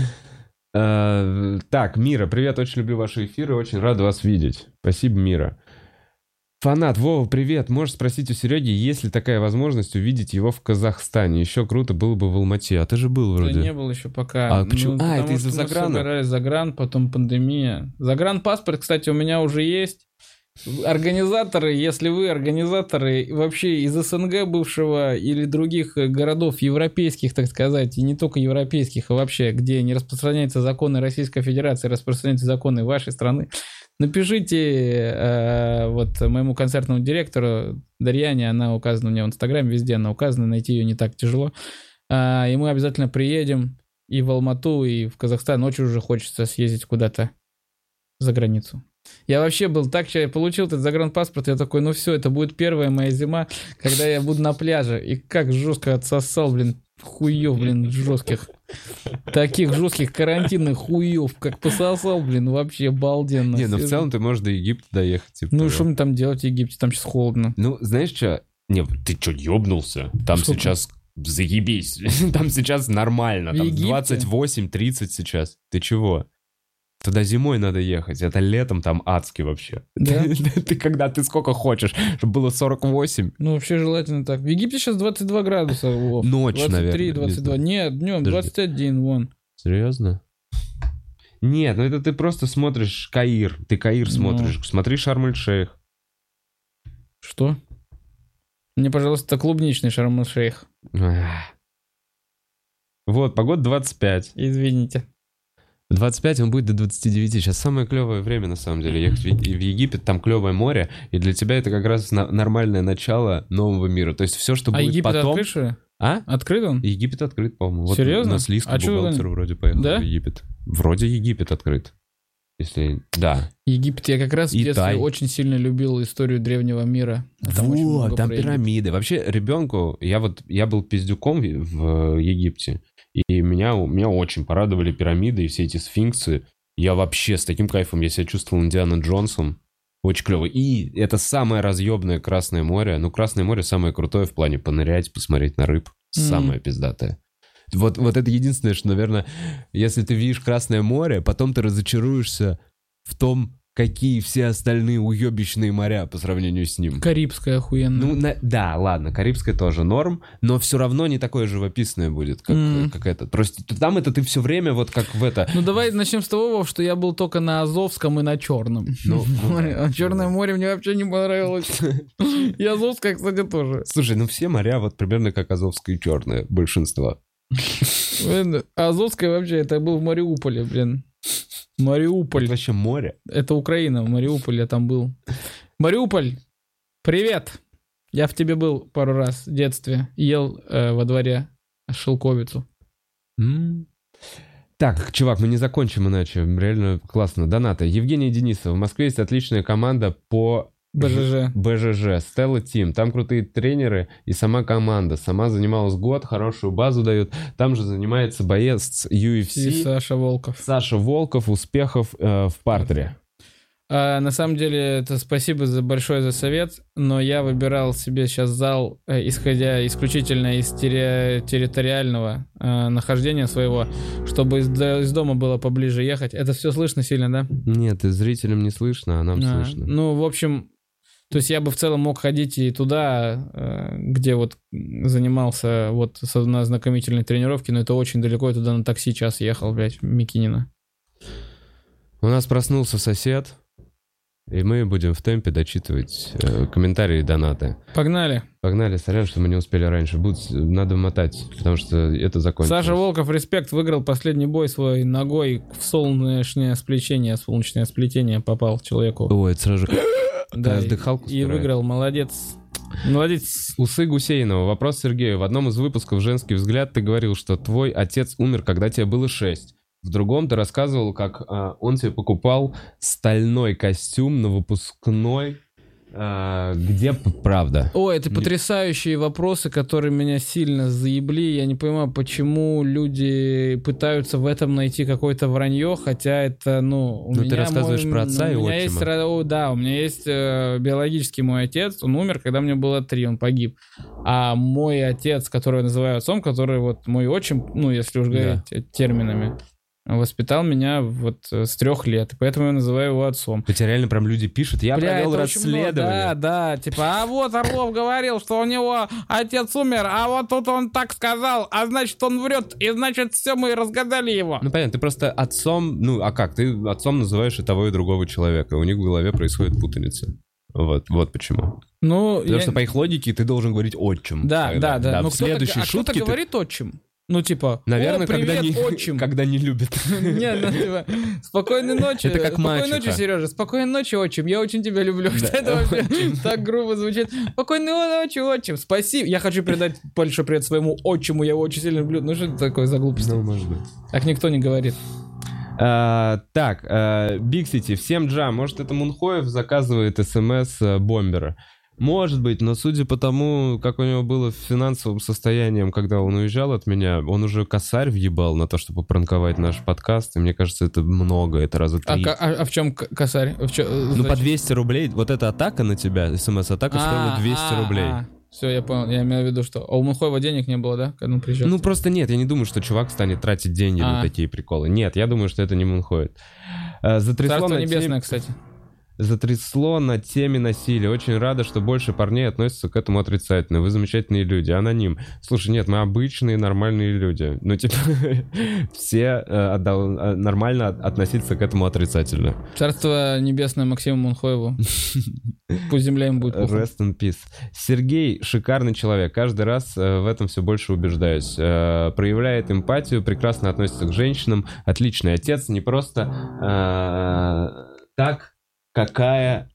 А, так, Мира, привет, очень люблю ваши эфиры, очень рад вас видеть. Спасибо, Мира. Фанат, Вова, привет. Можешь спросить у Сереги, есть ли такая возможность увидеть его в Казахстане? Еще круто было бы в Алмате. А ты же был вроде. Да не был еще пока. А почему? Ну, а, потому это из-за что мы заграна? собирались загран, потом пандемия. Загранпаспорт, кстати, у меня уже есть. Организаторы, если вы организаторы вообще из СНГ бывшего или других городов европейских, так сказать, и не только европейских, а вообще, где не распространяются законы Российской Федерации, распространяются законы вашей страны, напишите э, вот моему концертному директору Дарьяне, она указана у меня в Инстаграме, везде она указана, найти ее не так тяжело. Э, и мы обязательно приедем и в Алмату, и в Казахстан. Очень уже хочется съездить куда-то за границу. Я вообще был так, что я получил этот загранпаспорт, я такой, ну все, это будет первая моя зима, когда я буду на пляже. И как жестко отсосал, блин, хуев, блин, жестких. Таких жестких карантинных хуев, как пососал, блин, вообще обалденно. Не, ну в целом ты можешь до Египта доехать. Типа ну того. что мне там делать в Египте, там сейчас холодно. Ну, знаешь что? Не, ты что, ёбнулся? Там Сколько? сейчас заебись. Там сейчас нормально. В Там Египте? двадцать восемь тридцать сейчас. Ты чего? Туда зимой надо ехать. Это летом там адски вообще. Да? Ты когда, ты сколько хочешь, чтобы было сорок восемь. Ну вообще желательно так. В Египте сейчас двадцать два градуса. Вов. Ночь, двадцать три, наверное. двадцать два. Не знаю. Нет, днем Подожди. двадцать один, вон. Серьезно? Нет, ну это ты просто смотришь Каир. Ты Каир Ну. смотришь. Смотри Шарм-эль-Шейх. Что? Мне, пожалуйста, клубничный Шарм-эль-Шейх. Ах. Вот, погода двадцать пять. Извините. двадцать пять он будет до двадцати девяти. Сейчас самое клевое время, на самом деле, ехать в Е- в Египет. Там клевое море, и для тебя это как раз на- нормальное начало нового мира. То есть все, что А будет Египет потом... открыт, что ли? А? Открыт он? Египет открыт, по-моему. Вот Серьезно? у нас Лизка, А чё бухгалтер, вы- вроде поехал Да? в Египет. Вроде Египет открыт. Если... Да. Египет, я как раз в И детстве Тай. очень сильно любил историю древнего мира. А там очень Вот, много там про Египет. пирамиды. Вообще, ребенку, я вот, я был пиздюком в, в Египте, и меня, меня очень порадовали пирамиды и все эти сфинксы. Я вообще с таким кайфом, я себя чувствовал Индиана Джонсом. Очень клево. И это самое разъебное Красное море. Ну, Красное море самое крутое в плане понырять, посмотреть на рыб. Самое пиздатое. Вот, вот это единственное, что, наверное, если ты видишь Красное море, потом ты разочаруешься в том, какие все остальные уебищные моря по сравнению с ним. Карибская охуенная. Ну, на- да, ладно, Карибское тоже норм, но все равно не такое живописное будет, как, Мгм. как это. Просто там это ты все время вот как в это... Ну давай начнем с того, Вов, что я был только на Азовском и на Черном. Ну, ну Море. да. А Черное море мне вообще не понравилось. И Азовское, кстати, тоже. Слушай, ну все моря вот примерно как Азовское и Черное, большинство. Блин, Азовское вообще, это был в Мариуполе, блин. Мариуполь. Это вообще море. Это Украина, в Мариуполе я там был. Мариуполь, привет! Я в тебе был пару раз в детстве. Ел э, во дворе шелковицу. М. Так, чувак, мы не закончим иначе. Реально классно. Донаты. Евгений Денисов. В Москве есть отличная команда по БЖЖ. БЖЖ. Стелла Тим. Там крутые тренеры и сама команда. Сама занималась год, хорошую базу дают. Там же занимается боец ю эф И си. Саша Волков. Саша Волков. Успехов э, в партере. А, на самом деле, это спасибо за большое за совет, но я выбирал себе сейчас зал, э, исходя исключительно из терри- территориального э, нахождения своего, чтобы из, до- из дома было поближе ехать. Это все слышно сильно, да? Нет, и зрителям не слышно, а нам А, слышно. ну, в общем, то есть я бы в целом мог ходить и туда, э, где вот занимался вот с- на ознакомительной тренировке, но это очень далеко, я туда на такси час ехал, блядь, в Микинино. У нас проснулся сосед, и мы будем в темпе дочитывать э, комментарии и донаты. Погнали. Погнали, сорян, что мы не успели раньше. Будет, надо мотать, потому что это закончилось. Саша Волков, респект, выиграл последний бой свой ногой в солнечное сплетение, солнечное сплетение попал человеку. Ой, это сразу же... Да, и, Дыхалку и стирает. выиграл, молодец. Молодец. Усы Гусейнова. Вопрос Сергею. В одном из выпусков «Женский взгляд» ты говорил, что твой отец умер, когда тебе было шесть. В другом ты рассказывал, как а, он тебе покупал стальной костюм на выпускной. А, где п- правда? Ой, это потрясающие вопросы, которые меня сильно заебли. Я не понимаю, почему люди пытаются в этом найти какое-то вранье, хотя это, ну... У Ну, ты меня рассказываешь мой- про отца и у меня есть, отчима. ро- о, Да, у меня есть э, биологический мой отец, он умер, когда мне было три, он погиб. А мой отец, которого я называю отцом, который вот мой отчим, ну, если уж Да. говорить терминами, воспитал меня вот с трех лет, и поэтому я называю его отцом. Это реально прям люди пишут. Я Бля, провел это очень много. расследование. Да, да, типа, а вот Орлов говорил, что у него отец умер, а вот тут он так сказал, а значит он врет, и значит все, мы разгадали его. Ну понятно, ты просто отцом, ну а как, ты отцом называешь и того, и другого человека, у них в голове происходит путаница. Вот, вот почему. Ну, Потому я... что по их логике ты должен говорить отчим. Да, тогда. да, да. да Но в следующей кто-то, а шутке кто-то ты... говорит отчим. Ну, типа, Наверное, о, привет, когда, не, отчим. когда не любят. Не, ну, типа, спокойной ночи. Это как Спокойной мачеха. ночи, Сережа. Спокойной ночи, отчим. Я очень тебя люблю. Да. Это вообще так грубо звучит. Спокойной ночи, отчим. Спасибо. Я хочу передать большой привет своему отчиму. Я его очень сильно люблю. Ну, что это такое за глупость? Ну, может быть. Так никто не говорит. А, так, Big City, всем джам. Может, это Мунхоев заказывает смс бомбера? Может быть, но судя по тому, как у него было в финансовом состоянии, когда он уезжал от меня, он уже косарь въебал на то, чтобы пранковать наш подкаст, и мне кажется, это много, это раза А, три. ка- а- а в чем к- косарь? В чё- Ну, зачем? по двести рублей, вот эта атака на тебя, смс-атака, стоила А, двести а, рублей. а. Все, я понял. Я имею в виду, что... А у Мухоева денег не было, да? Когда он приезжал? Ну, просто нет, я не думаю, что чувак станет тратить деньги А. на такие приколы. Нет, я думаю, что это не Мунхоид. А, Затрясло Царство на небесное, теме... кстати. Затрясло на теме насилия. Очень рада, что больше парней относятся к этому отрицательно. Вы замечательные люди. Аноним. Слушай, нет, мы обычные нормальные люди. Ну, типа, все э, отдал- э, нормально от- относиться к этому отрицательно. Царство небесное Максиму Мунхоеву. Пусть земля им будет пухом. Rest in peace. Сергей шикарный человек. Каждый раз э, в этом все больше убеждаюсь. Э, проявляет эмпатию, прекрасно относится к женщинам. Отличный отец. Не просто э, так, какая...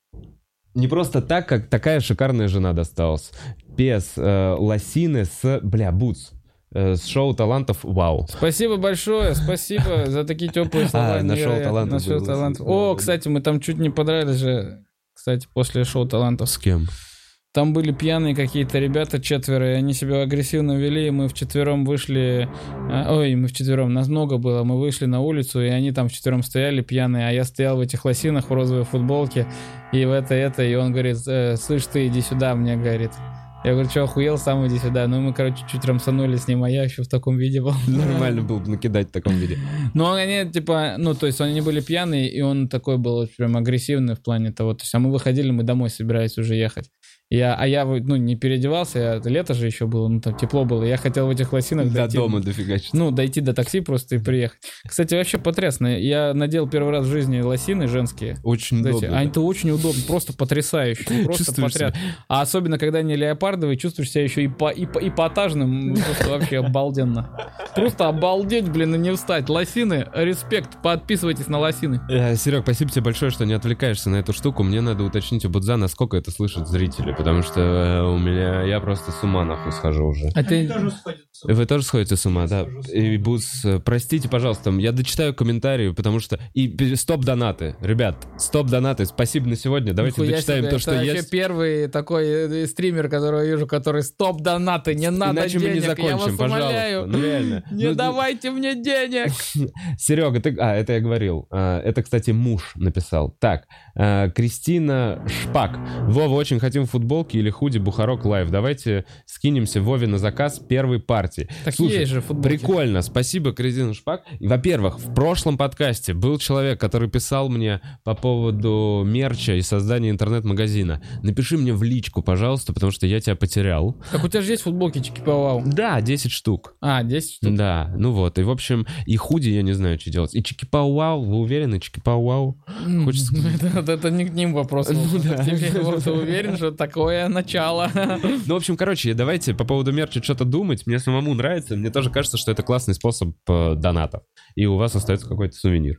Не просто так, как такая шикарная жена досталась. Пес э, лосины с... Бля, Бутс. Э, с шоу талантов «Вау». Спасибо большое, спасибо за такие теплые слова. А, на шоу невероятно. талантов На шоу было. талантов. О, кстати, мы там чуть не подрались же, кстати, после шоу талантов. С кем? Там были пьяные какие-то ребята, четверо, и они себя агрессивно вели, и мы вчетвером вышли... а, Ой, мы вчетвером, нас много было, мы вышли на улицу, и они там вчетвером стояли пьяные, а я стоял в этих лосинах, в розовой футболке, и в это, это, и он говорит, э, слышь, ты иди сюда, мне говорит. Я говорю, что, охуел, сам иди сюда. Ну, мы, короче, чуть рамсанули с ним, а я еще в таком виде был. Нормально было бы накидать в таком виде. Ну, они, типа, ну, то есть они были пьяные, и он такой был прям агрессивный в плане того. То есть, а мы выходили, мы домой собирались уже ехать. Я, а я, ну, не переодевался, я, лето же еще было, ну, там тепло было. Я хотел в этих лосинах До дойти, дома дофигачить. ну, дойти до такси просто и приехать. Кстати, вообще потрясно. Я надел первый раз в жизни лосины женские. Очень Знаете, удобно. а это очень удобно, просто потрясающе. Просто Чувствуешь потрясно. А особенно, когда они леопардовые, чувствуешь себя еще и, по, и, по, эпатажным. Просто вообще обалденно. Просто обалдеть, блин, и не встать. Лосины, респект, подписывайтесь на лосины. Э, Серег, спасибо тебе большое, что не отвлекаешься на эту штуку. Мне надо уточнить у Будза, насколько это слышат зрители, потому что э, у меня, я просто с ума нахуй схожу уже. А ты... Тоже сходит с ума. Вы тоже сходите с ума, да? Схожу с И Будз, э, простите, пожалуйста, я дочитаю комментарии, потому что... И пе- стоп-донаты. Ребят, стоп-донаты. Спасибо на сегодня. Давайте Нихуя дочитаем себе, то, это что вообще есть. первый такой э, стример, которого я вижу, который стоп-донаты, не надо Иначе денег, мы не я закончим, вас пожалуйста. умоляю. Ну реально. Не Ну, давайте мне денег. Серега, ты... А, это я говорил. А, это, кстати, муж написал. Так, а, Кристина Шпак. Вова, очень хотим футболки или худи Бухарок Лайв. Давайте скинемся Вове на заказ первой партии. Так Слушай, есть же футболки. прикольно. Спасибо, Кристина Шпак. И, во-первых, в прошлом подкасте был человек, который писал мне по поводу мерча и создания интернет-магазина. Напиши мне в личку, пожалуйста, потому что я тебя потерял. Так у тебя же есть футболки Чики-Пау-Вау? Да, десять штук. А, десять штук. Да, ну вот, и в общем, и худи я не знаю, что делать. И чики-пау-вау, вы уверены, чики-пау-вау? М, Хочется- Это, это- это не к ним вопрос. Ну Вот. да. Тебе, вот, ты уверен, что такое начало? Ну, в общем, короче, давайте по поводу мерча что-то думать. Мне самому нравится, мне тоже кажется, что это классный способ э, доната. И у вас остается какой-то сувенир.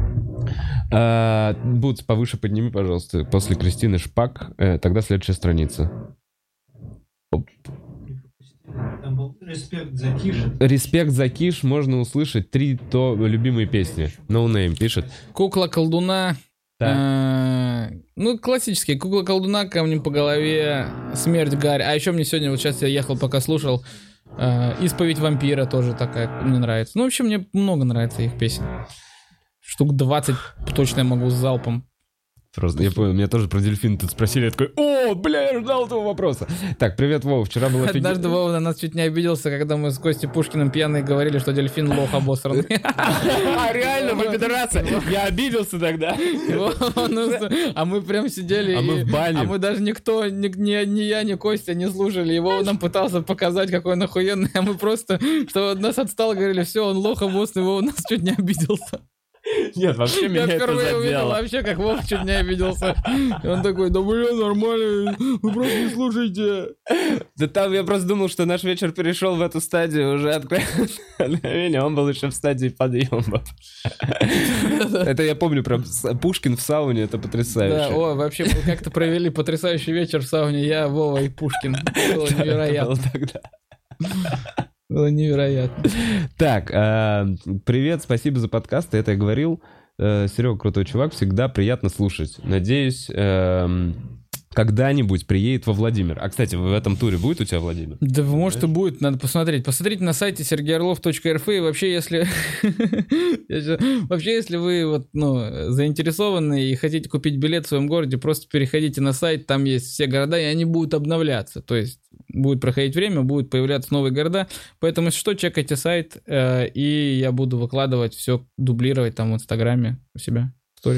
А, Бутс, повыше подними, пожалуйста, после Кристины Шпак. Э, тогда следующая страница. Там был респект за Киш. Респект за Киш, можно услышать три то любимые песни. No Name пишет. Кукла-колдуна. Так. э, Ну, классические. Кукла-колдуна, камнем по голове, смерть Гарри. А еще мне сегодня, вот сейчас я ехал, пока слушал, э, исповедь вампира тоже такая, мне нравится. Ну, вообще, мне много нравится их песен. Штук двадцать точно я могу с залпом Просто, я понял, меня тоже про дельфин тут спросили, я такой, о, бля, я ждал этого вопроса. Так, привет, Вова, вчера было офигенно. Однажды Вова на нас чуть не обиделся, когда мы с Костей Пушкиным пьяные говорили, что дельфин лох обосранный. А, реально, мы пидорасы. Я обиделся тогда. А мы прям сидели. А мы в бане. А мы даже никто, ни я, ни Костя не слушали. И Вова нам пытался показать, какой он охуенный, а мы просто, что от нас отстал, говорили, все, он лох обоссный, Вова нас чуть не обиделся. Нет, вообще меня это задело. Я впервые увидел вообще, как Вова чуть не обиделся. И он такой, да блин, нормально, вы просто не слушайте. Да там я просто думал, что наш вечер перешел в эту стадию уже откровения. Он был еще в стадии подъема. Это я помню прям Пушкин в сауне, это потрясающе. Да, о, вообще мы как-то провели потрясающий вечер в сауне. Я, Вова и Пушкин. Было невероятно. Было невероятно. Так, э, привет, спасибо за подкаст. Это я говорил. Э, Серега крутой чувак, всегда приятно слушать. Надеюсь, э, когда-нибудь приедет во Владимир. А, кстати, в этом туре будет у тебя Владимир? Да, может, и будет, надо посмотреть. Посмотрите на сайте сергей орлов точка эр эф. И вообще, если... Вообще, если вы вот, ну, заинтересованы и хотите купить билет в своем городе, просто переходите на сайт, там есть все города, и они будут обновляться. То есть будет проходить время, будут появляться новые города. Поэтому, если что, чекайте сайт, э, и я буду выкладывать все, дублировать там в Инстаграме у себя.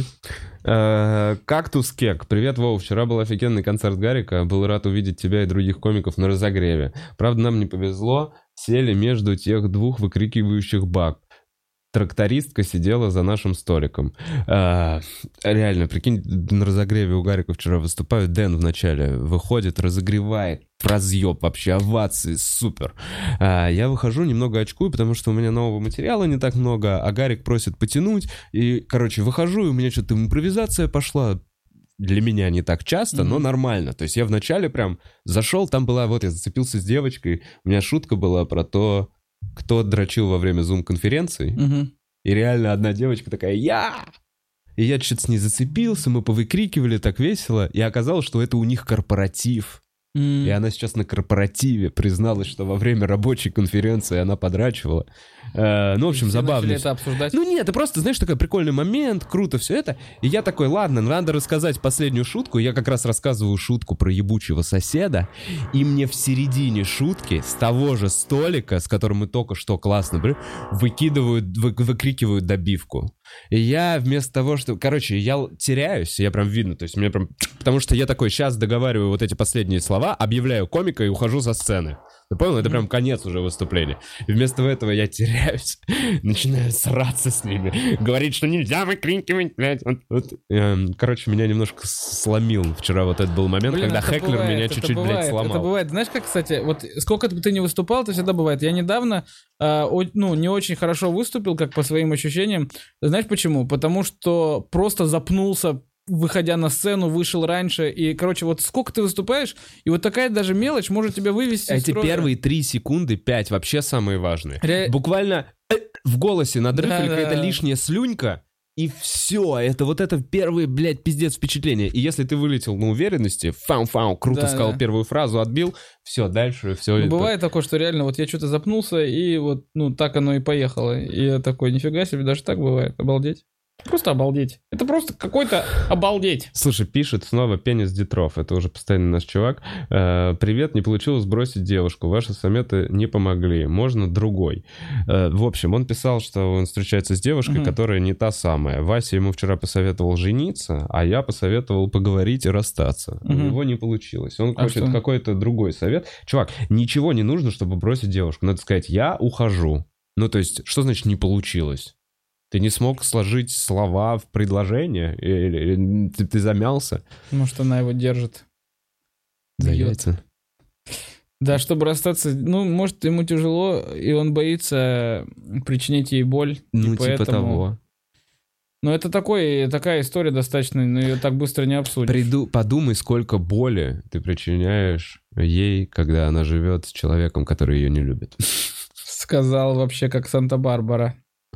Кактус Кек. Привет, Вов. Вчера был офигенный концерт Гарика. Был рад увидеть тебя и других комиков на разогреве. Правда, нам не повезло. Сели между тех двух выкрикивающих баб. Трактористка сидела за нашим столиком. А, реально, прикинь, на разогреве у Гарика вчера выступают. Дэн вначале выходит, разогревает. Разъеб вообще, овации, супер. А, я выхожу, немного очкую, потому что у меня нового материала не так много, а Гарик просит потянуть. И, короче, выхожу, и у меня что-то импровизация пошла. Для меня не так часто, mm-hmm. но нормально. То есть я вначале прям зашел, там была, вот я зацепился с девочкой, у меня шутка была про то, кто дрочил во время зум-конференции. Mm-hmm. И реально одна девочка такая «Я!» И я что-то с ней зацепился, мы повыкрикивали так весело, и оказалось, что это у них корпоратив. Mm. И она сейчас на корпоративе призналась, что во время рабочей конференции она подрачивала. Э, ну, в общем, забавно. это обсуждать? Ну нет, это просто, знаешь, такой прикольный момент, круто все это. И я такой, ладно, надо рассказать последнюю шутку. Я как раз рассказываю шутку про ебучего соседа. И мне в середине шутки с того же столика, с которым мы только что классно были, выкидывают, вы, выкрикивают добивку. И я вместо того, что... Короче, я теряюсь, я прям видно, то есть мне прям... Потому что я такой, сейчас договариваю вот эти последние слова, объявляю комика и ухожу со сцены. Ты понял? Это прям конец уже выступления. И вместо этого я теряюсь, начинаю сраться с ними, говорить, что нельзя выкрикивать, блядь. Вот, вот. Короче, меня немножко сломил вчера вот этот был момент, Блин, когда Хеклер бывает, меня чуть-чуть, бывает, блядь, сломал. Это бывает. Знаешь, как, кстати, вот сколько бы ты ни выступал, это всегда бывает. Я недавно, э, о, ну, не очень хорошо выступил, как по своим ощущениям. Знаешь почему? Потому что просто запнулся, выходя на сцену, вышел раньше, и, короче, вот сколько ты выступаешь, и вот такая даже мелочь может тебя вывести из Эти строя. первые три секунды, пять, вообще самые важные. Ре... Буквально э, в голосе надрыв да, или да. какая-то лишняя слюнька, и все, это вот это первые, блядь, пиздец впечатления. И если ты вылетел на уверенности, фау-фау, круто да, сказал да. первую фразу, отбил, все, дальше все. Ну, это... Бывает такое, что реально вот я что-то запнулся, и вот, ну, так оно и поехало. И я такой, нифига себе, даже так бывает, обалдеть. Просто обалдеть. Это просто какой-то обалдеть. Слушай, пишет снова Пенис Дитров. Это уже постоянно наш чувак. Э, Привет, не получилось бросить девушку. Ваши советы не помогли. Можно другой. Э, в общем, он писал, что он встречается с девушкой, угу. которая не та самая. Вася ему вчера посоветовал жениться, а я посоветовал поговорить и расстаться. Угу. У него не получилось. Он а хочет что? какой-то другой совет. Чувак, ничего не нужно, чтобы бросить девушку. Надо сказать, я ухожу. Ну, то есть, что значит не получилось? Ты не смог сложить слова в предложение? Или, или ты, ты замялся? Может, она его держит. За Бьет. яйца. Да, чтобы расстаться, ну, может, ему тяжело, и он боится причинить ей боль. Ну, типа поэтому... того. Ну, это такой, такая история достаточно, но ее так быстро не обсудишь. Приду, подумай, сколько боли ты причиняешь ей, когда она живет с человеком, который ее не любит. Сказал вообще как Санта-Барбара.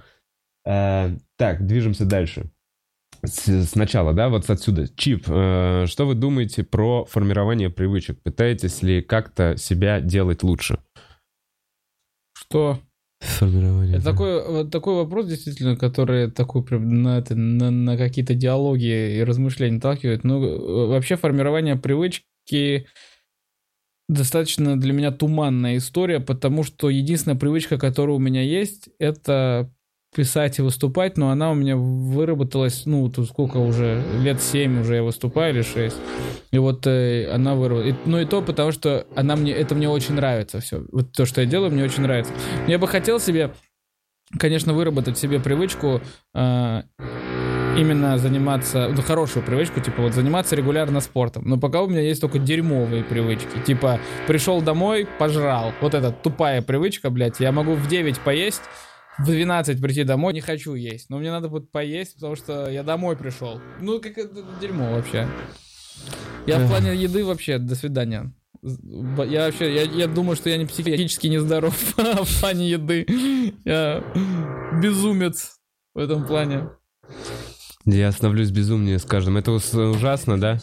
Uh, так, движемся дальше. С, сначала, да, вот отсюда. Чип, uh, что вы думаете про формирование привычек? Пытаетесь ли как-то себя делать лучше? Что? Формирование. Это такой, вот такой вопрос, действительно, который такой прям на, это, на, на какие-то диалоги и размышления наталкивает. Ну, вообще формирование привычки достаточно для меня туманная история, потому что единственная привычка, которая у меня есть, это писать и выступать, но она у меня выработалась, ну, тут сколько уже, лет семь уже я выступаю, или шесть. И вот э, она выработалась. Ну и то, потому что она мне, это мне очень нравится все. Вот то, что я делаю, мне очень нравится. Я бы хотел себе, конечно, выработать себе привычку э, именно заниматься, ну, хорошую привычку, типа вот заниматься регулярно спортом. Но пока у меня есть только дерьмовые привычки. Типа пришел домой, пожрал. Вот эта тупая привычка, блядь. Я могу в девять поесть, в двенадцать прийти домой, не хочу есть. Но мне надо будет поесть, потому что я домой пришел. Ну, как это дерьмо вообще. Я в плане еды вообще, до свидания. Я вообще, я, я думаю, что я не психически нездоров в плане еды. Я безумец в этом плане. Я становлюсь безумнее с каждым. Это ужасно, да?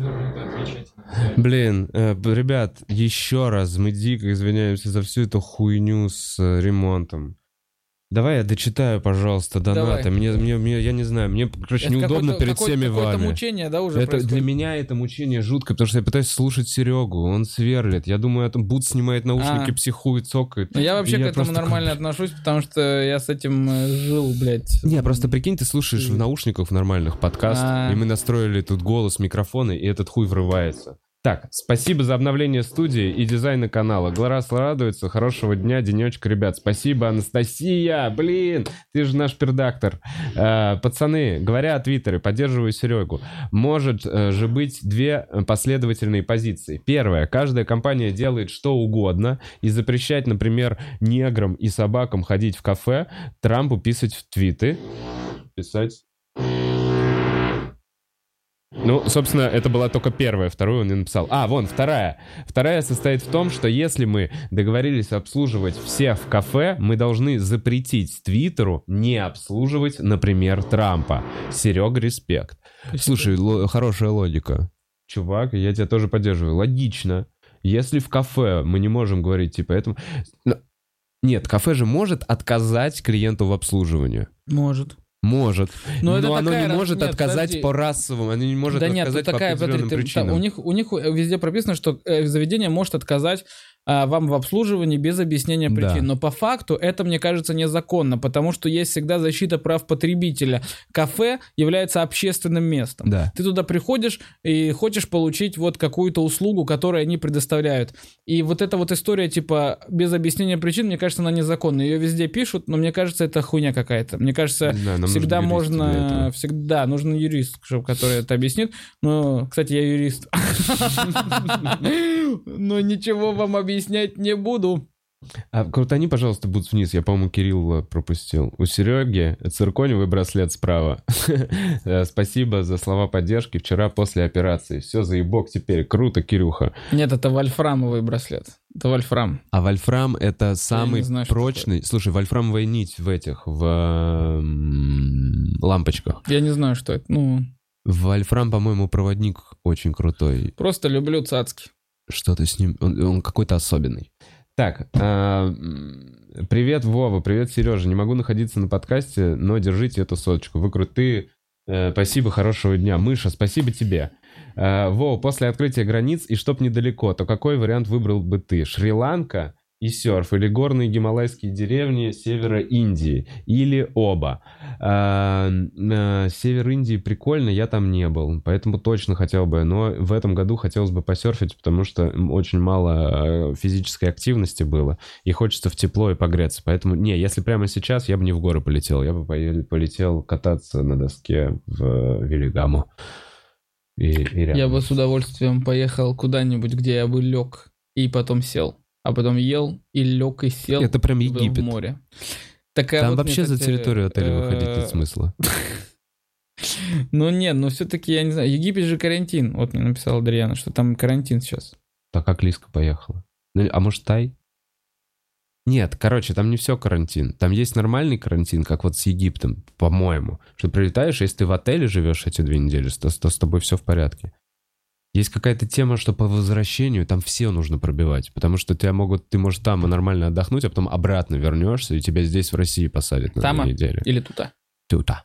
Блин, э, ребят, еще раз мы дико извиняемся за всю эту хуйню с э, ремонтом. Давай я дочитаю, пожалуйста, донаты. Мне, мне, мне, я не знаю, мне, короче, это неудобно перед всеми вами. Это мучение, да, уже это происходит? Для меня это мучение жутко, потому что я пытаюсь слушать Серегу, он сверлит. Я думаю, это Бут снимает наушники, а. психует, цокает. Но я вообще к этому нормально такой... отношусь, потому что я с этим жил, блядь. Не, просто прикинь, ты слушаешь в наушниках в нормальных подкаст, а. и мы настроили тут голос, микрофоны, и этот хуй врывается. Так, спасибо за обновление студии и дизайна канала. Глорас радуется. Хорошего дня, денечка, ребят. Спасибо, Анастасия. Блин, ты же наш пердактор. Э, пацаны, говоря о Твиттере, поддерживаю Серегу. Может э, же быть две последовательные позиции. Первая. Каждая компания делает что угодно. И запрещать, например, неграм и собакам ходить в кафе, Трампу писать в твиты. Писать... Ну, собственно, это была только первая, вторую он не написал. А, вон, вторая. Вторая состоит в том, что если мы договорились обслуживать всех в кафе, мы должны запретить Твиттеру не обслуживать, например, Трампа. Серега, респект. Слушай, л- хорошая логика. Чувак, я тебя тоже поддерживаю. Логично. Если в кафе мы не можем говорить, типа, этому... Нет, кафе же может отказать клиенту в обслуживании. Может. Может, но, но оно такая... не может нет, отказать подожди. по расовым, оно не может да отказать нет, по такая, определенным Патрик, причинам. Ты, у, них, у них везде прописано, что заведение может отказать а, вам в обслуживании без объяснения причин. Да. Но по факту это, мне кажется, незаконно, потому что есть всегда защита прав потребителя. Кафе является общественным местом. Да. Ты туда приходишь и хочешь получить вот какую-то услугу, которую они предоставляют. И вот эта вот история, типа, без объяснения причин, мне кажется, она незаконна. Ее везде пишут, но мне кажется, это хуйня какая-то. Мне кажется, да, всегда можно... Всегда нужен юрист, который это объяснит. Но, кстати, я юрист. Но ничего вам объяснять не буду. А крутани, пожалуйста, будут вниз. Я, по-моему, Кирилла пропустил. У Сереги циркониевый браслет справа. Спасибо за слова поддержки вчера после операции. Все, заебок теперь. Круто, Кирюха. Нет, это вольфрамовый браслет. Это вольфрам. А вольфрам — это самый знаю, прочный... Слушай, вольфрамовая нить в этих, в лампочках. Я не знаю, что это. Ну... Вольфрам, по-моему, проводник очень крутой. Просто люблю цацки. Что-то с ним... Он, он какой-то особенный. Так, э, привет, Вова, привет, Сережа. Не могу находиться на подкасте, но держите эту соточку. Вы крутые. Э, спасибо, хорошего дня. Мыша, спасибо тебе. Э, Вова, после открытия границ и чтоб недалеко, то какой вариант выбрал бы ты? Шри-Ланка и серф, или горные гималайские деревни севера Индии, или оба? Э, э, север Индии прикольно, я там не был, поэтому точно хотел бы. Но в этом году хотелось бы посерфить, потому что очень мало физической активности было, и хочется в тепло и погреться. Поэтому, не, если прямо сейчас, я бы не в горы полетел, я бы полетел кататься на доске в Велигаму. И, и я бы с удовольствием поехал куда-нибудь, где я бы лег и потом сел. А потом ел и лег и сел. Это прям Египет. В море. Такая Там вот вообще мне, за кстати, территорию отеля выходить нет смысла. Ну нет, но все-таки, я не знаю, Египет же карантин. Вот мне написала Адриана, что там карантин сейчас. Так как Лиска поехала? А может, Тай? Нет, короче, там не все карантин. Там есть нормальный карантин, как вот с Египтом, по-моему. Что прилетаешь, если ты в отеле живешь эти две недели, то, то с тобой все в порядке. Есть какая-то тема, что по возвращению там все нужно пробивать, потому что тебя могут, ты можешь там нормально отдохнуть, а потом обратно вернешься, и тебя здесь в России посадят на Тама две недели. или тута? Тута.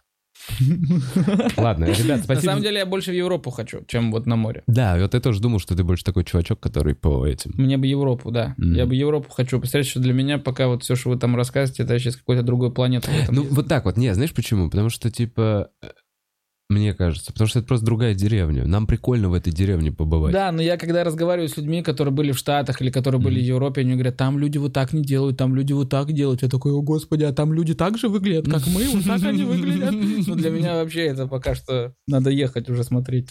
Ладно, ребят, На спасибо. самом деле я больше в Европу хочу, чем вот на море. Да, вот я тоже думал, что ты больше такой чувачок, который по этим... Мне бы Европу, да. Мгм. Я бы Европу хочу. Представляете, что для меня пока вот все, что вы там рассказываете, это сейчас какой-то другой планеты. в этом Ну, есть. вот так вот. Не, знаешь почему? Потому что, типа, э, мне кажется, потому что это просто другая деревня. Нам прикольно в этой деревне побывать. Да, но я когда разговариваю с людьми, которые были в Штатах или которые были Мгм. в Европе, они говорят, там люди вот так не делают, там люди вот так делают. Я такой, о господи, а там люди так же выглядят, как мы, вот так они выглядят. Ну, для меня вообще это пока что надо ехать уже смотреть.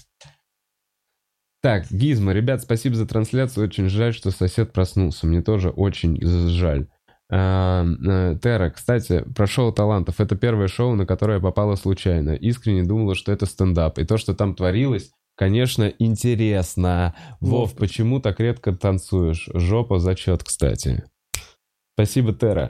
Так, Гизмо, ребят, спасибо за трансляцию. Очень жаль, что сосед проснулся. Мне тоже очень жаль. А, э, Тера, кстати, про шоу талантов. Это первое шоу, на которое я попала случайно. Искренне думала, что это стендап. И то, что там творилось, конечно, интересно. Вов, почему так редко танцуешь? Жопа зачет, кстати. Спасибо, Тера.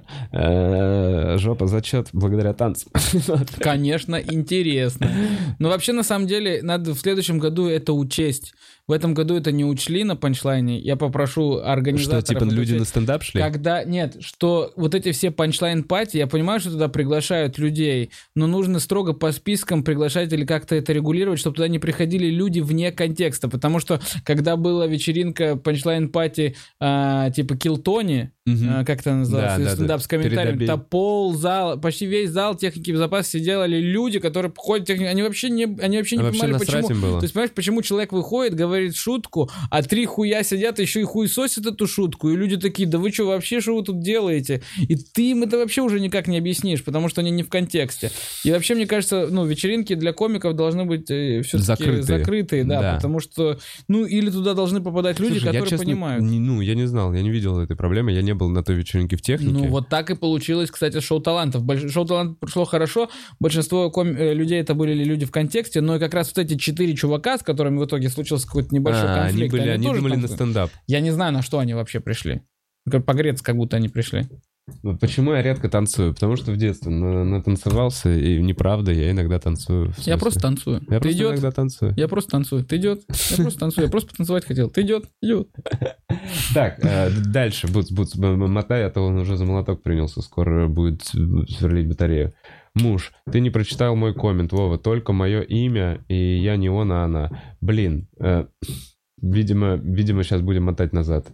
Э, Жопа зачет благодаря танцам. Конечно, интересно. Но вообще, на самом деле, надо в следующем году это учесть. В этом году это не учли на панчлайне. Я попрошу Что, организаторов... типа, это люди учесть. на стендап шли? Когда, нет, что вот эти все панчлайн-пати, я понимаю, что туда приглашают людей, но нужно строго по спискам приглашать или как-то это регулировать, чтобы туда не приходили люди вне контекста, потому что когда была вечеринка панчлайн-пати а, типа Килтони, Мгм. а, как это называется, Да, да, стендап да. с комментариями, Передобей. там пол зал, почти весь зал техники безопасности делали люди, которые ходят, техники, они вообще не, они вообще не А вообще понимали, насрать почему. им было. То есть, понимаешь, почему человек выходит, говорит шутку, а три хуя сидят, еще и хуесосят эту шутку, и люди такие, да вы что, вообще, что вы тут делаете? И ты им это вообще уже никак не объяснишь, потому что они не в контексте. И вообще, мне кажется, ну, вечеринки для комиков должны быть э, все-таки Закрытые. закрытые, да, Да. потому что, ну, или туда должны попадать люди, Слушай, я, которые честно, понимают. не- ну, я не знал, я не видел этой проблемы, я не был на той вечеринке в технике. Ну, вот так и получилось, кстати, шоу талантов. Больш- Шоу талантов прошло хорошо. Большинство ком- э, людей это были люди в контексте, но и как раз вот эти четыре чувака, с которыми в итоге случился какой-то небольшой А, конфликт. они были, они тоже думали там- на стендап. Я не знаю, на что они вообще пришли. Как погреться, как будто они пришли. Вот почему я редко танцую? Потому что в детстве на- натанцевался, и неправда, я иногда танцую. в Я смысле. просто танцую. Я Ты просто идет? иногда танцую. Я просто танцую. Ты идет? Я просто танцую. Я просто потанцевать хотел. Ты идет? Идет. Так, э, дальше, Буц, Буц, м- м- мотай, а то он уже за молоток принялся, скоро будет сверлить батарею. Муж, ты не прочитал мой коммент, Вова, только мое имя, и я не он, а она. Блин, э, видимо, видимо, сейчас будем мотать назад.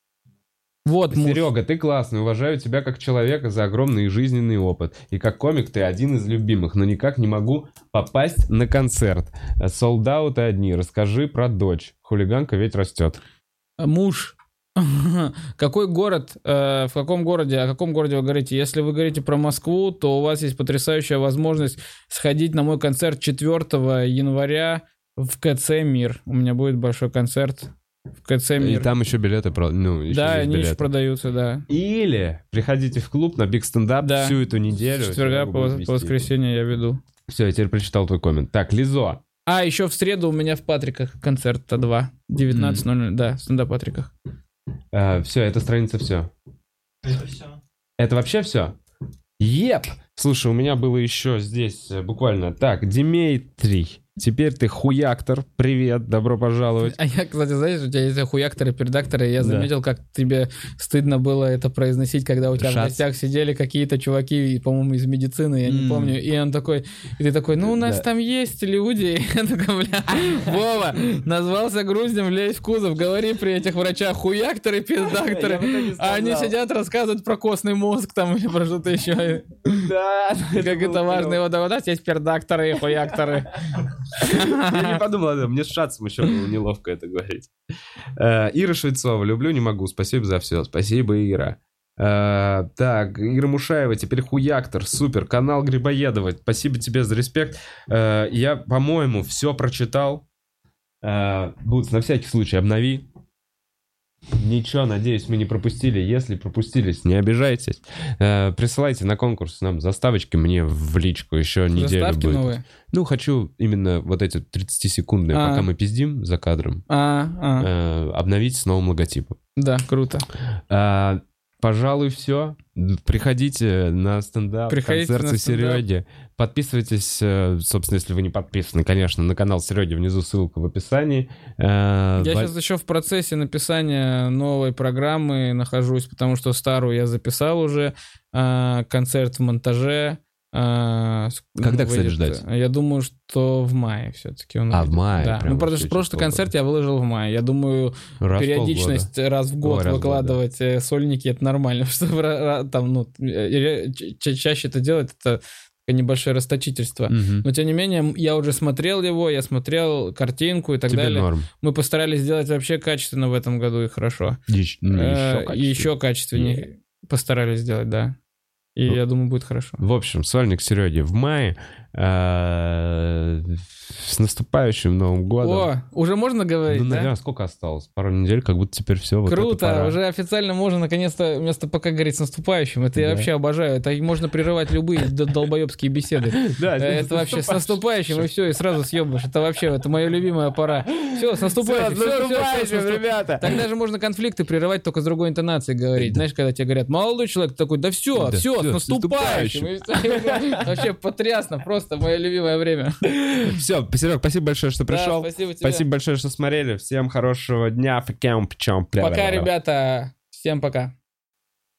Вот, муж. Серега, ты классный, уважаю тебя как человека за огромный жизненный опыт. И как комик ты один из любимых, но никак не могу попасть на концерт. Солдауты одни, расскажи про дочь. Хулиганка ведь растет. Муж. Какой город, э, в каком городе, о каком городе вы говорите? Если вы говорите про Москву, то у вас есть потрясающая возможность сходить на мой концерт четвёртого января в КЦ «Мир». У меня будет большой концерт в КЦ И «Мир». там еще билеты, про- ну, еще Да, есть они еще билеты. продаются, да. Или приходите в клуб на Биг Стендап Да. всю эту неделю. С четверга по, по воскресенье я веду. Все, я теперь прочитал твой коммент. Так, Лизо. А, еще в среду у меня в Патриках концерт Т два. девятнадцать ноль ноль, да, в стендап Патриках. все, эта страница все. Это все. Это вообще все? Еп! Слушай, у меня было еще здесь э, буквально... Так, Дмитрий. Теперь ты хуяктор. Привет, добро пожаловать. А я, кстати, знаешь, у тебя есть хуякторы, пердакторы, я Да. заметил, как тебе стыдно было это произносить, когда у тебя Шац. в гостях сидели какие-то чуваки, по-моему, из медицины, я не М. помню, и он такой, и ты такой, ну, у нас Да. там есть люди, я такой, бля, Вова, назвался груздем, лезь в кузов, говори при этих врачах хуякторы, пердакторы, Я бы так и а они сказал. сидят, рассказывают про костный мозг там или про что-то еще. Да, Как это важно, и вот у нас есть пердакторы и хуякторы. Я не подумал об этом, мне с Шацем еще было неловко это говорить. Э, Ира Швецова, люблю, не могу, спасибо за все. Спасибо, Ира. Э, Так, Ира Мушаева, теперь хуяктор, супер, канал Грибоедова, спасибо тебе за респект. Э, Я, по-моему, все прочитал. Э, Буц, на всякий случай обнови. Ничего, надеюсь, мы не пропустили. Если пропустились, не обижайтесь. Э, Присылайте на конкурс нам заставочки мне в личку, еще неделю Заставки будет. новые. Ну, хочу именно вот эти тридцатисекундные, А. пока мы пиздим за кадром, А, а, э, обновить с новым логотипом. да, круто. А, Пожалуй, все. Приходите на стендап, Приходите концерты на стендап. Сереги. Подписывайтесь, э, собственно, если вы не подписаны, конечно, на канал Сереги. Внизу ссылка в описании. Э, Я во- сейчас еще в процессе написания новой программы нахожусь, потому что старую я записал уже. а, Концерт в монтаже. а, с- Когда, ну, кстати, выйдет. ждать? Я думаю, что в мае все-таки он А, выйдет. в мае, Да. прям Ну, потому вообще что через прошлый полгода. концерт я выложил в мае. Я думаю, Раз в периодичность раз в год Ой, раз в год, выкладывать э, сольники — это нормально, чтобы ра- ра- там, ну, э, ча- чаще это делать, это такое небольшое расточительство. полгода. Мгм. Но, тем не менее, я уже смотрел его, я смотрел картинку и так Тебе далее. норм. Мы постарались сделать вообще качественно в этом году и хорошо. Ещё, ну, Э, ещё и еще качественнее постарались сделать, да. И Ну, я думаю, будет хорошо. В общем, сольник Сереги в мае. Э, С наступающим Новым годом. О, уже можно говорить, Ну, да? наверное, сколько осталось? Пару недель, как будто теперь все. Вот это Круто, пора. уже официально можно наконец-то вместо пока говорить с наступающим. Это я Да. вообще обожаю. Это можно прерывать любые д- долбоебские беседы. Да, Э, Это вообще с наступающим, и все, и сразу съебаешь. Это вообще, это моя любимая пора. Все, с наступающим. Всё, с всё, всё, всё, наступающим, с наступ- ребята. Тогда же можно конфликты прерывать только с другой интонацией говорить. Знаешь, когда тебе говорят, молодой человек, ты такой, да все, Да все, всё, с с наступающим. И всё. Вообще потрясно, просто мое любимое время. Все, Серег, спасибо большое, что Да, пришел. спасибо тебе. Спасибо большое, что смотрели. Всем хорошего дня. Пока, ребята. Всем пока.